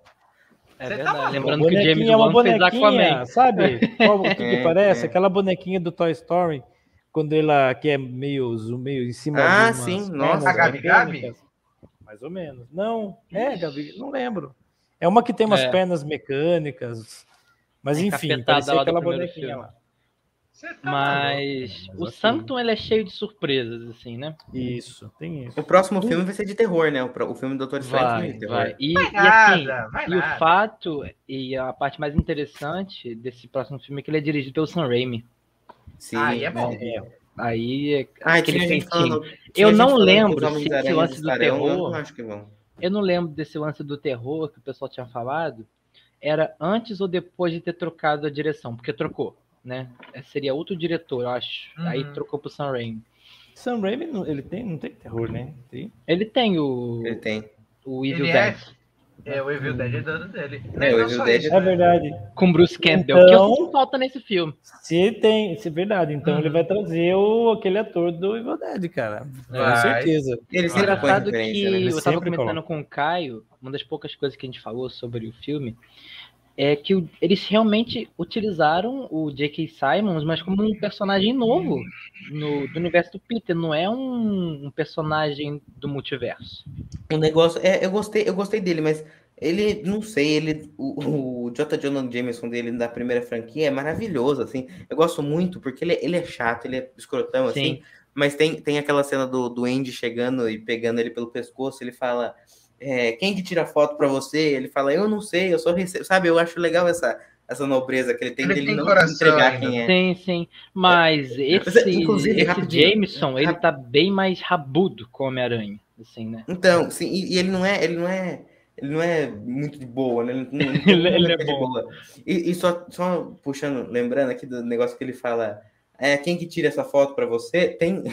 É Você tá verdade. maluco. Lembrando que o James bonequinha é uma Wan fez bonequinha, Aquaman. sabe? Qual- O que, que É, parece? é. Aquela bonequinha do Toy Story, quando ela que é meio, zoom- meio em cima Ah, de umas sim, pernas nossa. A Gabi Gabi? mecânicas. Mais ou menos. Não, é, Gabi, não lembro. É uma que tem umas É. pernas mecânicas. Mas É enfim, encapetada parecia lá do aquela primeiro bonequinha filme. lá. Você tá maluco. Mas Mas o ok. Sanctum ele é cheio de surpresas, assim, né? Isso, tem isso. O próximo filme vai ser de terror, né? O, pro- o filme do Doutor Estranho é um filme Vai, de terror. vai. E, Vai e assim, nada, vai e nada. o fato, e a parte mais interessante desse próximo filme é que ele é dirigido pelo Sam Raimi. Sim. Aí é bom. É, Aí é Ah, aquele tinha gente feitinho. falando, tinha Eu gente não falando que lembro os se esse Homens-Aranhas lance do estarão, eu terror. não acho que vão. Eu não lembro desse lance do terror que o pessoal tinha falado. Era antes ou depois de ter trocado a direção, porque trocou, né? Seria outro diretor, eu acho. Uhum. Aí trocou pro Sam Raimi. Sam Raimi, não- ele tem, não tem terror, né? Tem. Ele tem o, Ele tem. o Evil Ele é, Dead é o Evil Dead é dano dele. É, Não o só Evil Dead isso, É né? verdade. com Bruce Campbell, que eu Então- sinto falta nesse filme. Se tem, se é verdade, então Uhum. ele vai trazer o, aquele ator do Evil Dead, cara. Com Vai. certeza. Ele sempre põe Engraçado referência, que né? Ele eu tava sempre comentando com o Caio, uma das poucas coisas que a gente falou sobre o filme é que o- eles realmente utilizaram o J K. Simmons, mas como um personagem novo no, do universo do Peter, não é um, um personagem do multiverso. O negócio, é, eu gostei, eu gostei dele, mas ele, não sei, ele, o, o J. Jonah Jameson dele da primeira franquia é maravilhoso, assim, eu gosto muito, porque ele, ele é chato, ele é escrotão, assim, Sim. mas tem, tem aquela cena do, do Andy chegando e pegando ele pelo pescoço, ele fala, é, quem que tira foto pra você? Ele fala, eu não sei, eu só recebo, sabe, eu acho legal essa, essa nobreza que ele tem Ele dele tem não coração entregar ainda. quem é. Sim, sim. Mas esse, inclusive, esse rapidinho, Jameson, ele rap- tá bem mais rabudo com o Homem-Aranha, assim, né? Então, sim, e, e ele não é, ele não é, ele não é muito de boa, né? Ele, não, não, Ele- ele é de bom. boa. E, e só, só puxando, lembrando aqui do negócio que ele fala, é, quem que tira essa foto pra você? Tem,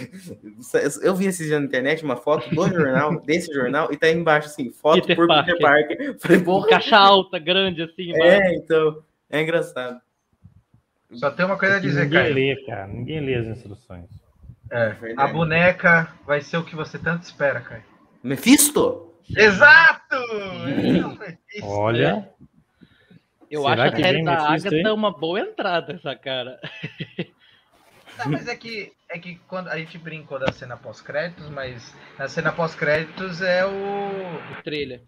eu vi esses dias na internet uma foto do jornal, desse jornal, e tá aí embaixo assim, foto Peter por Parker. Peter Parker. Falei, Com porra, caixa alta, grande, assim, mas- é, então, é engraçado. Só tem uma coisa a dizer, Ninguém Caio. lê, cara. Ninguém lê as instruções. É, a Verdade. boneca vai ser o que você tanto espera, Caio. Mephisto? Exato! Olha, Eu Será acho que a série vem da Mephisto, Agatha hein? uma boa entrada, essa cara. Não, mas é que, é que quando a gente brincou da cena pós-créditos, mas na cena pós-créditos é o. O trailer.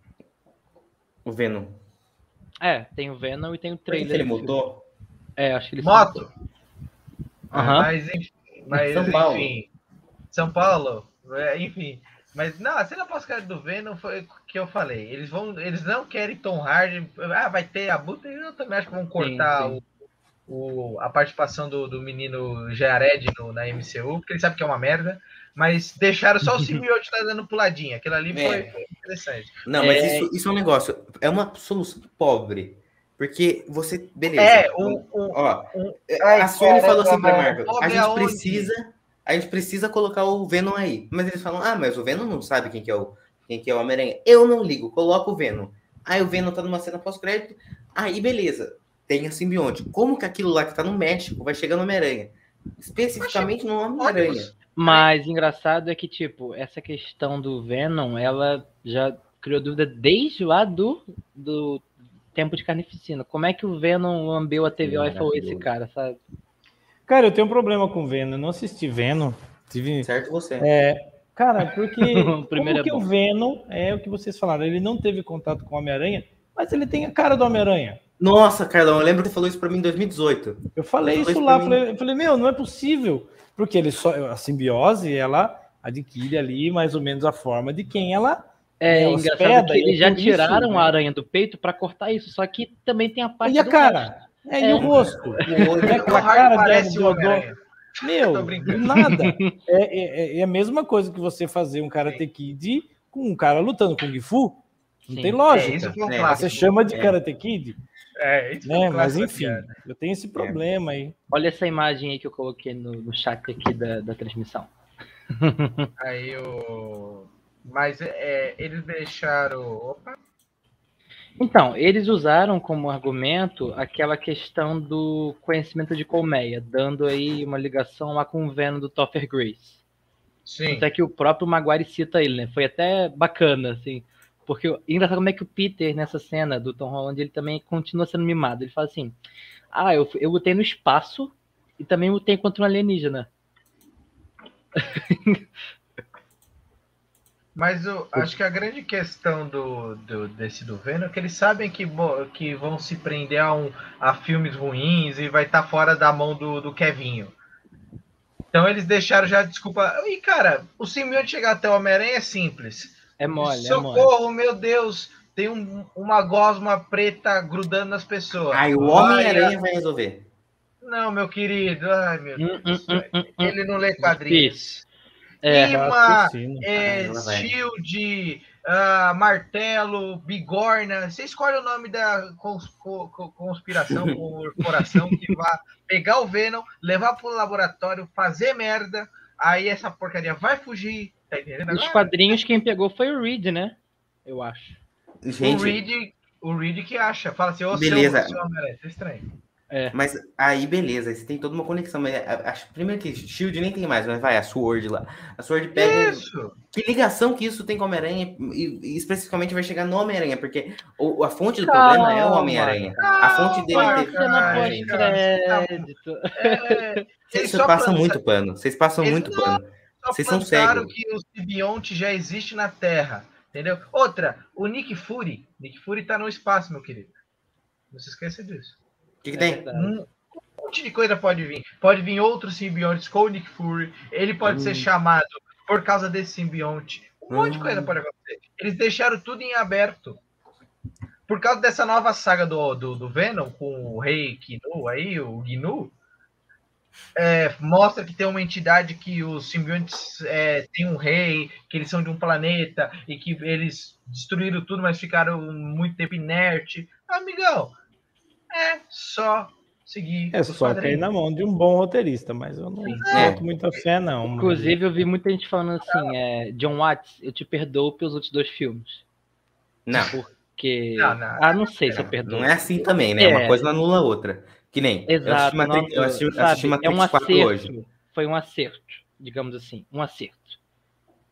O Venom. É, tem o Venom e tem o Por que trailer. que ele do filme. mutou? É, acho que ele se Moto! Aham. Mas, enfim, mas, São Paulo. enfim. São Paulo, é, enfim. Mas não, a cena pós-crédito do Venom foi o que eu falei. Eles vão, eles não querem Tom Hardy. Ah, vai ter a Buta. Eu também acho que vão cortar sim. O, o, a participação do, do menino Jared no, na M C U, porque ele sabe que é uma merda. Mas deixaram só o simbionte lá dando puladinha. Aquilo ali foi, É. foi interessante. Não, mas É. isso, isso é um negócio. É uma solução pobre. Porque você. Beleza. É, o. o Ó, o- a Sony falou assim pra Marvel: pobre a gente aonde? precisa. A gente precisa colocar o Venom aí. Mas eles falam: ah, mas o Venom não sabe quem que é o, quem que é o Homem-Aranha. Eu não ligo, coloca o Venom. Aí o Venom tá numa cena pós-crédito. Aí beleza. Tem a simbionte. Como que aquilo lá que tá no México vai chegar no Homem-Aranha? Especificamente no Homem-Aranha. Mas engraçado é que, tipo, essa questão do Venom, ela já criou dúvida desde lá do, do Tempo de Carnificina. Como é que o Venom lambeu a T V O e falou esse cara, sabe? cara, eu tenho um problema com Venom. Eu não assisti Venom. Tive... Certo você. É, cara, porque O primeiro como que é bom. o Venom é o que vocês falaram. Ele não teve contato com o Homem-Aranha, mas ele tem a cara do Homem-Aranha. Nossa, Carlão, eu lembro que você falou isso pra mim em dois mil e dezoito. Eu falei Você isso falou lá, isso pra falei, eu falei, meu, não é possível. Porque ele só, a simbiose, ela adquire ali mais ou menos a forma de quem ela É ela engraçado hospeda, que e é eles já por isso, tiraram né? a aranha do peito pra cortar isso, só que também tem a parte E a do cara? É, e É. o rosto? O olho. É aquela Tom Hardy cara parece de o do, Homem-Aranha. Tô Meu, brincando. nada. É, é, é a mesma coisa que você fazer um Karate Kid com um cara lutando com Kung Fu. Não Sim. tem É, lógica. isso foi um É, clássico. Você chama de É. Karate Kid, É, isso foi né? um Mas clássico da enfim, piada. eu tenho esse problema aí. Olha essa imagem aí que eu coloquei no, no chat aqui da, da transmissão. Aí o. Mas é, eles deixaram. Opa! Então, eles usaram como argumento aquela questão do conhecimento de colmeia, dando aí uma ligação lá com o Venom do Topher Grace. Sim. Até que o próprio Maguire cita ele, né? Foi até bacana, assim. Porque o- engraçado como é que o Peter, nessa cena do Tom Holland, ele também continua sendo mimado. Ele fala assim, ah, eu, eu lutei no espaço e também lutei contra um alienígena. Mas eu acho que a grande questão do, do- desse do Venom é que eles sabem que, bo- que vão se prender a, um, a filmes ruins e vai estar fora da mão do, do Kevinho. Então eles deixaram já desculpa. E cara, o simbionte chegar até o Homem-Aranha é simples. É mole, é mole. Socorro, meu Deus! Tem um- uma gosma preta grudando nas pessoas. Aí o Vai, Homem-Aranha vai resolver. Não, meu querido. Ai, meu Hum, Deus. hum, hum, hum, hum. Ele não lê quadrinhos. Difícil. É, Imã, Raciocínio. é, Ah, ela vai. Shield, ah, Martelo, Bigorna. Você escolhe o nome da cons- co- co- conspiração, corporação que vai pegar o Venom, levar pro laboratório, fazer merda. Aí essa porcaria vai fugir. Tá entendendo nos agora? quadrinhos quem pegou foi o Reed, né? Eu acho. O Gente, Reed, o Reed que acha. Fala assim, ô, Beleza. seu, seu Homem-Aranha, isso é estranho. É. mas aí beleza, aí você tem toda uma conexão. Mas a- acho primeiro que Shield nem tem mais, mas vai, a Sword lá. A Sword pega. Isso. Que ligação que isso tem com o Homem-Aranha e, e especificamente vai chegar no Homem-Aranha, porque o- a fonte do Calma, problema é o Homem-Aranha. A fonte dele Calma, ter. Cena Ai, gente. pós-crédito. É, Vocês eles só passam plantaram- muito pano. Vocês passam Eles muito não- pano. Só Vocês são plantaram cegos. que o simbionte já existe na Terra, entendeu? Outra, o Nick Fury. Nick Fury tá no espaço, meu querido. Não se esqueça disso. O que, que É tem? verdade. Um monte de coisa pode vir. Pode vir outros simbiontes com o Nick Fury. Ele pode ser chamado por causa desse simbionte. Um monte de coisa pode acontecer. Eles deixaram tudo em aberto. Por causa dessa nova saga do, do, do Venom, com o Rei Kinu aí, o Gnu, é, mostra que tem uma entidade que os simbiontes é, têm um rei, que eles são de um planeta e que eles destruíram tudo, mas ficaram muito tempo inerte. Amigão, é só seguir. É os só cair quadrinhos. na mão de um bom roteirista, mas eu não É. boto muita fé, não. mano. Inclusive, eu vi muita gente falando assim, é, John Watts, eu te perdoo pelos outros dois filmes. Não, Porque. Não, não. Ah, não sei se eu perdoo. não é assim também, né? É. Uma coisa não anula a outra. Que nem. eu assisti Exato. Matrix, nossa, eu assisti, sabe, assisti é Matrix um quatro acerto. hoje. Foi um acerto, digamos assim. Um acerto.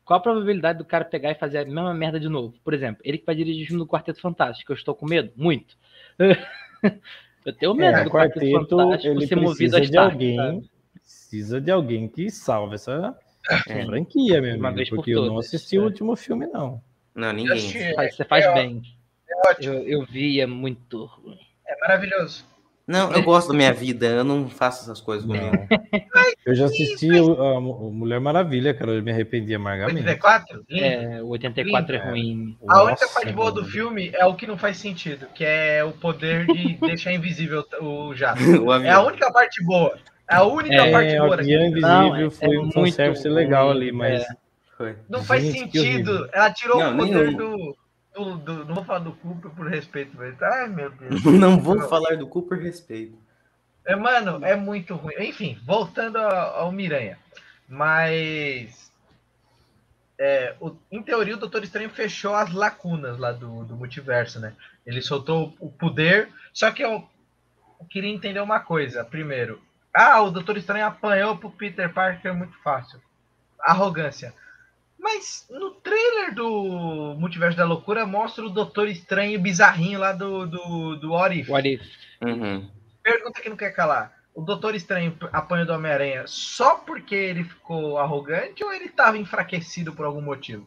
Qual a probabilidade do cara pegar e fazer a mesma merda de novo? Por exemplo, ele que vai dirigir o filme do Quarteto Fantástico, eu estou com medo? Muito. Eu tenho medo É, do o Quarteto quarteto, Fantástico ele ser movido a precisa de Stark, alguém, sabe? precisa de alguém que salve essa É. franquia, meu Uma amigo, vez por porque eu não todas, assisti o é. último filme, não. Não, Eu ninguém. assisti, Faz- Você é, faz é, bem. é ótimo, Eu, eu vi, é muito ruim. é maravilhoso. Não, eu gosto da minha vida, eu não faço essas coisas comigo. Não. Eu já assisti o- a Mu- Mulher Maravilha, cara, eu me arrependi amargamente. oitenta e quatro? Lindo. É, o oitenta e quatro Lindo. é ruim. A única Nossa, parte boa do mano. filme é o que não faz sentido, que é o poder de deixar invisível o jato. O É avião. a única parte boa. É a única É, parte É, o boa avião daquele filme. Não, invisível é- foi é um muito fanservice legal ruim, ali, mas... é. Foi. Não faz Gente, que horrível. sentido. Ela tirou Não, o poder nenhum. do, do, do- Não vou falar do Cooper por respeito, mas. Ai, meu Deus. Não vou falar do cu por respeito. É, mano, é muito ruim. Enfim, voltando ao, ao Miranha. Mas. É, o- em teoria, o Doutor Estranho fechou as lacunas lá do, do multiverso, né? Ele soltou o poder. Só que eu, eu queria entender uma coisa. Primeiro, ah, o Doutor Estranho apanhou pro Peter Parker muito fácil. Arrogância. Mas no trailer do Multiverso da Loucura mostra o Doutor Estranho bizarrinho lá do, do, do What If. What if? Uhum. Pergunta que não quer calar. O Doutor Estranho apanha do Homem-Aranha só porque ele ficou arrogante ou ele estava enfraquecido por algum motivo?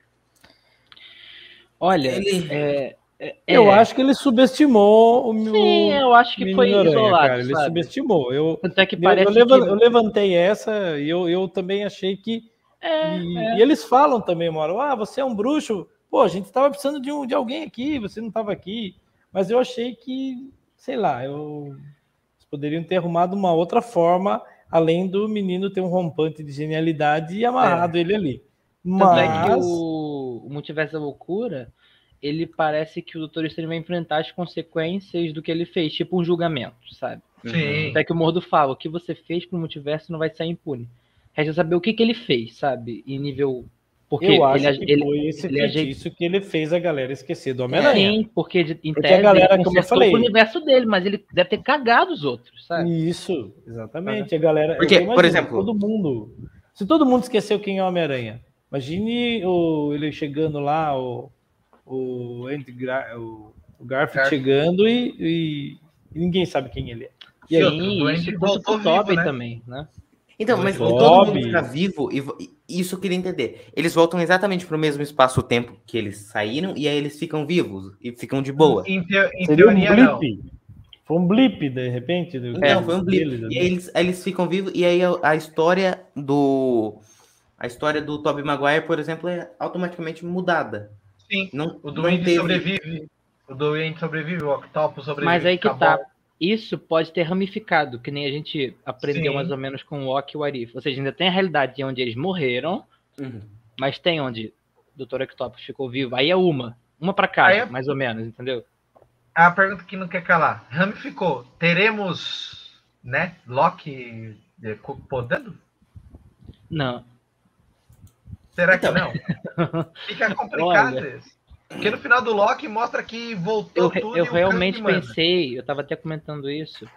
Olha, Ele- é, é- Eu é. acho que ele subestimou o meu Sim, eu acho que foi Menino Aranha, isolado, cara. Ele sabe? subestimou. Eu, Tanto é que eu, parece eu levan- que... eu levantei essa e eu, eu também achei que... É, e, é. e eles falam também, uma hora, ah, você é um bruxo. Pô, a gente estava precisando de, um, de alguém aqui, você não estava aqui. Mas eu achei que, sei lá, eu... eles poderiam ter arrumado uma outra forma, além do menino ter um rompante de genialidade e amarrado ele ali. Tanto é que Mas... o, o Multiverso da Loucura, ele parece que o Doutor Estranho vai enfrentar as consequências do que ele fez, tipo um julgamento, sabe? Sim. Até que o Mordo fala, o que você fez pro multiverso não vai sair impune. Resta saber o que, que ele fez, sabe? Em nível... Porque eu acho ele, que ele, foi esse ele ajeita- feitiço que ele fez a galera esquecer do Homem-Aranha. Sim, porque de- em Porque tese a galera, ele como eu consertou falei- o universo dele, mas ele deve ter cagado os outros, sabe? Isso, exatamente. A galera. Porque, eu imagino, por exemplo- todo mundo. Se todo mundo esqueceu quem é o Homem-Aranha, imagine o, ele chegando lá, o, o, Andy Gar, o, o Garfield Garfield. chegando e, e- e ninguém sabe quem ele é. E aí, Sim, o Sim, Duende isso tanto voltou pro Tobey vivo, né? também, né? Então, mas Bob. todo mundo fica vivo e vo- e isso eu queria entender. Eles voltam exatamente pro mesmo espaço-tempo que eles saíram e aí eles ficam vivos e ficam de boa. Em, teo- em seria um teoria, não. blip. Foi um blip, de repente. do- Não, foi um blip. deles, E né? aí eles, aí eles ficam vivos e aí a, a história do a história do Tobey Maguire, por exemplo, é automaticamente mudada. Sim. Não, O não Duende teve- sobrevive. O Duende sobrevive, o Octopus sobrevive. Mas aí que acabou. tá. Isso pode ter ramificado, que nem a gente aprendeu Sim. mais ou menos com o Ock e o Arif. Ou seja, ainda tem a realidade onde eles morreram, Uhum. mas tem onde o doutor Octopus ficou vivo. Aí é uma. Uma pra cada, Aí é- mais ou menos, entendeu? A pergunta que não quer calar. Ramificou. Teremos, né, Loki eh, co- podando? Não. Será Então. que não? Fica complicado Olha. isso. Porque no final do Loki mostra que voltou Eu, re- tudo eu e o realmente Kang manda. pensei, eu tava até comentando isso,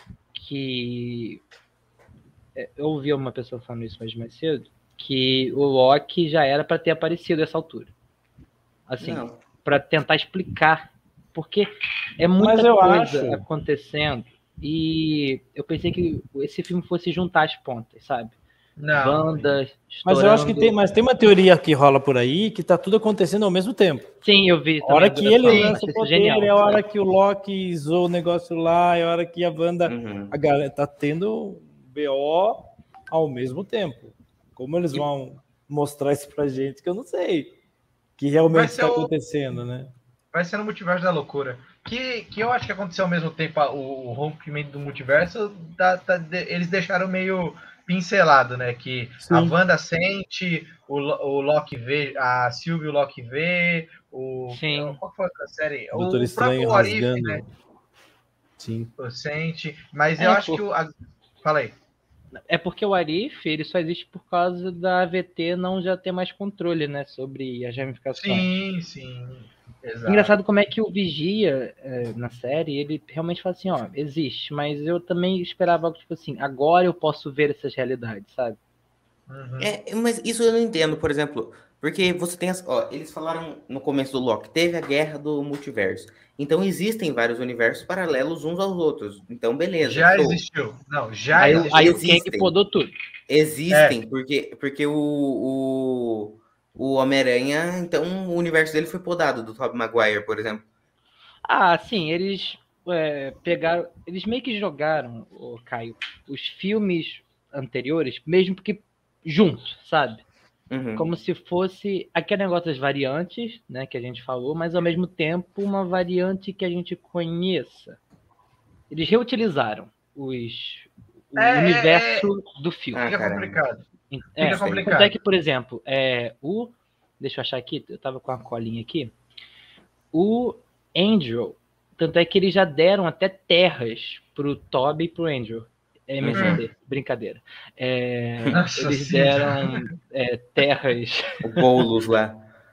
que é, eu ouvi uma pessoa falando isso mais mais cedo, que o Loki já era pra ter aparecido nessa altura. Assim, Não. pra tentar explicar, porque é muita Mas eu coisa acho- acontecendo e eu pensei que esse filme fosse juntar as pontas, sabe? Não. Wanda, Mas eu acho que estourando. tem, mas tem uma teoria que rola por aí que tá tudo acontecendo ao mesmo tempo. Sim, eu vi. A hora também que a duração, ele achei lança o isso poder, genial. é a hora que o Loki zoou o negócio lá, é a hora que a Wanda. Uhum. A galera tá tendo B O ao mesmo tempo. Como eles vão mostrar isso pra gente, que eu não sei. Que Vai realmente ser está o- acontecendo, né? Vai ser no Multiverso da Loucura. Que, que eu acho que aconteceu ao mesmo tempo. a- O, o rompimento do multiverso, tá- tá de- eles deixaram meio pincelado, né? Que a Sim. Wanda sente, o, Lo- o Loki vê, a Sylvie o Loki vê, o. Sim. Qual foi a outra série? O Doutor Estranho What If, rasgando. né? Sim. Sente. Mas É, eu acho pô. que o. A... Fala aí. É porque o Arif, ele só existe por causa da A V T não já ter mais controle, né, sobre as ramificações. Sim, sim. Exato. Engraçado como é que o Vigia, é, na série, ele realmente fala assim, ó, existe, mas eu também esperava algo tipo assim, agora eu posso ver essas realidades, sabe? Uhum. É, mas isso eu não entendo, por exemplo, porque você tem as, ó, eles falaram no começo do Loki, teve a guerra do multiverso. Então existem vários universos paralelos uns aos outros. Então, beleza, Já show. existiu. Não, já Aí, o- existiu. aí o Kang Existem. podou tudo. Existem, porque, porque o, o, o Homem-Aranha, então o universo dele foi podado, do Tobey Maguire, por exemplo. Ah, sim, eles é, pegaram. Eles meio que jogaram, o Caio, os filmes anteriores, mesmo que juntos, sabe? Uhum. Como se fosse aquele negócio das variantes, né, que a gente falou, mas ao mesmo tempo uma variante que a gente conheça. Eles reutilizaram os, o É, é, universo do filme. Ah, Fica caramba. complicado. É, Fica complicado. tanto é que, por exemplo, é, o. Deixa eu achar aqui, eu tava com a colinha aqui. O Andrew, tanto é que eles já deram até terras pro Toby e pro Andrew. M C D, brincadeira. É, Nossa eles Senhora. deram é, terras, O Boulos lá.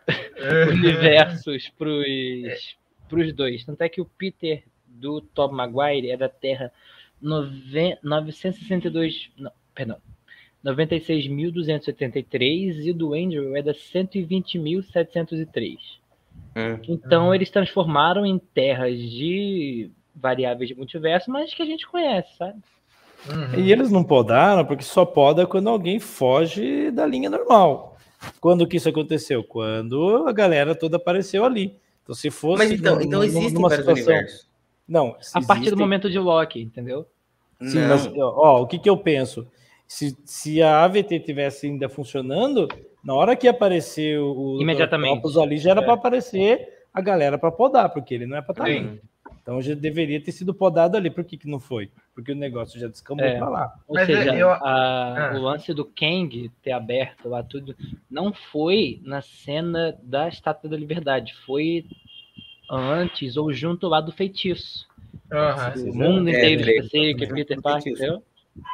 universos pros, pros dois. Tanto é que o Peter do Tobey Maguire é da Terra nove- novecentos e sessenta e dois. Não, perdão. noventa e seis mil duzentos e oitenta e três e o do Andrew é da cento e vinte mil setecentos e três. Hum. Então eles transformaram em terras de variáveis de multiverso, mas que a gente conhece, sabe? Uhum. E eles não podaram porque só poda quando alguém foge da linha normal. Quando que isso aconteceu? Quando a galera toda apareceu ali. Então se fosse Mas então, num- então num- existem numa vários situação... universos. Não, A partir do existem- momento de Loki, entendeu? Sim, Não. mas ó, o que, que eu penso? Se, se a A V T tivesse ainda funcionando, na hora que aparecer o Imediatamente. Octopus ali, já era É. para aparecer a galera para podar, porque ele não é para estar Sim. ali. Então já deveria ter sido podado ali. Por que, que não foi? Porque o negócio já descambou É. para lá. Ou Mas seja, eu- a- Ah. o lance do Kang ter aberto lá tudo não foi na cena da Estátua da Liberdade, foi antes ou junto lá do feitiço. Aham. O Vocês mundo É, inteiro creio. esquecer que Junto Peter do Parker, feitiço. entendeu?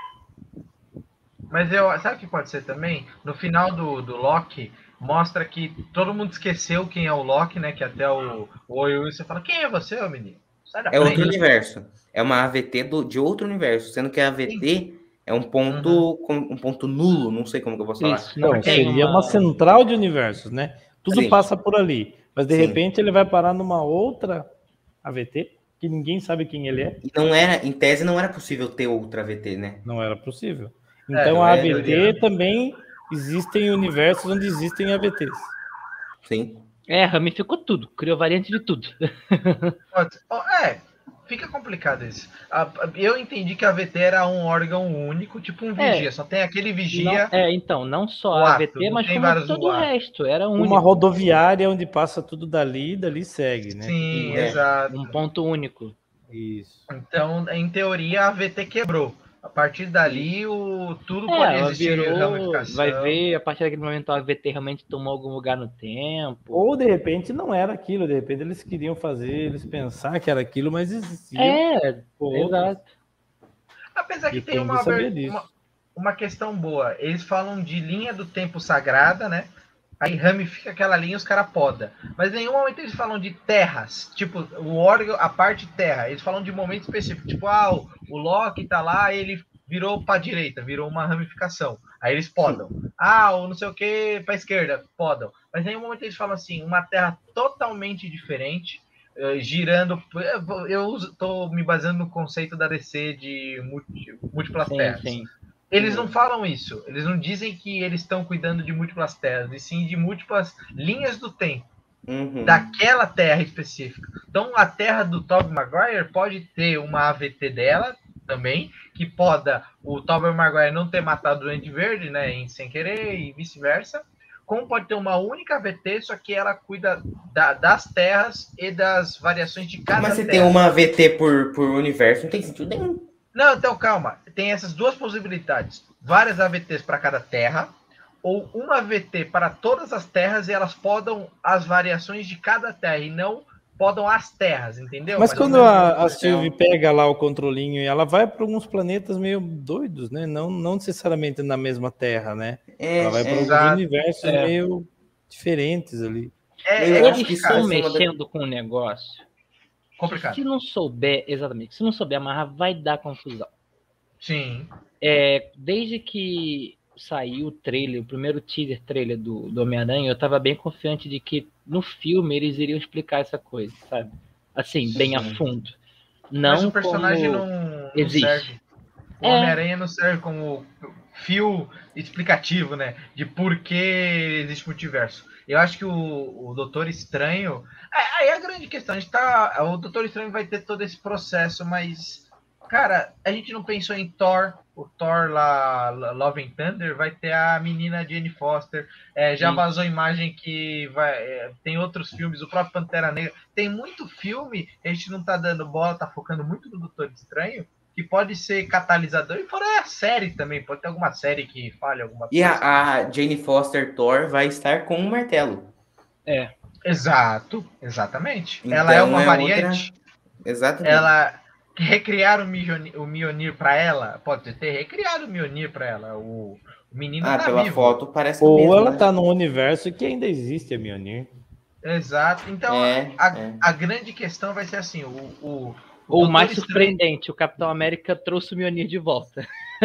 Mas eu, sabe o que pode ser também? No final do, do Loki, mostra que todo mundo esqueceu quem é o Loki, né? Que até o, o Oi Wilson fala, quem é você, ô menino? Sai da É outro frente. universo. É uma A V T do, de outro universo, sendo que a A V T é um ponto, com- um ponto nulo, não sei como que eu posso falar. Isso, não Então, tem seria uma... uma central de universos, né? Tudo Sim. passa por ali. Mas de Sim. repente ele vai parar numa outra A V T, que ninguém sabe quem ele é. E não era, em tese, não era possível ter outra A V T, né? Não era possível. É, Então não a é, A V T também existem universos onde existem A V Ts. Sim. É, ramificou tudo, criou variante de tudo. Pode ser. Oh, é, fica complicado isso. A- a- Eu entendi que a V T era um órgão único, tipo um É. vigia. Só tem aquele Não, vigia. é, então, não só o a ato, A V T, não mas tem como vários todo no o ar. resto, era único. Uma rodoviária onde passa tudo dali, dali segue, né? Sim, É. exato. Um ponto único. Isso. Então, em teoria, a V T quebrou. A partir dali, o, tudo É, pode ela existir virou, ramificação. vai ver, a partir daquele momento a A V T realmente tomou algum lugar no tempo. Ou de repente não era aquilo, de repente eles queriam fazer, eles pensar que era aquilo, mas existia. É, outros. exato. Apesar que E tem ninguém uma, sabia ver- disso. uma, uma questão boa. Eles falam de linha do tempo sagrada, né? Aí ramifica aquela linha e os caras podam. Mas em nenhum momento eles falam de terras. Tipo, o órgão, a parte terra. Eles falam de momento específico. Tipo, ah, o, o Loki tá lá, ele virou pra direita, virou uma ramificação. Aí eles podam. Ah, o não sei o que pra esquerda, podam. Mas em nenhum momento eles falam assim, uma terra totalmente diferente, eh, girando. Eu, eu uso- tô me baseando no conceito da D C de multi, múltiplas Sim, terras. sim. Eles não falam isso. Eles não dizem que eles estão cuidando de múltiplas terras, e sim de múltiplas linhas do tempo, Uhum. daquela terra específica. Então, a terra do Tobey Maguire pode ter uma A V T dela também, que poda o Tobey Maguire não ter matado o Duende Verde, né, em sem querer, e vice-versa. Como pode ter uma única A V T, só que ela cuida da- das terras e das variações de cada Mas se terra. tem uma A V T por, por universo, não tem sentido nenhum. Não, então calma. Tem essas duas possibilidades. Várias A V Ts para cada terra, ou uma A V T para todas as terras e elas podam as variações de cada terra e não podam as terras, entendeu? Mas Mais quando ou menos a, a isso. Sylvie pega lá o controlinho e ela vai para alguns planetas meio doidos, né? Não, não necessariamente na mesma Terra, né? É, Ela vai para é, alguns exato. universos É. meio diferentes ali. É, Eu é acho Eles que complicado. estão isso é uma da- mexendo com o negócio. complicado. Se não souber, exatamente, se não souber amarrar, vai dar confusão. Sim. É, desde que saiu o trailer, o primeiro teaser trailer do, do Homem-Aranha, eu tava bem confiante de que no filme eles iriam explicar essa coisa, sabe? Assim, bem a fundo. Não Mas o personagem como não, não existe. serve. O É. Homem-Aranha não serve como fio explicativo, né? De por que existe multiverso. Eu acho que o, o Doutor Estranho. Aí é a grande questão. A gente tá, o Doutor Estranho vai ter todo esse processo, mas. Cara, a gente não pensou em Thor. O Thor lá, Love and Thunder, vai ter a menina Jane Foster. É, já Sim. vazou imagem que vai, é, tem outros filmes, o próprio Pantera Negra. Tem muito filme, a gente não tá dando bola, tá focando muito no Doutor Estranho, que pode ser catalisador. E fora a série também, pode ter alguma série que fale alguma E coisa. a, a Jane Foster Thor vai estar com um martelo. É. Exato, exatamente. Então, ela é uma é variante. Outra... Exatamente. Ela recriar o Mjolnir, o Mjolnir para ela, pode ter recriado o Mjolnir para ela. O, o menino ah, tá pela vivo. foto parece Ou mesmo, ela né? tá num universo que ainda existe a Mjolnir. Exato. Então, É, a, é. a grande questão vai ser assim, o, o, o Ou Doutor mais Estranho- surpreendente, o Capitão América trouxe o Mjolnir de volta.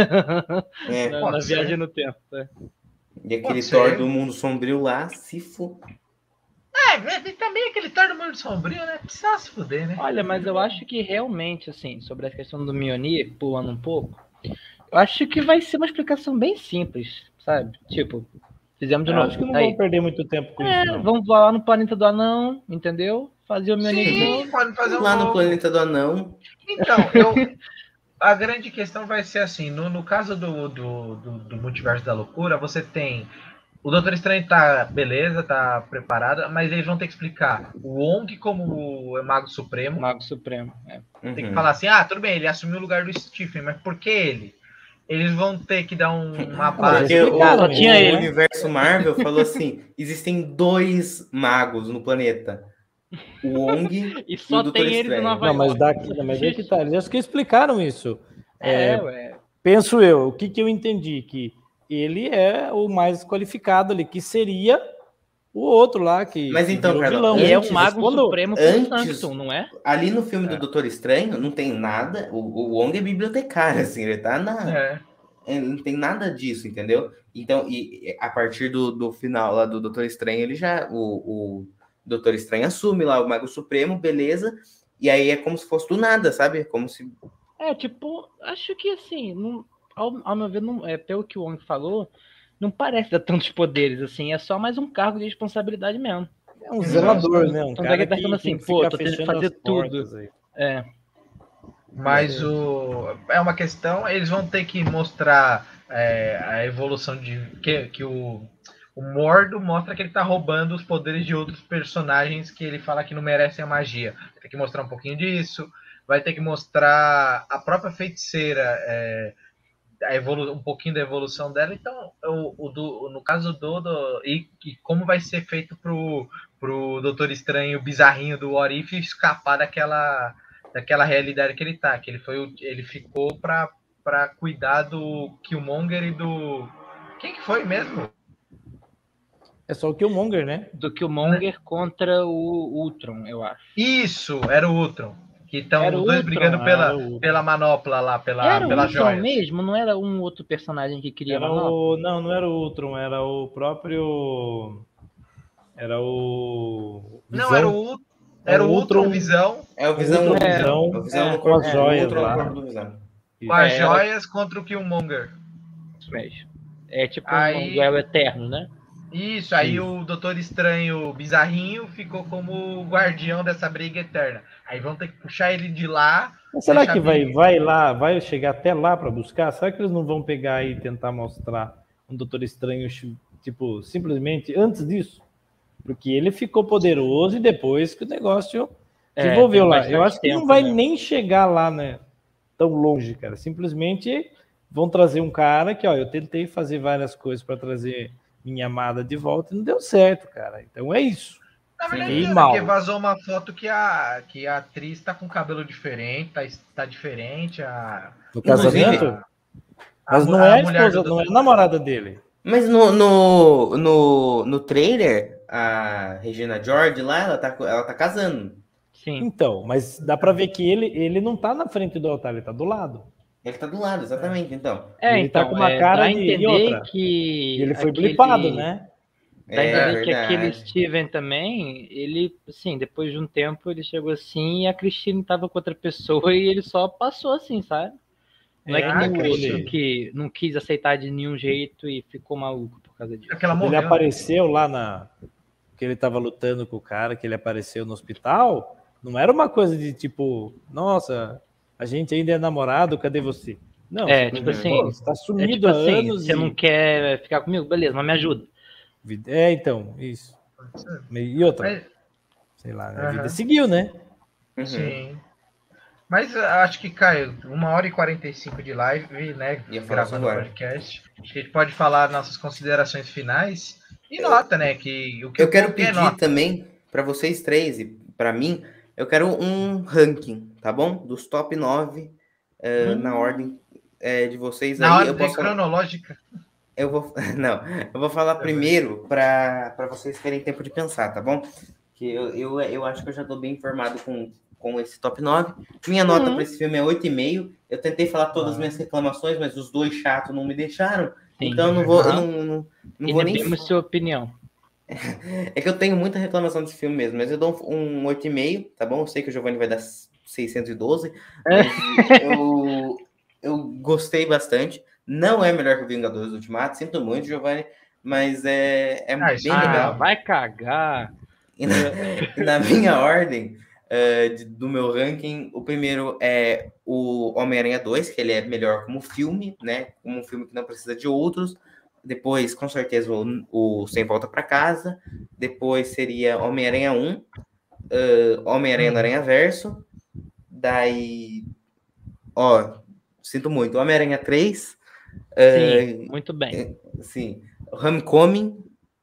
É. na, Pode na ser. viagem no tempo. né? E aquele Pode Thor ser. do mundo sombrio lá, se fu... É, e também aquele Thor do Mundo Sombrio, né? Precisa se fuder, né? Olha, mas eu acho que realmente, assim, sobre a questão do Mjolnir, pulando um pouco, eu acho que vai ser uma explicação bem simples, sabe? Tipo, fizemos de Eu novo. acho que não Aí, vão perder muito tempo com é, isso, não. vamos lá no planeta do anão, entendeu? Fazer o Mjolnir de Sim, novo. pode fazer um lá no novo. planeta do anão. Então, eu, a grande questão vai ser assim, no, no caso do, do, do, do Multiverso da Loucura, você tem o Doutor Estranho tá, beleza, tá preparado, mas eles vão ter que explicar o Wong como o Mago Supremo. Mago Supremo. É. Uhum. Tem que falar assim, ah, tudo bem, ele assumiu o lugar do Stephen, mas por que ele? Eles vão ter que dar um, uma base. Porque o, explicaram, o né? tinha ele. universo Marvel falou assim: existem dois magos no planeta. O Wong E só o Doutor tem eles em Estranho. Nova Não, mas York. daqui, não, mas é que tá. Eles acho que explicaram isso. É, É, ué. penso eu, o que, que eu entendi? Que ele é o mais qualificado ali, que seria o outro lá que. Mas que então, virou Carlão, vilão. E é antes, um Mago quando- Supremo com antes- Sanctum, não é? Ali no filme do Doutor Estranho não tem nada. O, o Wong é bibliotecário, assim, ele tá na. É. É, não tem nada disso, entendeu? Então, e a partir do, do final lá do Doutor Estranho, ele já. O, o Doutor Estranho assume lá o Mago Supremo, beleza. E aí é como se fosse do nada, sabe? Como se. É, tipo, acho que assim, não, ao, ao meu ver, não, é, pelo que o Wong falou, não parece dar tantos poderes, assim, é só mais um cargo de responsabilidade mesmo. É um zelador, né? Um Tanto é cara que ele tá que, falando assim, que pô, fica tô tendo que fechando fazer as tudo. portas aí. É, Mas o, é uma questão, eles vão ter que mostrar é, a evolução de. Que, que o, o Mordo mostra que ele tá roubando os poderes de outros personagens que ele fala que não merecem a magia. Vai ter que mostrar um pouquinho disso. Vai ter que mostrar a própria feiticeira, é, a evolu um pouquinho da evolução dela. Então, o, o do, no caso do. do e, e como vai ser feito pro, pro Doutor Estranho bizarrinho do What If escapar daquela. daquela realidade que ele tá, que ele foi o- ele ficou pra, pra cuidar do Killmonger e do... Quem que foi mesmo? É só o Killmonger, né? do Killmonger contra o Ultron, eu acho. Isso, era o Ultron. Que estão Era os o dois Ultron, brigando ah, pela, era o Ultron. pela manopla lá, pela, Era o pela Ultron joia. mesmo? Não era um outro personagem que queria Era manopla? o... Não, não era o Ultron, era o próprio... Era o... Não, Visão. era o, Ult- era o É o Ultron Ultron. Visão É o Visão, Ultron, é, Visão, o Visão é, no com corpo as do joias Ultron no lá. corpo do Visão. com as É, era- joias contra o Killmonger. Isso mesmo. É tipo Aí- um duelo eterno, né? Isso, aí Isso. o Doutor Estranho bizarrinho ficou como o guardião dessa briga eterna. Aí vão ter que puxar ele de lá. Mas será deixar que vai, bem- vai lá, vai chegar até lá para buscar? Será que eles não vão pegar e tentar mostrar um Doutor Estranho, tipo, simplesmente antes disso? Porque ele ficou poderoso e depois que o negócio É, desenvolveu tem lá. bastante Eu acho que não tempo, vai né? nem chegar lá, né? Tão longe, cara. Simplesmente vão trazer um cara que, ó, eu tentei fazer várias coisas para trazer minha amada de volta e não deu certo, cara. Então é isso. Na verdade, Fiquei é, mal. porque vazou uma foto que a, que a atriz tá com cabelo diferente, tá, tá diferente. A, No Inclusive, casamento. a Mas mu- não é a mulher esposa, do- não é a namorada dele. Mas no, no, no, no trailer, a Regina George lá, ela tá, ela tá casando. Sim. Então, mas dá pra ver que ele, ele não tá na frente do altar, ele tá do lado. Ele tá do lado, exatamente, então. É, Ele tá então, com uma é, cara dá a de- e entender outra. que E ele foi aquele- blipado, né? Dá a É, entender que aquele verdade. Steven também, ele, assim, depois de um tempo, ele chegou assim e a Christine tava com outra pessoa e ele só passou assim, sabe? Não é, É, que nem o Christine. outro que não quis aceitar de nenhum jeito e ficou maluco por causa disso. Aquela Ele morreu. né? apareceu lá na. Que ele tava lutando com o cara, que ele apareceu no hospital. Não era uma coisa de tipo, nossa, a gente ainda é namorado, cadê você? Não, É, você- tipo Uhum. assim, pô, você tá é sumido tipo há assim, anos. você e- não quer ficar comigo? Beleza, mas me ajuda. É, então, isso. E outra, Mas, sei lá, né? A Aham. vida seguiu, né? Uhum. sim. Mas eu acho que, Caio, uma hora e quarenta e cinco de live, né? Ia falar Gravando o agora. podcast. Acho que a gente pode falar nossas considerações finais. E nota, né? Que o que Eu quero o que é pedir nota. também para vocês três e para mim, eu quero um ranking, tá bom? Dos top nove eh, Hum. na ordem eh, de vocês Na aí. ordem Eu posso falar- cronológica. eu vou não, eu vou falar primeiro para para vocês terem tempo de pensar, tá bom? Que eu, eu, eu acho que eu já tô bem informado com, com esse top nove. Minha nota para esse filme é oito e meio. Eu tentei falar todas as minhas reclamações, mas os dois chatos não me deixaram. Sim. Então eu não vou, eu Aham. não, não, não vou nem Inibimos sua opinião. É que eu tenho muita reclamação desse filme mesmo, mas eu dou um, um oito e meio, tá bom? Eu sei que o Giovanni vai dar seiscentos e doze, mas eu, eu gostei bastante. Não é melhor que o Vingadores Ultimato, sinto muito, Giovanni, mas é, é Ah, isso bem é Ah, legal. vai cagar. E na, e na minha ordem eh, de- do meu ranking, o primeiro é o Homem-Aranha dois, que ele é melhor como filme, né? Como um filme que não precisa de outros. Depois, com certeza, o, o Sem Volta para Casa. Depois seria Homem-Aranha um, eh, Homem-Aranha no Aranha Verso. Daí, ó, sinto muito, Homem-Aranha três. eh, Sim, muito bem. sim, Homecoming.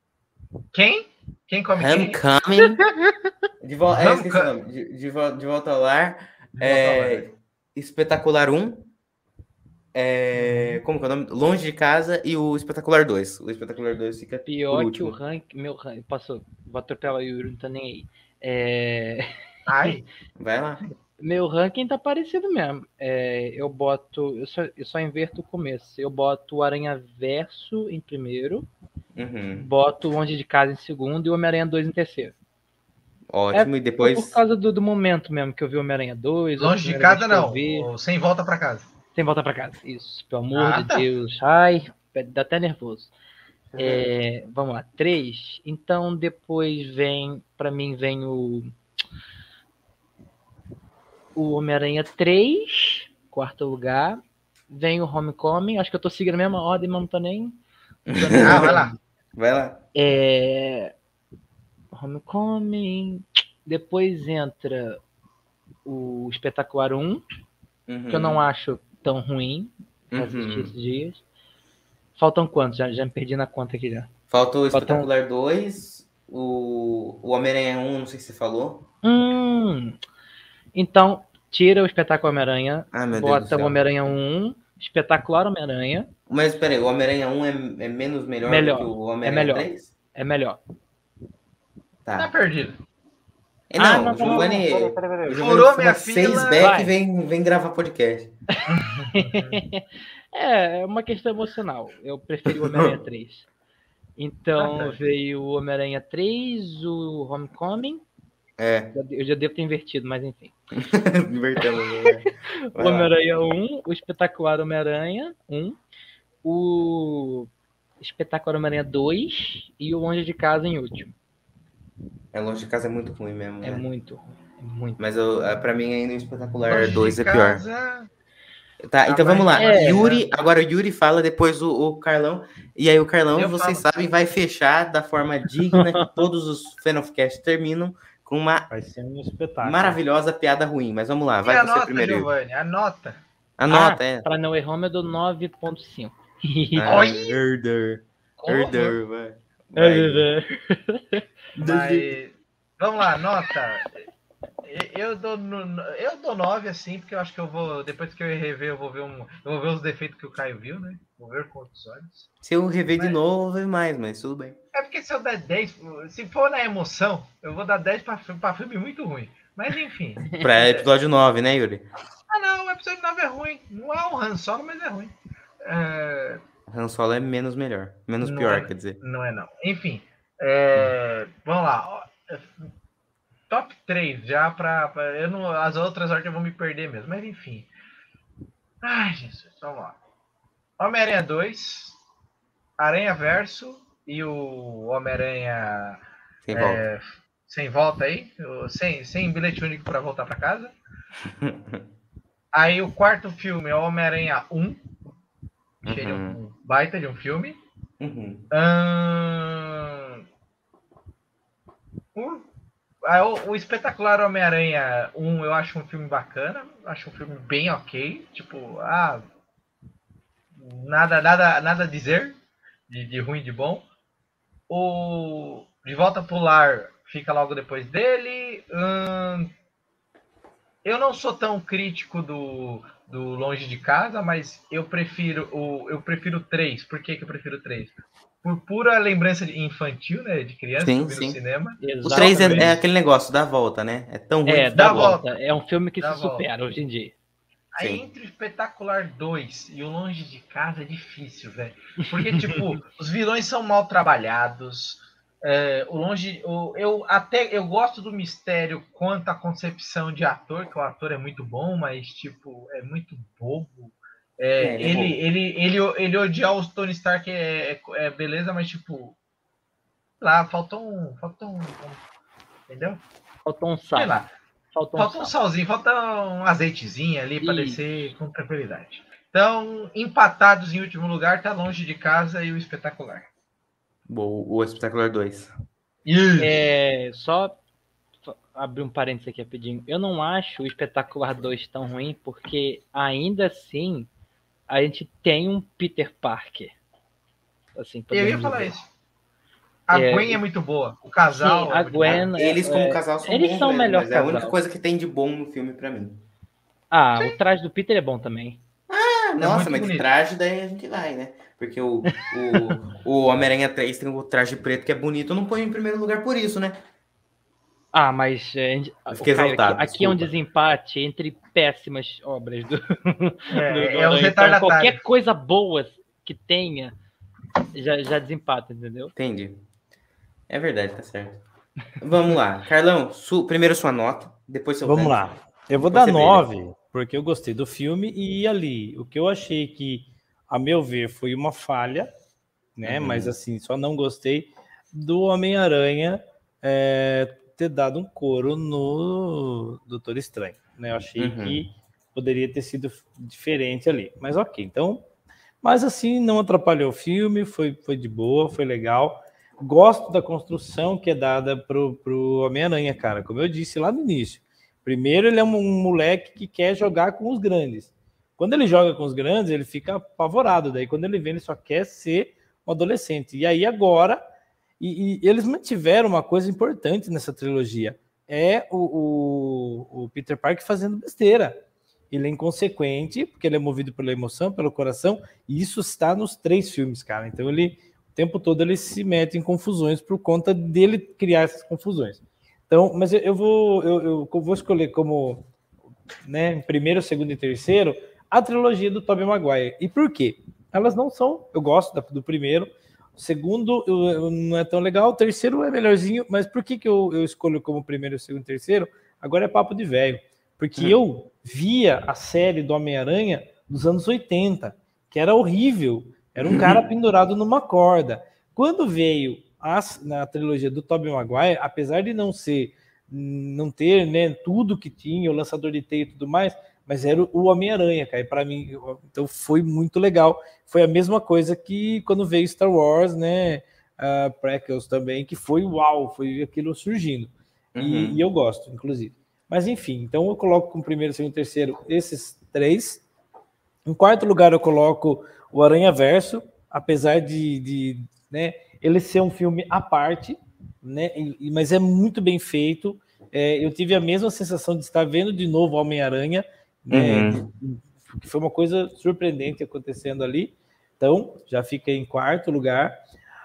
Quem? Quem come quem? Homecoming. De, vo é, esqueci o Homecoming. nome. De, de, vo de volta ao lar. De É, volta ao lar. Espetacular um. É, como que é o nome? Longe de Casa e o Espetacular dois. O Espetacular dois fica por Pior que último. o ranking. Meu ranking. Passou. Vou atropelar o Yuri, não tá nem aí. É, Ai, Vai lá. meu ranking tá parecido mesmo. É, eu boto. Eu só, eu só inverto o começo. Eu boto o Aranha Verso em primeiro. Uhum. Boto o Longe de Casa em segundo e o Homem-Aranha dois em terceiro. Ótimo. E Foi depois. por causa do, do momento mesmo que eu vi o Homem-Aranha dois. a longe de primeira casa vez que eu não. vi. O Sem volta pra casa. Sem volta pra casa. Isso, pelo amor Ah, de tá. Deus. Ai, dá até nervoso. É, vamos lá, três. Então depois vem, pra mim vem o o Homem-Aranha três, quarto lugar. Vem o Homecoming. Acho que eu tô seguindo a mesma ordem, mas não tô nem. Não tô nem Ah, vai lá. Vai lá. É, Homecoming. Depois entra o Espetacular um, Uhum. que eu não acho tão ruim. Pra assistir Uhum. esses dias. Faltam quantos? Já, já me perdi na conta aqui já. Falta o Faltam- Espetacular dois. O, o Homem-Aranha um, não sei se você falou. Hum. Então, tira o Espetáculo Homem-Aranha, Ah, meu Deus do bota céu. o Homem-Aranha um, Espetacular Homem-Aranha, Mas peraí, o Homem-Aranha um é, é menos melhor, Melhor. do que o É Homem-Aranha melhor. três? é melhor. Tá Tá. perdido. É, Ah, não, não, o Giovanni, não, não, peraí, peraí, peraí. o Giovanni Furou fuma minha seis fila. back Vai. e vem, vem gravar podcast. É, é uma questão emocional. Eu preferi o Homem-Aranha três. Então Ah, tá. veio o Homem-Aranha três, o Homecoming. É, Já de- Eu já devo ter invertido, mas enfim. invertemos. Né? O Vai lá. Homem-Aranha um, o Espetacular Homem-Aranha um, o Espetacular Homem-Aranha dois e o Longe de Casa em último. É, Longe de Casa é muito ruim mesmo, É né? muito, é muito. Mas eu, é, pra mim ainda o Espetacular Longe de dois é pior. casa. Tá, então vamos lá. É, Yuri, agora o Yuri fala, depois o, o Carlão. E aí o Carlão, Eu vocês falo. sabem, vai fechar da forma digna que todos os Fenofcast terminam, com uma Vai ser um espetáculo. maravilhosa piada ruim. Mas vamos lá, E vai a você nota, primeiro, Yuri. Giovanni? A nota. Anota, ah, é. Pra não errar, eu dou nove ponto cinco. Ah, Oi. herder, Como? herder, vai. Vai. Mas, vamos lá, nota. Eu dou, no- eu dou nove assim, porque eu acho que eu vou, depois que eu rever, eu vou ver um, eu vou ver os defeitos que o Caio viu, né? Vou ver com outros olhos. Se eu rever de Mas- novo, eu vou ver mais, mas tudo bem. É porque se eu der dez, se for na emoção, eu vou dar dez pra, fi- pra filme muito ruim. Mas enfim. Pra episódio nove, né, Yuri? Ah, não, o episódio nove é ruim. Não é um Han Solo, mas é ruim. É... Han Solo é menos melhor. Menos não pior, é, quer dizer. Não é, não. Enfim, é... hum. vamos lá. Top três já pra... pra eu não, as outras horas que eu vou me perder mesmo. Mas enfim. Ai, Jesus, vamos lá. Homem-Aranha dois, Aranha Verso e o Homem-Aranha Sem é, volta. sem volta aí, sem, sem bilhete único para voltar para casa. Aí o quarto filme é o Homem-Aranha um, que uhum. é um baita de um filme. Uhum. Hum, o, o, o Espetacular Homem-Aranha um eu acho um filme bacana, acho um filme bem ok, tipo, ah, nada, nada, nada a dizer de, de ruim e de bom. O De Volta pro Lar fica logo depois dele. Hum, eu não sou tão crítico do, do Longe de Casa, mas eu prefiro o eu prefiro três. Por que, que eu prefiro três? Por pura lembrança de infantil, né? De criança sim, que eu vi sim. no cinema. Exatamente. O três é, é aquele negócio, dá volta, né? É tão ruim. É, que dá, dá volta. volta. É um filme que dá se volta. supera hoje em dia. Aí Sim. entre o Espetacular dois e o Longe de Casa é difícil, velho. Porque, tipo, os vilões são mal trabalhados. É, o Longe. O, eu até eu gosto do mistério quanto à concepção de ator, que o ator é muito bom, mas, tipo, é muito bobo. É, É, ele, ele, é ele, ele, ele, ele odiar o Tony Stark é, é, é beleza, mas, tipo. Lá, faltou um. Faltou um. Entendeu? Faltou um sal. Sei lá. Faltou um, falta um sal. salzinho, falta um azeitezinho ali para descer com tranquilidade. Então, empatados em último lugar, tá Longe de Casa e o Espetacular. Bom, o Espetacular dois. É, só abrir um parênteses aqui rapidinho. Eu não acho o Espetacular dois tão ruim, porque ainda assim a gente tem um Peter Parker. Assim, eu ia falar isso. A é, Gwen é muito boa. O casal. Sim, a é Gwen. Bom. Eles, como é, casal, são eles bons, são mesmo, melhor mas casal. é a única coisa que tem de bom no filme pra mim. Ah, sim. O traje do Peter é bom também. Ah, nossa, é mas bonito. de traje daí a gente vai, né? Porque o, o, o Homem-Aranha três tem o traje preto que é bonito, eu não ponho em primeiro lugar por isso, né? Ah, mas é, eu fiquei Caio, exaltado, aqui, aqui é um desempate entre péssimas obras do, é, do, do é os então, qualquer coisa boa que tenha já, já desempata, entendeu? Entendi. É verdade, tá certo. Vamos lá. Carlão, su, primeiro sua nota, depois seu Vamos canto. lá. Eu vou depois dar nove, porque eu gostei do filme e ali, o que eu achei que, a meu ver, foi uma falha, né? Uhum. Mas assim, só não gostei do Homem-Aranha é, ter dado um couro no Doutor Estranho, né? Eu achei uhum. que poderia ter sido diferente ali, mas ok. Então, mas assim, não atrapalhou o filme, foi, foi de boa, foi legal. Gosto da construção que é dada pro, pro Homem-Aranha, cara. Como eu disse lá no início. Primeiro, ele é um, um moleque que quer jogar com os grandes. Quando ele joga com os grandes, ele fica apavorado. Daí, quando ele vê, ele só quer ser um adolescente. E aí, agora... E, e eles mantiveram uma coisa importante nessa trilogia. É o, o, o Peter Parker fazendo besteira. Ele é inconsequente, porque ele é movido pela emoção, pelo coração. E isso está nos três filmes, cara. Então, ele... O tempo todo ele se mete em confusões por conta dele criar essas confusões. Então, mas eu, eu, vou, eu, eu vou escolher como né, primeiro, segundo e terceiro a trilogia do Tobey Maguire. E por quê? Elas não são... Eu gosto da, do primeiro. O segundo eu, eu, não é tão legal. O terceiro é melhorzinho. Mas por que, que eu, eu escolho como primeiro, segundo e terceiro? Agora é papo de velho. Porque hum. eu via a série do Homem-Aranha dos anos oitenta, que era horrível. Era um cara pendurado numa corda. Quando veio as, na trilogia do Tobey Maguire, apesar de não ser, não ter né, tudo que tinha, o lançador de teia e tudo mais, mas era o Homem-Aranha, cara. Para mim, então foi muito legal. Foi a mesma coisa que quando veio Star Wars, né? Uh, Prequels também, que foi uau, foi aquilo surgindo. Uhum. E, e eu gosto, inclusive. Mas enfim, então eu coloco como primeiro, segundo, terceiro esses três. Em quarto lugar, eu coloco o Aranha Verso, apesar de, de né, ele ser um filme à parte, né, e, mas é muito bem feito. É, eu tive a mesma sensação de estar vendo de novo Homem-Aranha, né, uhum. que foi uma coisa surpreendente acontecendo ali. Então, já fica em quarto lugar.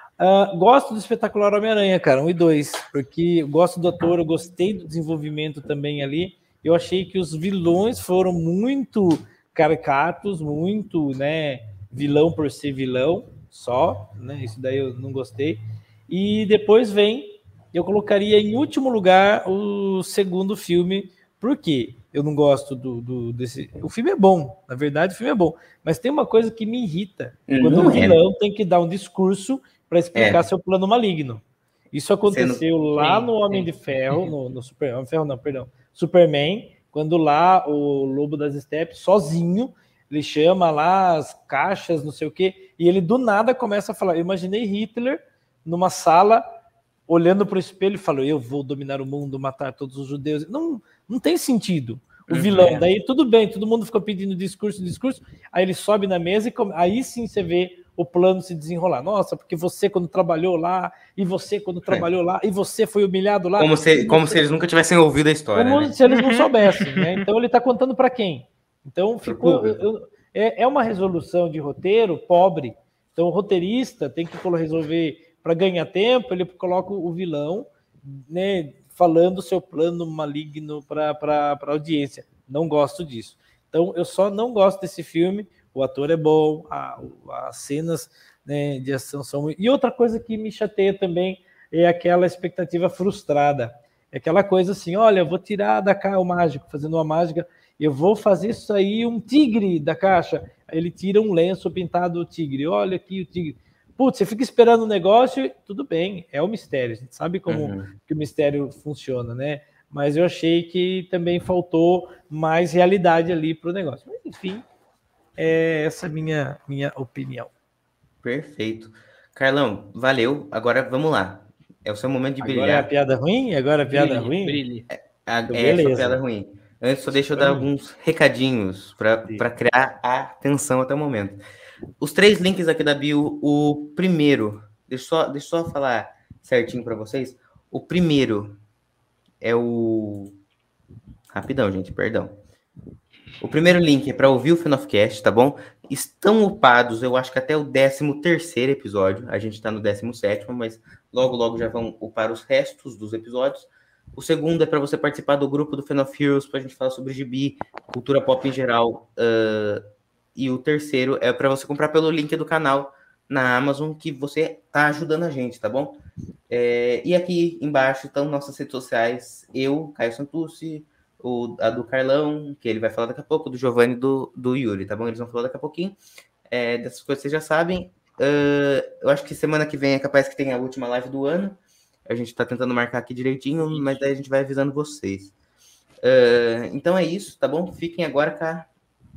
Uh, gosto do Espetacular Homem-Aranha, cara, um e dois, porque eu gosto do ator, eu gostei do desenvolvimento também ali. eu achei que os vilões foram muito caricatos, muito, né, vilão por ser vilão só, né, isso daí eu não gostei. E depois vem, eu colocaria em último lugar o segundo filme, por quê? Eu não gosto do, do desse... O filme é bom, na verdade o filme é bom, mas tem uma coisa que me irrita, quando Não o vilão é. tem que dar um discurso para explicar é. seu plano maligno. Isso aconteceu não... lá sim, no Homem sim. de Ferro, no, no Super... Homem de Ferro não, perdão, Superman, quando lá o Lobo das Steppes, sozinho, ele chama lá as caixas, não sei o quê, e ele do nada começa a falar, eu imaginei Hitler numa sala, olhando para o espelho e falou, eu vou dominar o mundo, matar todos os judeus. Não, não tem sentido. O uhum. vilão, daí tudo bem, todo mundo ficou pedindo discurso, discurso, aí ele sobe na mesa e come... aí sim você vê o plano se desenrolar. Nossa, porque você quando trabalhou lá, e você quando trabalhou é. lá, e você foi humilhado lá. Como se, como você... se eles nunca tivessem ouvido a história. Como né? se eles não soubessem, né? Então ele está contando para quem? Então ficou... Eu, é, é uma resolução de roteiro pobre. Então o roteirista tem que resolver... Para ganhar tempo, ele coloca o vilão, né, falando o seu plano maligno para a audiência. Não gosto disso. Então, eu só não gosto desse filme. O ator é bom, a, as cenas, né, de ação são... E outra coisa que me chateia também é aquela expectativa frustrada. É aquela coisa assim, olha, eu vou tirar da caixa o mágico, fazendo uma mágica, eu vou fazer isso aí, um tigre da caixa. Aí ele tira um lenço pintado do tigre. Olha aqui o tigre. Putz, você fica esperando o negócio, tudo bem, é um mistério, a gente sabe como uhum. que o mistério funciona, né? Mas eu achei que também faltou mais realidade ali para o negócio. Mas, enfim, é essa a minha, minha opinião. Perfeito. Carlão, valeu. Agora vamos lá. É o seu momento de brilhar. Agora é a piada ruim? Agora é a piada brilhe, ruim? Brilhe. É, a, é a piada ruim. Antes, só deixa eu dar alguns recadinhos para criar a tensão até o momento. Os três links aqui da bio, o primeiro, deixa eu só, deixa eu só falar certinho para vocês. O primeiro é o... Rapidão, gente, perdão. O primeiro link é para ouvir o Fenofcast, tá bom? Estão upados, eu acho que até o décimo terceiro episódio. A gente tá no décimo sétimo, mas logo, logo já vão upar os restos dos episódios. O segundo é para você participar do grupo do Fenof Heroes, pra gente falar sobre gibi, cultura pop em geral. Uh, e o terceiro é para você comprar pelo link do canal na Amazon, que você tá ajudando a gente, tá bom? É, e aqui embaixo estão nossas redes sociais. Eu, Caio Santucci, o, a do Carlão, que ele vai falar daqui a pouco, do Giovanni e do, do Yuri, tá bom? Eles vão falar daqui a pouquinho. É, dessas coisas vocês já sabem. Uh, eu acho que semana que vem é capaz que tenha a última live do ano. A gente tá tentando marcar aqui direitinho, mas daí a gente vai avisando vocês. Uh, então é isso, tá bom? Fiquem agora com a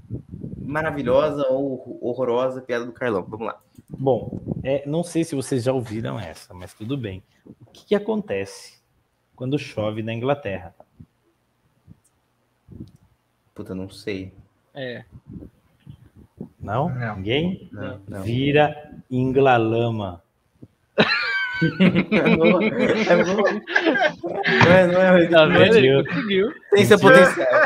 maravilhosa ou horrorosa piada do Carlão. Vamos lá. Bom, é, não sei se vocês já ouviram essa, mas tudo bem. O que, que acontece quando chove na Inglaterra? Puta, não sei. É. Não? Não. Ninguém? Não, não. Vira Inglalama. É bom. É bom. Não é, não é. Tá vendo? Ele conseguiu. Tem seu potencial.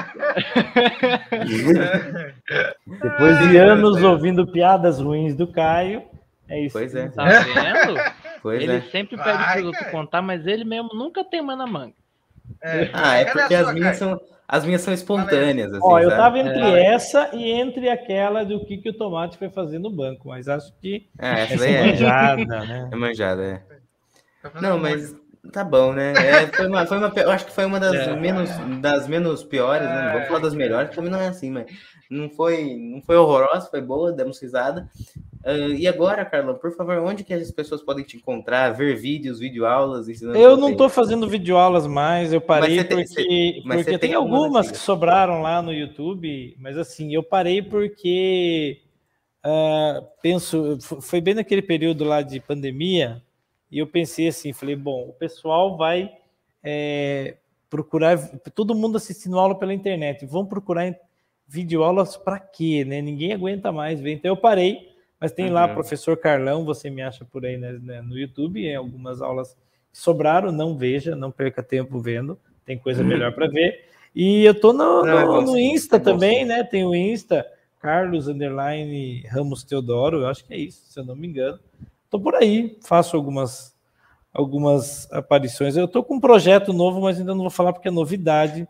Depois de anos ouvindo piadas ruins do Caio, é isso. Pois é. Tá vendo? Pois ele é. sempre pede Ai, pro outro contar, mas ele mesmo nunca tem mais na manga. É. Ah, é Cadê porque a as sua, minhas Caio? são, as minhas são espontâneas, assim, Ó, eu sabe? tava entre É. essa e entre aquela do que, que o Tomate foi fazer no banco, mas acho que Ah, essa essa daí é é, manjada, né? é manjada, é. Tá fazendo Não, um mas tá bom, né? É, foi uma, foi uma, eu acho que foi uma das, É. menos, das menos piores, né? Não vou falar das melhores, porque também não é assim, mas não foi, não foi horrorosa, foi boa, demos risada. Uh, e agora, Carlão, por favor, onde que as pessoas podem te encontrar, ver vídeos, videoaulas, ensinando Eu você? não tô fazendo videoaulas mais, eu parei Mas você tem- porque, você- mas porque você tem tem algumas algumas que antigas. sobraram lá no YouTube, mas assim, eu parei porque ah, penso, f- foi bem naquele período lá de pandemia, e eu pensei assim, falei, bom, o pessoal vai é, procurar, todo mundo assistindo aula pela internet, vão procurar em- videoaulas para quê, né? Ninguém aguenta mais ver, então eu parei. Mas tem lá, Uhum. professor Carlão, você me acha por aí, né, né, no YouTube, em algumas aulas que sobraram, não veja, não perca tempo vendo, tem coisa melhor para ver. E eu tô no, Não, é no- bom no sim, Insta é bom também, sim. né? Tem o Insta, Carlos Underline Ramos Teodoro, eu acho que é isso, se eu não me engano. Tô por aí, faço algumas, algumas aparições. Eu tô com um projeto novo, mas ainda não vou falar porque é novidade.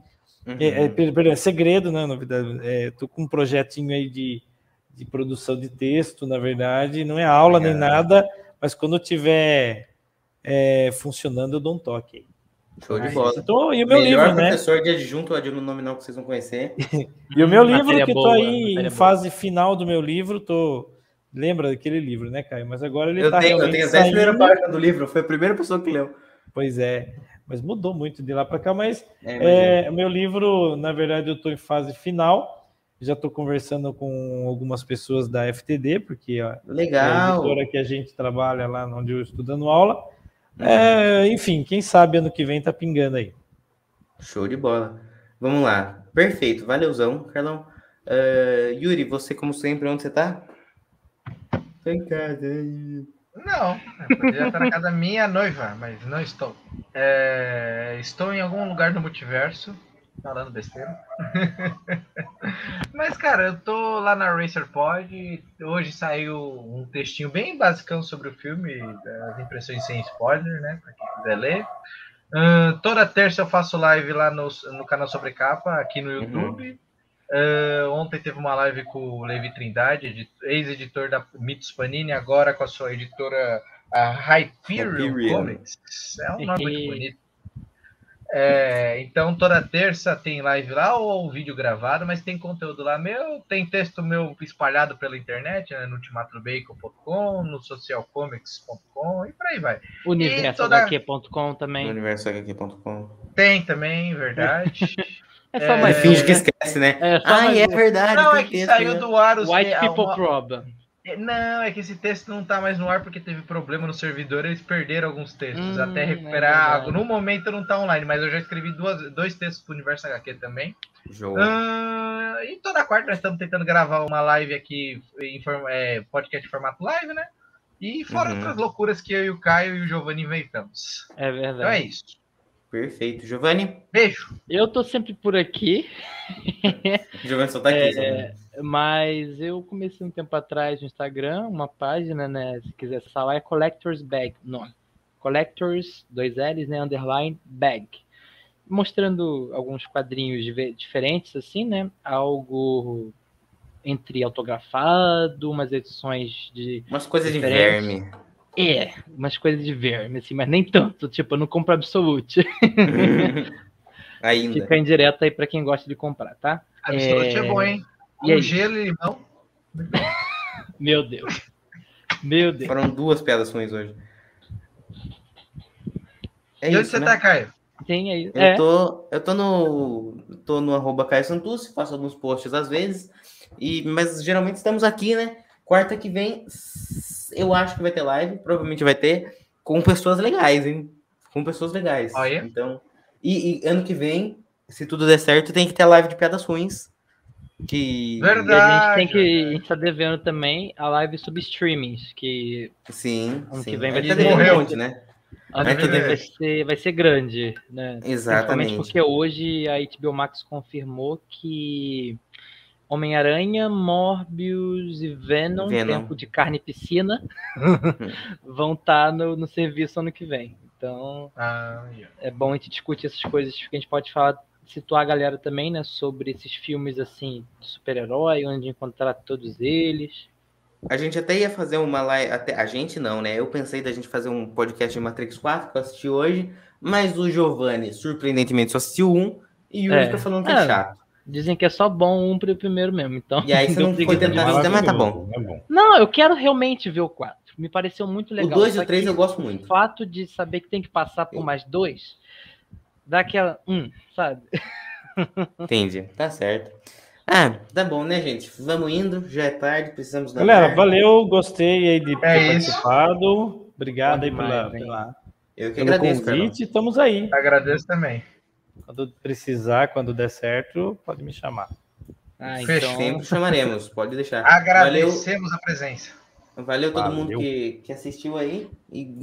Uhum. É, é, perdão, é segredo, né? Novidade. É, tô com um projetinho aí de, de produção de texto, na verdade. Não é aula Legal. nem nada, mas quando eu tiver é, funcionando, eu dou um toque aí. Show de bola. Então, e o meu Melhor livro, professor né? de adjunto ou adjunto nominal que vocês vão conhecer. E o meu livro, Matéria que eu tô boa, aí matéria em fase final do meu livro, tô... Lembra daquele livro, né, Caio? Mas agora ele eu tá tenho, realmente Eu tenho as dez saindo... primeiras páginas do livro, foi a primeira pessoa que leu. Pois é, mas mudou muito de lá para cá, mas é, é, meu livro, na verdade, eu tô em fase final, já tô conversando com algumas pessoas da F T D, porque ó, Legal. é a editora que a gente trabalha lá onde eu estou dando aula. Uhum. É, enfim, quem sabe ano que vem tá pingando aí. Show de bola. Vamos lá. Perfeito. Valeuzão, Carlão. Uh, Yuri, você, como sempre, onde você tá? Tô em casa. Não, eu poderia estar na casa da minha noiva, mas não estou. É, estou em algum lugar do multiverso, falando besteira. Mas, cara, eu tô lá na RacerPod. Hoje saiu um textinho bem basicão sobre o filme, as impressões sem spoiler, né? Pra quem quiser ler. Uh, toda terça eu faço live lá no, no canal Sobrecapa, aqui no YouTube. Uhum. Uh, ontem teve uma live com o Levi Trindade, ex-editor da Mitos Panini, agora com a sua editora a Hyperion Comics. É um nome muito bonito. É, então toda terça tem live lá ou vídeo gravado, mas tem conteúdo lá meu, tem texto meu espalhado pela internet, né, no ultimato bacon ponto com, no socialcomics ponto com e por aí vai. universo H Q ponto com também. universo H Q ponto com. Tem também, verdade. É só mais é, finge que esquece, né? É só ah, mais é verdade. Não, é que texto, saiu né? do ar os White te... People uma... Problem. Não, é que esse texto não tá mais no ar porque teve problema no servidor, eles perderam alguns textos. Hum, até recuperar. É no momento não tá online, mas eu já escrevi duas, dois textos pro Universo H Q também. Uh, e toda quarta nós estamos tentando gravar uma live aqui, em form... é, podcast em formato live, né? E fora uhum. outras loucuras que eu e o Caio e o Giovanni inventamos. É verdade. Então é isso. Perfeito. Giovanni? Beijo. Eu tô sempre por aqui. Giovanni só tá aqui. É, mas eu comecei um tempo atrás no Instagram, uma página, né? Se quiser acessar lá, é Collector's Bag. Não. Collector's, dois L's, né? Underline, Bag. Mostrando alguns quadrinhos diferentes, assim, né? Algo entre autografado, umas edições de... Umas coisas diferentes. de verme. É, umas coisas de verme, assim, mas nem tanto. Tipo, eu não compro Absolute. Ainda. Fica indireto aí pra quem gosta de comprar, tá? Absolute é, é bom, hein? Com e gelo e limão. Meu Deus. Meu Deus. Foram duas piadas ruins hoje. É e onde você né? tá, Caio? Tem aí. Eu, é. tô, eu tô no. tô no arroba Caio Santucci, faço alguns posts às vezes. E, mas geralmente estamos aqui, né? Quarta que vem, eu acho que vai ter live, provavelmente vai ter, com pessoas legais, hein? Com pessoas legais. Oh, yeah? Então, e, e ano que vem, se tudo der certo, tem que ter a live de piadas ruins. Que... Verdade. E a gente tem que. A gente tá devendo também a live sobre streamings, que. Sim. Ano sim. que vem vai ter um monte, né? Ano que vem vai ser, vai ser grande, né? Exatamente. Principalmente porque hoje a H B O Max confirmou que Homem-Aranha, Morbius e Venom, Venom. Tempo de Carne e Piscina, vão estar tá no, no serviço ano que vem. Então, ah, yeah. é bom a gente discutir essas coisas, porque a gente pode falar, situar a galera também, né, sobre esses filmes, assim, de super-herói, onde encontrar todos eles. A gente até ia fazer uma live, até, a gente não, né, eu pensei da gente fazer um podcast de Matrix quatro, que eu assisti hoje, mas o Giovanni, surpreendentemente, só assistiu um, e o Yuri é. tá falando que é, é chato. Dizem que é só bom um pro primeiro mesmo, então... E aí você não ficou tentando ainda, mas tá bom. Não, eu quero realmente ver o quatro. Me pareceu muito legal. O dois e o três eu gosto muito. O fato de saber que tem que passar por mais dois, dá aquela... Hum, sabe? Entendi, tá certo. Ah, tá bom, né, gente? Vamos indo, já é tarde, precisamos da... Galera, valeu, gostei aí de ter é participado. Obrigado Bom aí demais, pela, pela, eu que pelo agradeço, convite. Carlão. Estamos aí. Agradeço também. Quando precisar, quando der certo, pode me chamar. Ah, então... Sempre chamaremos, pode deixar. Agradecemos valeu, a presença. Valeu todo valeu. mundo que, que assistiu aí. E